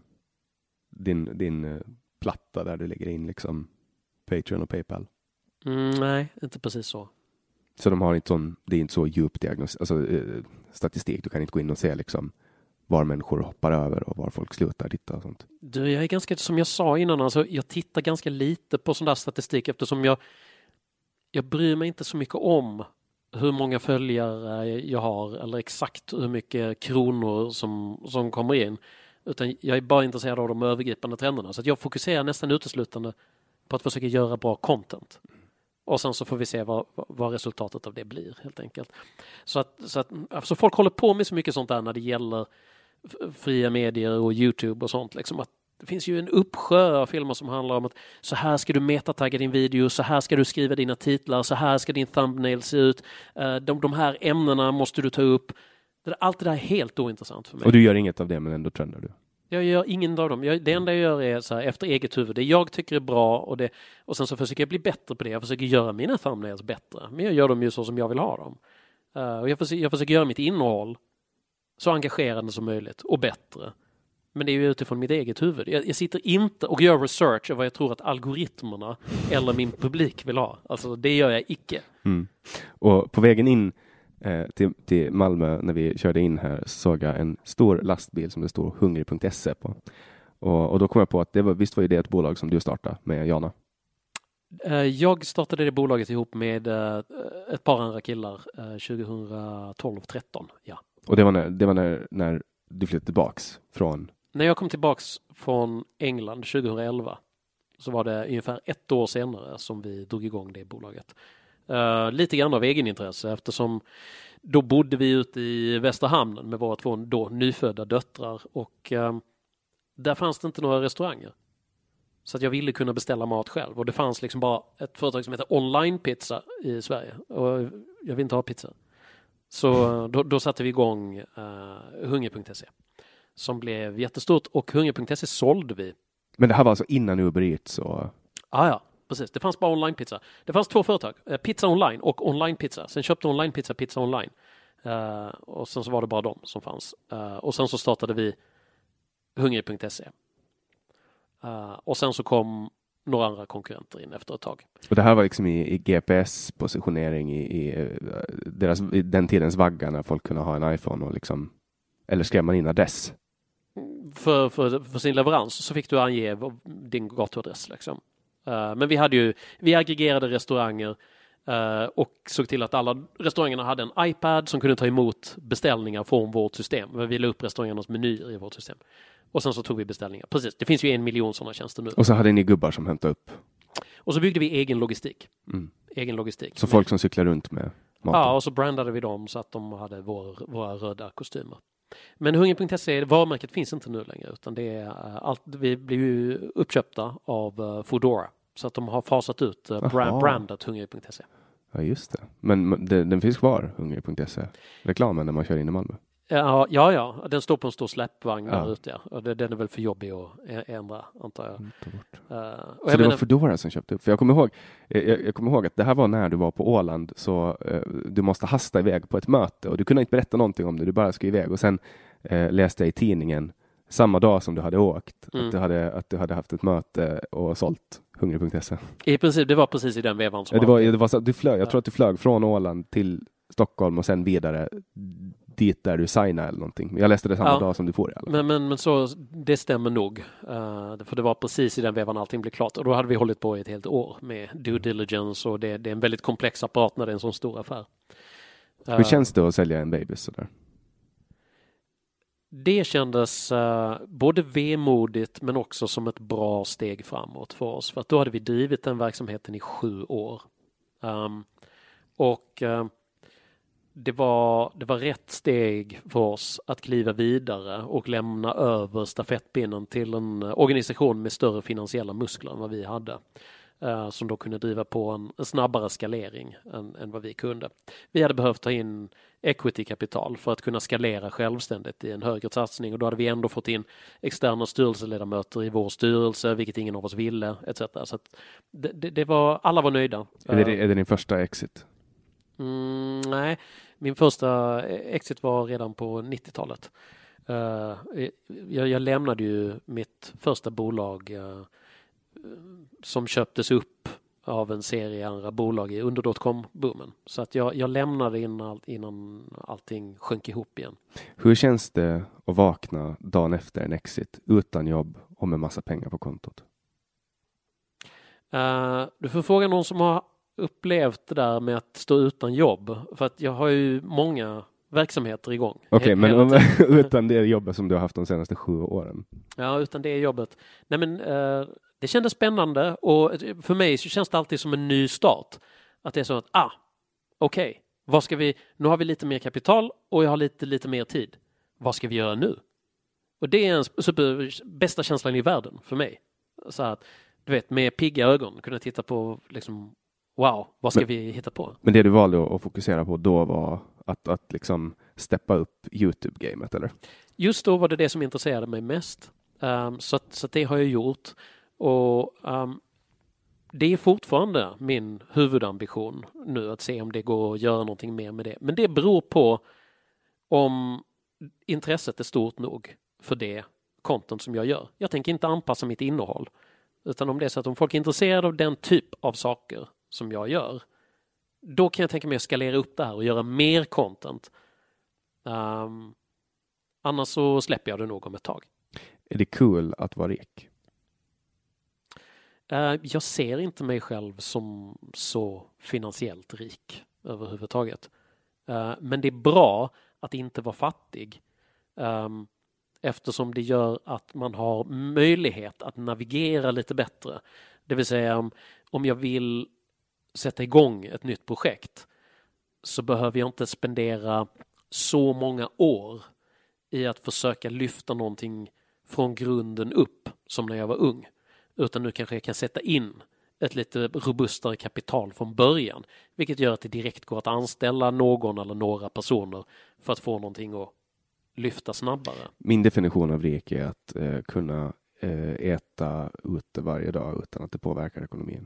din, din eh, platta där du lägger in liksom Patreon och PayPal? Mm, nej, inte precis så. Så de har inte sån, det är inte så djup diagnos, alltså eh, statistik. Du kan inte gå in och se liksom var människor hoppar över och var folk slutar titta och sånt. Du, jag är ganska, som jag sa innan, alltså, jag tittar ganska lite på sån där statistik eftersom jag jag bryr mig inte så mycket om hur många följare jag har eller exakt hur mycket kronor som, som kommer in. Utan jag är bara intresserad av de övergripande trenderna. Så att jag fokuserar nästan uteslutande på att försöka göra bra content. Och sen så får vi se vad, vad resultatet av det blir helt enkelt. Så att, så att alltså folk håller på med så mycket sånt där när det gäller fria medier och YouTube och sånt. Liksom att det finns ju en uppsjö av filmer som handlar om att så här ska du metatagga din video, så här ska du skriva dina titlar, så här ska din thumbnail se ut. De, de här ämnena måste du ta upp. Allt det där är helt ointressant för mig. Och du gör inget av det, men ändå trendar du? Jag gör ingen av dem. Jag, det enda jag gör är så här, efter eget huvud. Det jag tycker är bra och, det, och sen så försöker jag bli bättre på det. Jag försöker göra mina thumbnails bättre. Men jag gör dem ju så som jag vill ha dem. Uh, och jag försöker, jag försöker göra mitt innehåll så engagerande som möjligt och bättre. Men det är ju utifrån mitt eget huvud. Jag, jag sitter inte och gör research av vad jag tror att algoritmerna eller min publik vill ha. Alltså det gör jag icke. Mm. Och på vägen in eh, till, till Malmö när vi körde in här så såg jag en stor lastbil som det stod hungrig punkt se på. Och, och då kom jag på att det var, visst var det ett bolag som du startade med Jana? Jag startade det bolaget ihop med ett par andra killar tjugotolv tretton. Ja. Och det var när, det var när, när du flyttade tillbaks från? När jag kom tillbaks från England tjugoelva så var det ungefär ett år senare som vi drog igång det bolaget. Uh, lite grann av egenintresse eftersom då bodde vi ute i Västra hamnen med våra två då nyfödda döttrar och uh, där fanns det inte några restauranger. Så att jag ville kunna beställa mat själv. Och det fanns liksom bara ett företag som heter Online Pizza i Sverige. Och jag vill inte ha pizza. Så då, då satte vi igång uh, hungrig punkt se. Som blev jättestort. Och hungrig punkt se sålde vi. Men det här var alltså innan Uber Eats? Och... Ah, ja, precis. Det fanns bara Online Pizza. Det fanns två företag. Uh, Pizza Online och Online Pizza. Sen köpte Online Pizza Pizza Online. Uh, och sen så var det bara de som fanns. Uh, och sen så startade vi hungrig punkt se. Uh, och sen så kom några andra konkurrenter in efter ett tag. Och det här var liksom i, i G P S-positionering i, i, deras, i den tidens vagga när folk kunde ha en iPhone och liksom, eller skrev man in adress? För, för, för sin leverans så fick du ange din gatuadress liksom. Uh, men vi hade ju, vi aggregerade restauranger uh, och såg till att alla restaurangerna hade en iPad som kunde ta emot beställningar från vårt system. Vi la upp restaurangernas menyer i vårt system. Och sen så tog vi beställningar. Precis, det finns ju en miljon sådana tjänster nu. Och så hade ni gubbar som hämtade upp. Och så byggde vi egen logistik. Mm. Egen logistik. Så folk som cyklar runt med maten. Ja, och så brandade vi dem så att de hade vår, våra röda kostymer. Men hungrig punkt se, varumärket finns inte nu längre. Utan det är allt, vi blev ju uppköpta av uh, Foodora. Så att de har fasat ut uh, brand, brandat hungrig punkt se. Ja, just det. Men det, den finns kvar, hungrig punkt se. Reklamen när man kör in i Malmö. Ja, ja, ja. Den står på en stor släppvagn ja. där ute. Ja. Och det, den är väl för jobbig att ändra, antar jag. Mm, uh, och så det menar, var Foodora som köpte upp? För jag kommer, ihåg, jag, jag kommer ihåg att det här var när du var på Åland. Så uh, du måste hasta iväg på ett möte. Och du kunde inte berätta någonting om det. Du bara skulle iväg. Och sen uh, läste jag i tidningen samma dag som du hade åkt. Mm. Att, du hade, att du hade haft ett möte och sålt hungrig punkt se. I princip, det var precis i den vevan som ja, det var, det var så, du flög, Jag ja. tror att du flög från Åland till Stockholm och sen vidare dit där du signade eller någonting. Jag läste det samma ja, dag som du får det. Men, men, men så, det stämmer nog. Uh, för det var precis i den vevan allting blev klart. Och då hade vi hållit på i ett helt år med due diligence och det, det är en väldigt komplex apparat när det är en sån stor affär. Uh, Hur känns det att sälja en baby sådär? Det kändes uh, både vemodigt men också som ett bra steg framåt för oss. För att då hade vi drivit den verksamheten i sju år. Um, och uh, det var, det var rätt steg för oss att kliva vidare och lämna över stafettpinnen till en organisation med större finansiella muskler än vad vi hade. Uh, som då kunde driva på en, en snabbare skalering än, än vad vi kunde. Vi hade behövt ta in equity-kapital för att kunna skalera självständigt i en högre satsning och då hade vi ändå fått in externa styrelseledamöter i vår styrelse, vilket ingen av oss ville, et cetera. Så att det, det, det var, alla var nöjda. Är det, är det din första exit? Mm, nej, min första exit var redan på nittiotalet. Uh, jag, jag lämnade ju mitt första bolag uh, som köptes upp av en serie andra bolag i under dot com-boomen. Så att jag, jag lämnade innan, innan allting sjönk ihop igen. Hur känns det att vakna dagen efter en exit utan jobb och med massa pengar på kontot? Uh, du får fråga någon som har upplevt det där med att stå utan jobb. För att jag har ju många verksamheter igång. Okej, okay, men om, utan det jobbet som du har haft de senaste sju åren? Ja, utan det jobbet. Nej men... Uh, Det kändes spännande och för mig så känns det alltid som en ny start. Att det är så att, ah, okej, okay, vad ska vi, nu har vi lite mer kapital och jag har lite, lite mer tid. Vad ska vi göra nu? Och det är en super, bästa känslan i världen för mig. Så att, du vet, med pigga ögon kunna titta på liksom, wow, vad ska men, vi hitta på? Men det du valde att fokusera på då var att, att liksom steppa upp YouTube-gamet, eller? Just då var det det som intresserade mig mest. Um, så, att, så att det har jag gjort. Och um, det är fortfarande min huvudambition nu att se om det går att göra någonting mer med det. Men det beror på om intresset är stort nog för det content som jag gör. Jag tänker inte anpassa mitt innehåll. Utan om det är så att om folk är intresserade av den typ av saker som jag gör, då kan jag tänka mig att skalera upp det här och göra mer content. Um, annars så släpper jag det nog om ett tag. Är det cool att vara rik? Uh, jag ser inte mig själv som så finansiellt rik överhuvudtaget. Uh, men det är bra att inte vara fattig. Um, eftersom det gör att man har möjlighet att navigera lite bättre. Det vill säga om, om jag vill sätta igång ett nytt projekt så behöver jag inte spendera så många år i att försöka lyfta någonting från grunden upp som när jag var ung. Utan nu kanske jag kan sätta in ett lite robustare kapital från början. Vilket gör att det direkt går att anställa någon eller några personer för att få någonting att lyfta snabbare. Min definition av rik är att eh, kunna eh, äta ute varje dag utan att det påverkar ekonomin.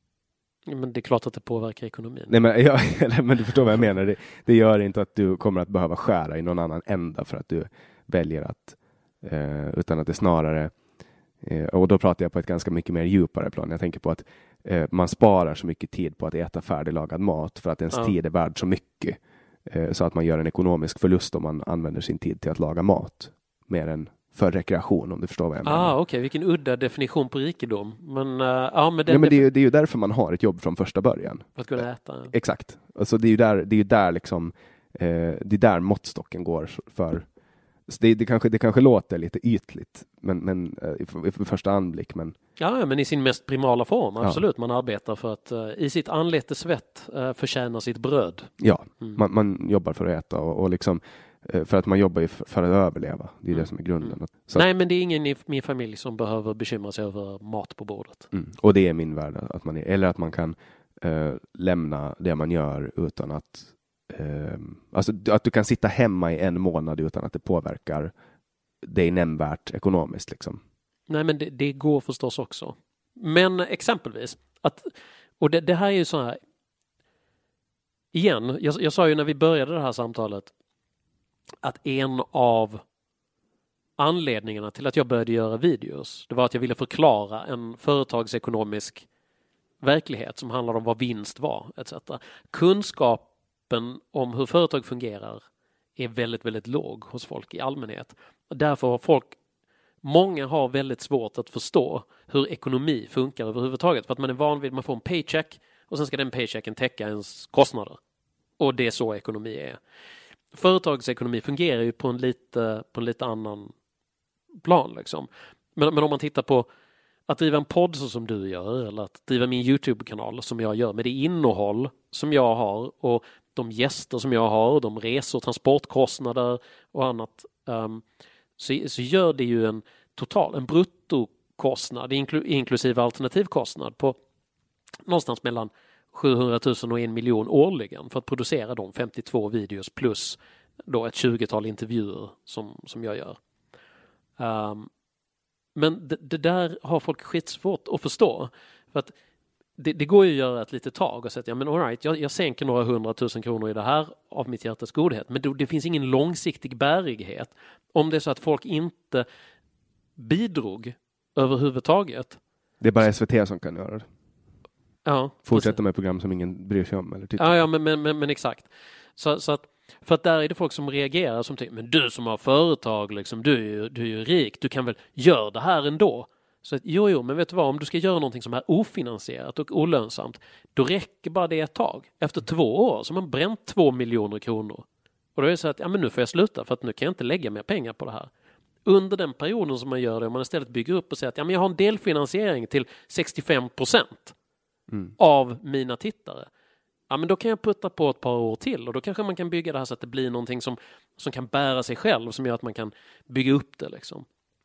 Men det är klart att det påverkar ekonomin. Nej, men, ja, men du förstår vad jag menar. Det, det gör inte att du kommer att behöva skära i någon annan ända för att du väljer att eh, utan att det snarare eh, och då pratar jag på ett ganska mycket mer djupare plan. Jag tänker på att eh, man sparar så mycket tid på att äta färdiglagad mat för att ens ja. tid är värd så mycket eh, så att man gör en ekonomisk förlust om man använder sin tid till att laga mat mer än för rekreation, om du förstår vad jag menar. Ah, okej. Okay. Vilken udda definition på rikedom. Men, uh, ja, men, den ja, men det, är ju, det är ju därför man har ett jobb från första början. För att kunna äta. Ja. Exakt. Alltså det är ju där, det är ju där liksom eh, det är där måttstocken går för. Så det, det, kanske, det kanske låter lite ytligt men, men, eh, i, i första anblick. Men... Ja, men i sin mest primala form, absolut. Ja. Man arbetar för att uh, i sitt anlete svett uh, förtjäna sitt bröd. Ja, mm. man, man jobbar för att äta och, och liksom för att man jobbar ju för, för att överleva. Det är mm. det som är grunden. Mm. Så Nej, men det är ingen i min familj som behöver bekymra sig över mat på bordet. Mm. Och det är min värld. Att man är, eller att man kan eh, lämna det man gör utan att eh, alltså att du kan sitta hemma i en månad utan att det påverkar dig nämnvärt ekonomiskt. Liksom. Nej, men det, det går förstås också. Men exempelvis att, och det, det här är ju så här igen, jag, jag sa ju när vi började det här samtalet att en av anledningarna till att jag började göra videos, det var att jag ville förklara en företagsekonomisk verklighet som handlar om vad vinst var, et cetera. Kunskapen om hur företag fungerar är väldigt, väldigt låg hos folk i allmänhet. Därför har folk, många har väldigt svårt att förstå hur ekonomi funkar överhuvudtaget. För att man är van vid att man får en paycheck och sen ska den paychecken täcka ens kostnader. Och det är så ekonomi är. Företagsekonomi fungerar ju på en lite, på en lite annan plan. Liksom. Men, men om man tittar på att driva en podd så som du gör eller att driva min YouTube-kanal som jag gör med det innehåll som jag har och de gäster som jag har och de resor, transportkostnader och annat um, så, så gör det ju en total, en bruttokostnad inkl, inklusive alternativkostnad på någonstans mellan sjuhundratusen och en miljon årligen för att producera de femtiotvå videos plus då ett tjugotal intervjuer som, som jag gör. Um, men det, det där har folk skitsvårt att förstå. För att det, det går ju att göra ett litet tag och säga ja, men all right, jag, jag sänker några hundratusen kronor i det här av mitt hjärtas godhet. Men det, det finns ingen långsiktig bärighet om det är så att folk inte bidrog överhuvudtaget. Det är bara S V T som kan göra det. Ja, fortsätta precis. med program som ingen bryr sig om eller tittar. Ja, ja men, men, men, men exakt. Så, så att, för att där är det folk som reagerar som tycker, men du som har företag, liksom, du, är ju, du är ju rik, du kan väl göra det här ändå. Så att, jo, jo, men vet du vad, om du ska göra någonting som är ofinansierat och olönsamt, då räcker bara det ett tag. Efter två år så har man bränt två miljoner kronor. Och då är det så att, ja men nu får jag sluta för att nu kan jag inte lägga mer pengar på det här. Under den perioden som man gör det, om man istället bygger upp och säger att ja, men jag har en delfinansiering till sextiofem procent. Mm. Av mina tittare. Ja, men då kan jag putta på ett par år till och då kanske man kan bygga det här så att det blir någonting som, som kan bära sig själv, som gör att man kan bygga upp det liksom.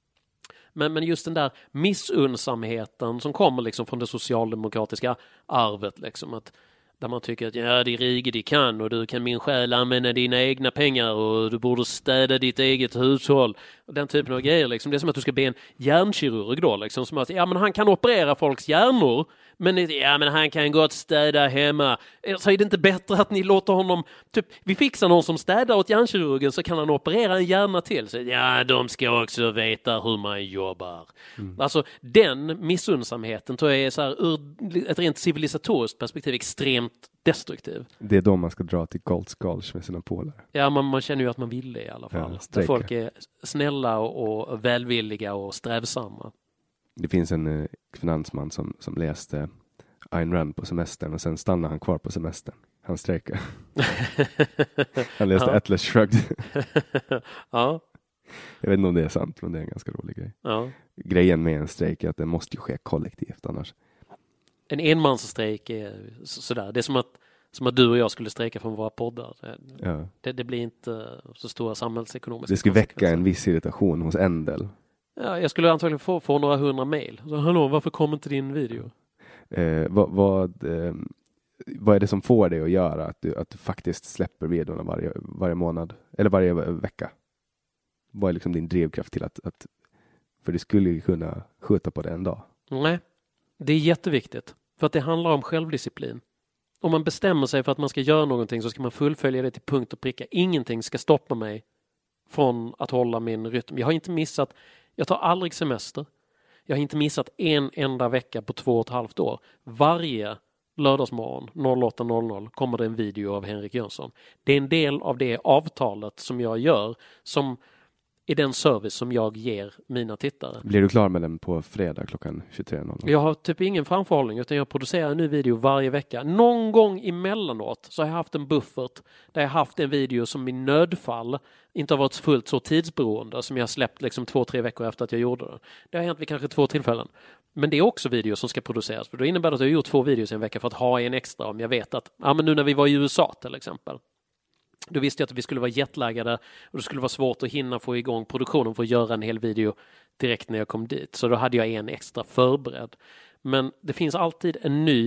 Men, men just den där missunnsamheten som kommer liksom från det socialdemokratiska arvet liksom, att där man tycker att ja, det är rige de kan och du kan min själ använda dina egna pengar och du borde städa ditt eget hushåll och den typen av grejer liksom. Det är som att du ska be en hjärnkirurg då liksom, som att ja, men han kan operera folks hjärnor men ja, men han kan gott städa hemma. Så är det inte bättre att ni låter honom typ, vi fixar någon som städar åt hjärnkirurgen så kan han operera en hjärna till. Så ja, de ska också veta hur man jobbar. Mm. Alltså den missunnsamheten tror jag är så här ur ett rent civilisatoriskt perspektiv extremt destruktiv. Det är då man ska dra till Golds Gulch med sina polare. Ja, man, man känner ju att man vill det i alla fall. Ja, där folk är snälla och, och välvilliga och strävsamma. Det finns en eh, finansman som, som läste Ayn Rand på semestern och sen stannade han kvar på semestern. Han strejkade. Han läste Ja. Atlas Shrugged. Ja. Jag vet inte om det är sant, men det är en ganska rolig grej. Ja. Grejen med en strejk är att det måste ju ske kollektivt annars. En enmansstrejk är så- sådär. Det är som att, som att du och jag skulle strejka från våra poddar. Det, Ja. det, det blir inte så stora samhällsekonomiska Det skulle väcka konsekvenser. en viss irritation hos en del. Ja, jag skulle antagligen få, få några hundra mejl. Så, hallå, varför kommer inte din video? Eh, vad, vad, eh, vad är det som får dig att göra att du, att du faktiskt släpper videorna varje, varje månad? Eller varje vecka? Vad är liksom din drivkraft till att, att... För du skulle ju kunna skjuta på det en dag. Nej, det är jätteviktigt. För att det handlar om självdisciplin. Om man bestämmer sig för att man ska göra någonting så ska man fullfölja det till punkt och pricka. Ingenting ska stoppa mig från att hålla min rytm. Jag har inte missat, jag tar aldrig semester. Jag har inte missat en enda vecka på två och ett halvt år. Varje lördagsmorgon åtta noll noll kommer det en video av Henrik Jönsson. Det är en del av det avtalet som jag gör som är den service som jag ger mina tittare. Blir du klar med den på fredag klockan tjugotre noll noll? Jag har typ ingen framförhållning utan jag producerar en ny video varje vecka. Någon gång emellanåt så har jag haft en buffert där jag haft en video som i nödfall inte har varit fullt så tidsberoende som jag har släppt liksom två, tre veckor efter att jag gjorde det. Det har hänt vid kanske två tillfällen. Men det är också videos som ska produceras. För då innebär det att jag har gjort två videos i en vecka för att ha en extra om jag vet att, ja men nu när vi var i U S A till exempel. Då visste jag att vi skulle vara jetlaggade och det skulle vara svårt att hinna få igång produktionen för att göra en hel video direkt när jag kom dit. Så då hade jag en extra förberedd. Men det finns alltid en ny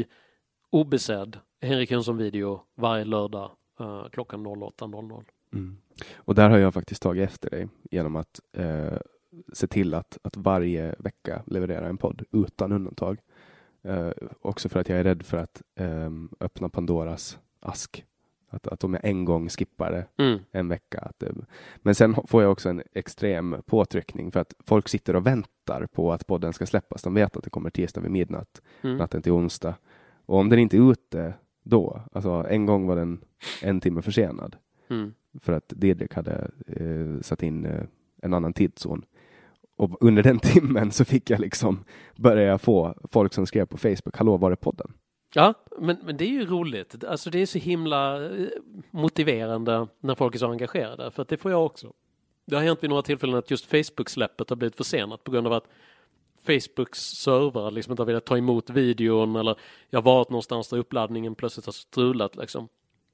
obesedd Henrik Jönsson-video varje lördag uh, klockan åtta noll noll. Mm. Och där har jag faktiskt tagit efter dig genom att eh, se till att, att varje vecka leverera en podd utan undantag. Eh, också för att jag är rädd för att eh, öppna Pandoras ask. Att, att om jag en gång skippar det Mm. en vecka. Att det, men sen får jag också en extrem påtryckning för att folk sitter och väntar på att podden ska släppas. De vet att det kommer tisdag vid midnatt, Mm. natten till onsdag. Och om den inte är ute då, alltså en gång var den en timme försenad. Mm. För att Didrik hade eh, satt in eh, en annan tidszon. Och under den timmen så fick jag liksom börja få folk som skrev på Facebook, hallå, var är podden? Ja, men, men det är ju roligt. Alltså det är så himla eh, motiverande när folk är så engagerade. För att det får jag också. Det har hänt vid några tillfällen att just Facebook-släppet har blivit försenat på grund av att Facebooks server liksom inte har velat ta emot videon eller jag har varit någonstans där uppladdningen plötsligt har strulat liksom.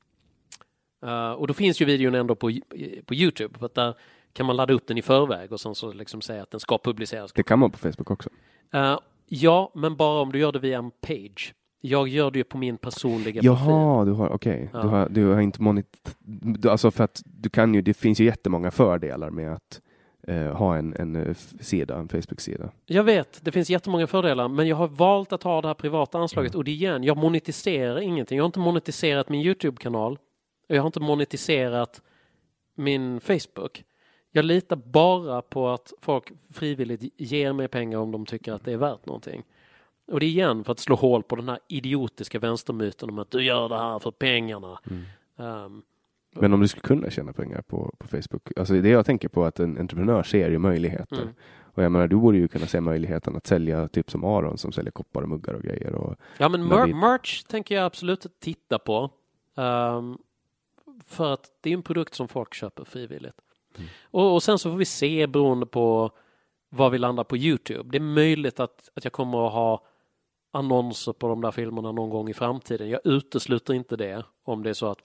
Uh, och då finns ju videon ändå på, på YouTube för att där kan man ladda upp den i förväg och sen så liksom säga att den ska publiceras. Det kan man på Facebook också. Uh, ja, men bara om du gör det via en page. Jag gör det ju på min personliga profil. Jaha, du har, okej. Okay. Ja. Du har, du har inte monit... Du, alltså för att du kan ju, det finns ju jättemånga fördelar med att eh, ha en, en eh, sida, en Facebook-sida. Jag vet, det finns jättemånga fördelar, men jag har valt att ha det här privata anslaget. Mm. Och det igen, jag monetiserar ingenting. Jag har inte monetiserat min YouTube-kanal. Jag har inte monetiserat min Facebook. Jag litar bara på att folk frivilligt ger mig pengar om de tycker att det är värt någonting. Och det är igen för att slå hål på den här idiotiska vänstermyten om att du gör det här för pengarna. Mm. Um, Men om du skulle kunna tjäna pengar på, på Facebook. Alltså det jag tänker på att en entreprenör ser ju möjligheter. Mm. Och jag menar, du borde ju kunna se möjligheten att sälja typ som Aron som säljer koppar och muggar och grejer. Och ja, men mer- merch tänker jag absolut titta på. Um, för att det är en produkt som folk köper frivilligt. Mm. Och, och sen så får vi se beroende på vad vi landar på YouTube. Det är möjligt att, att jag kommer att ha annonser på de där filmerna någon gång i framtiden. Jag utesluter inte det om det är så att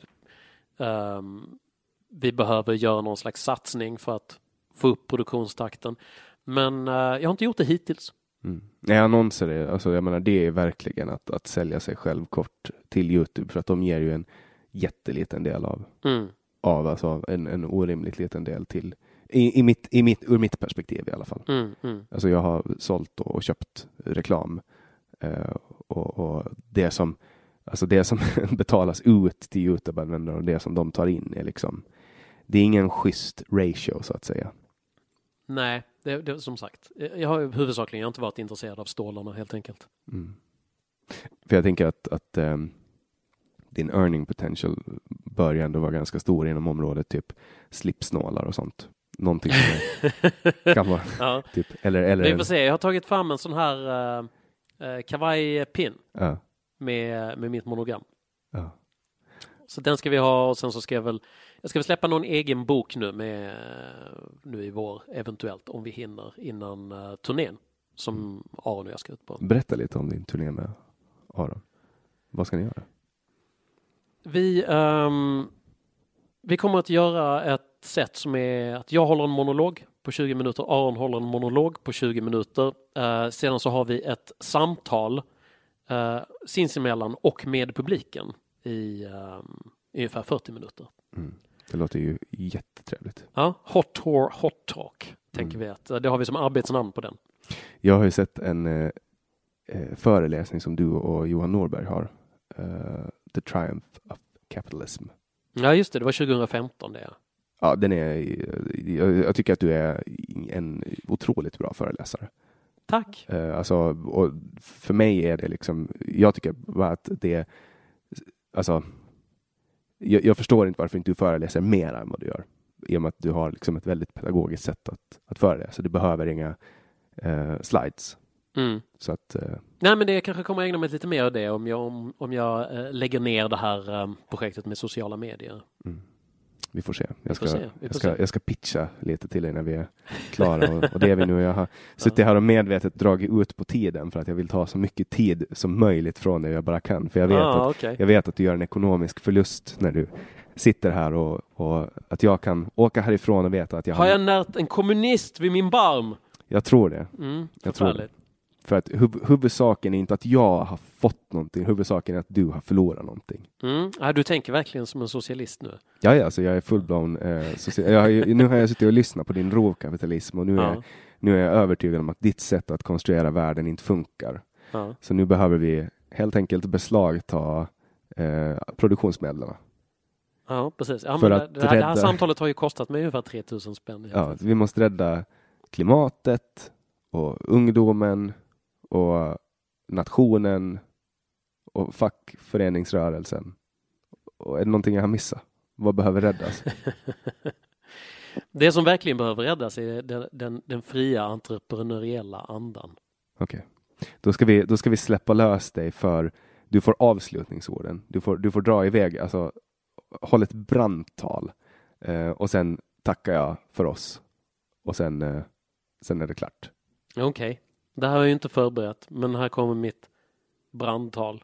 um, vi behöver göra någon slags satsning för att få upp produktionstakten. Men uh, jag har inte gjort det hittills. Mm. Nej, annonser är, alltså jag menar, det är verkligen att, att sälja sig själv kort till YouTube för att de ger ju en jätteliten del av, mm. av alltså en, en orimligt liten del till i, i, mitt, i mitt, ur mitt perspektiv i alla fall. Mm, mm. Alltså jag har sålt och köpt reklam eh, och, och det som alltså det som betalas ut till YouTube-användare och det som de tar in är liksom, det är ingen schysst ratio så att säga. Nej, det, det, som sagt. Jag har huvudsakligen jag har inte varit intresserad av stålarna helt enkelt. Mm. För jag tänker att, att um, din earning potential börjar ändå vara ganska stor inom området typ slipsnålar och sånt. Någonting som är, kan vara ja. typ, eller, eller Vi får se, jag har tagit fram en sån här uh, kavajpin ja. med, med mitt monogram. Ja. Så den ska vi ha och sen så ska jag väl jag ska väl släppa någon egen bok nu med nu i vår eventuellt om vi hinner innan uh, turnén som Aron och jag ska ut på. Berätta lite om din turné med Aron. Vad ska ni göra? Vi um, vi kommer att göra ett sätt som är att jag håller en monolog på tjugo minuter, Aron håller en monolog på tjugo minuter. Uh, sedan så har vi ett samtal uh, sinsemellan och med publiken i um, ungefär fyrtio minuter. Mm. Det låter ju jättetrevligt. Ja, hot tour, hot talk tänker Mm. vi att det har vi som arbetsnamn på den. Jag har ju sett en eh, föreläsning som du och Johan Norberg har. Uh, The Triumph of Capitalism. Ja just det, det var tjugohundrafemton det. Ja, den är, jag, jag tycker att du är en otroligt bra föreläsare. Tack. Uh, alltså, och för mig är det liksom, jag tycker bara att det, alltså, jag, jag förstår inte varför inte du föreläser mer än vad du gör. I och med att du har liksom ett väldigt pedagogiskt sätt att, att föreläsa. Du behöver inga uh, slides. Mm. Så att, uh, Nej men det kanske kommer ägna mig lite mer av det om jag, om, om jag uh, lägger ner det här um, projektet med sociala medier. Mm. Vi får se. Jag ska, får se. Vi jag, får ska, se. jag ska pitcha lite till dig när vi är klara. Och, och det är vi nu. Jag har suttit här och medvetet dragit ut på tiden för att jag vill ta så mycket tid som möjligt från dig jag bara kan. För jag vet, ah, att, okay. jag vet att du gör en ekonomisk förlust när du sitter här och, och att jag kan åka härifrån och veta att jag har... Har jag närt en kommunist vid min barm? Jag tror det. Mm, jag tror det. För att huv- huvudsaken är inte att jag har fått någonting. Huvudsaken är att du har förlorat någonting. Mm. Ja, du tänker verkligen som en socialist nu. Ja, ja alltså jag är fullblown. Eh, social- jag har ju, nu har jag suttit och lyssnat på din rovkapitalism och nu, ja. är, nu är jag övertygad om att ditt sätt att konstruera världen inte funkar. Ja. Så nu behöver vi helt enkelt beslagta eh, produktionsmedlen. Ja, precis. Ja, För men att det, här, rädda... det här samtalet har ju kostat mig ungefär tre tusen spänn. Ja, vi måste rädda klimatet och ungdomen och nationen och fackföreningsrörelsen. Och är det någonting jag har missat? Vad behöver räddas? Det som verkligen behöver räddas är den, den, den fria entreprenöriella andan. Okej. Okay. Då ska vi, då ska vi släppa lös dig för du får avslutningsorden. Du får, du får dra iväg, alltså håll ett brandtal. Eh, och sen tackar jag för oss. Och sen, eh, sen är det klart. Okej. Okay. Det här har jag ju inte förberett, men här kommer mitt brandtal.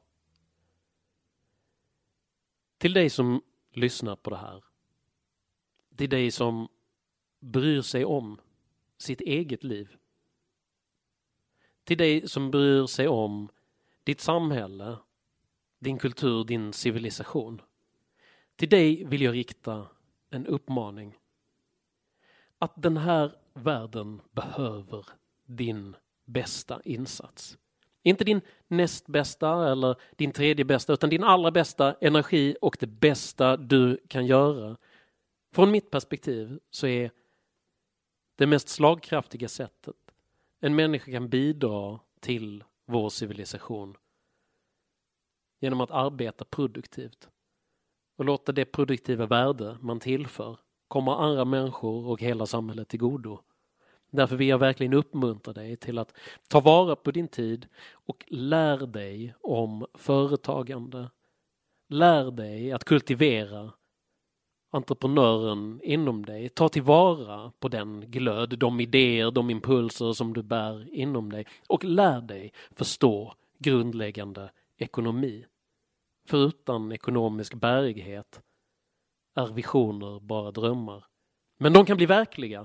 Till dig som lyssnar på det här. Till dig som bryr sig om sitt eget liv. Till dig som bryr sig om ditt samhälle, din kultur, din civilisation. Till dig vill jag rikta en uppmaning. Att den här världen behöver din bästa insats. Inte din näst bästa eller din tredje bästa, utan din allra bästa energi och det bästa du kan göra. Från mitt perspektiv så är det mest slagkraftiga sättet en människa kan bidra till vår civilisation genom att arbeta produktivt och låta det produktiva värde man tillför komma andra människor och hela samhället till godo. Därför vill jag verkligen uppmuntra dig till att ta vara på din tid och lär dig om företagande. Lär dig att kultivera entreprenören inom dig. Ta tillvara på den glöd, de idéer, de impulser som du bär inom dig och lär dig förstå grundläggande ekonomi. För utan ekonomisk bärighet är visioner bara drömmar. Men de kan bli verkliga.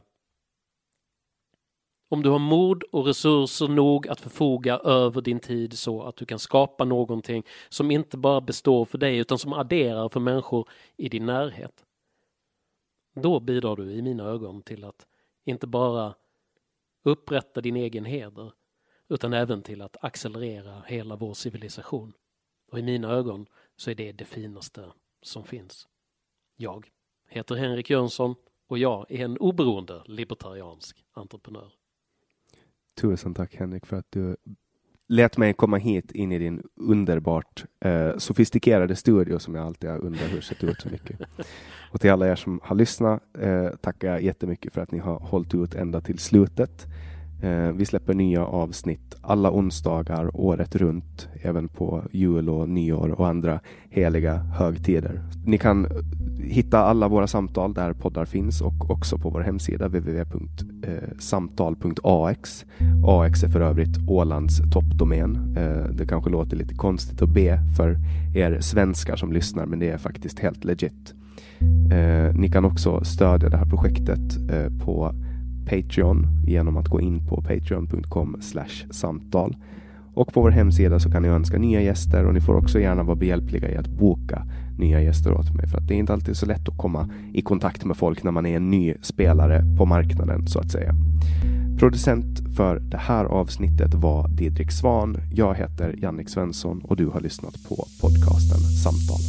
Om du har mod och resurser nog att förfoga över din tid så att du kan skapa någonting som inte bara består för dig utan som adderar för människor i din närhet. Då bidrar du i mina ögon till att inte bara upprätta din egen heder utan även till att accelerera hela vår civilisation. Och i mina ögon så är det det finaste som finns. Jag heter Henrik Jönsson och jag är en oberoende libertariansk entreprenör. Tusen tack Henrik för att du lät mig komma hit in i din underbart eh, sofistikerade studio som jag alltid har undrat hur sett ut så mycket. Och till alla er som har lyssnat eh, tackar jag jättemycket för att ni har hållit ut ända till slutet. Eh, vi släpper nya avsnitt alla onsdagar året runt, även på jul och nyår och andra heliga högtider. Ni kan hitta alla våra samtal där poddar finns och också på vår hemsida w w w punkt samtal punkt a x. A X är för övrigt Ålands toppdomän. Eh, det kanske låter lite konstigt att be för er svenskar som lyssnar, men det är faktiskt helt legit. Eh, ni kan också stödja det här projektet eh, på Patreon genom att gå in på patreon punkt com slash samtal. Och på vår hemsida så kan ni önska nya gäster, och ni får också gärna vara behjälpliga i att boka nya gäster åt mig, för att det är inte alltid så lätt att komma i kontakt med folk när man är en ny spelare på marknaden så att säga. Producent för det här avsnittet var Didrik Svan. Jag heter Jannik Svensson och du har lyssnat på podcasten Samtal.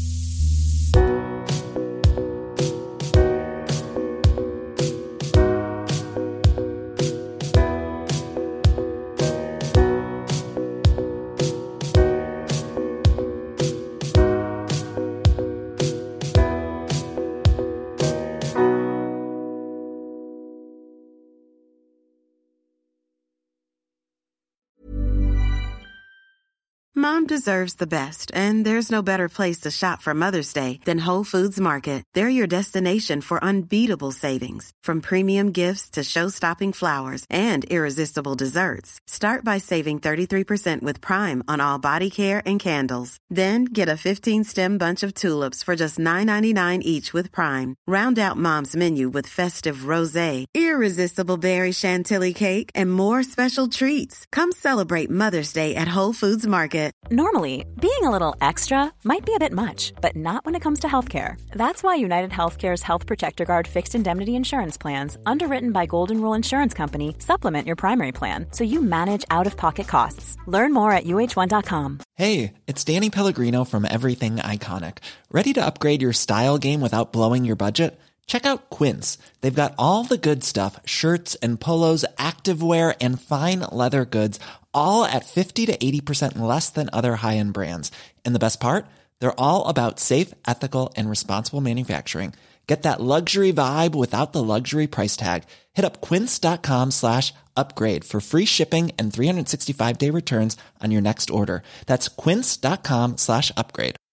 Mom deserves the best, and there's no better place to shop for Mother's Day than Whole Foods Market. They're your destination for unbeatable savings, from premium gifts to show-stopping flowers and irresistible desserts. Start by saving thirty-three percent with Prime on all body care and candles. Then get a fifteen-stem bunch of tulips for just nine ninety-nine each with Prime. Round out Mom's menu with festive rosé, irresistible berry chantilly cake, and more special treats. Come celebrate Mother's Day at Whole Foods Market. Normally, being a little extra might be a bit much, but not when it comes to healthcare. That's why United Healthcare's Health Protector Guard fixed indemnity insurance plans, underwritten by Golden Rule Insurance Company, supplement your primary plan so you manage out-of-pocket costs. Learn more at U H one dot com. Hey, it's Danny Pellegrino from Everything Iconic. Ready to upgrade your style game without blowing your budget? Check out Quince. They've got all the good stuff, shirts and polos, activewear, and fine leather goods, all at fifty to eighty percent less than other high-end brands. And the best part? They're all about safe, ethical, and responsible manufacturing. Get that luxury vibe without the luxury price tag. Hit up quince.com slash upgrade for free shipping and three sixty-five day returns on your next order. That's quince.com slash upgrade.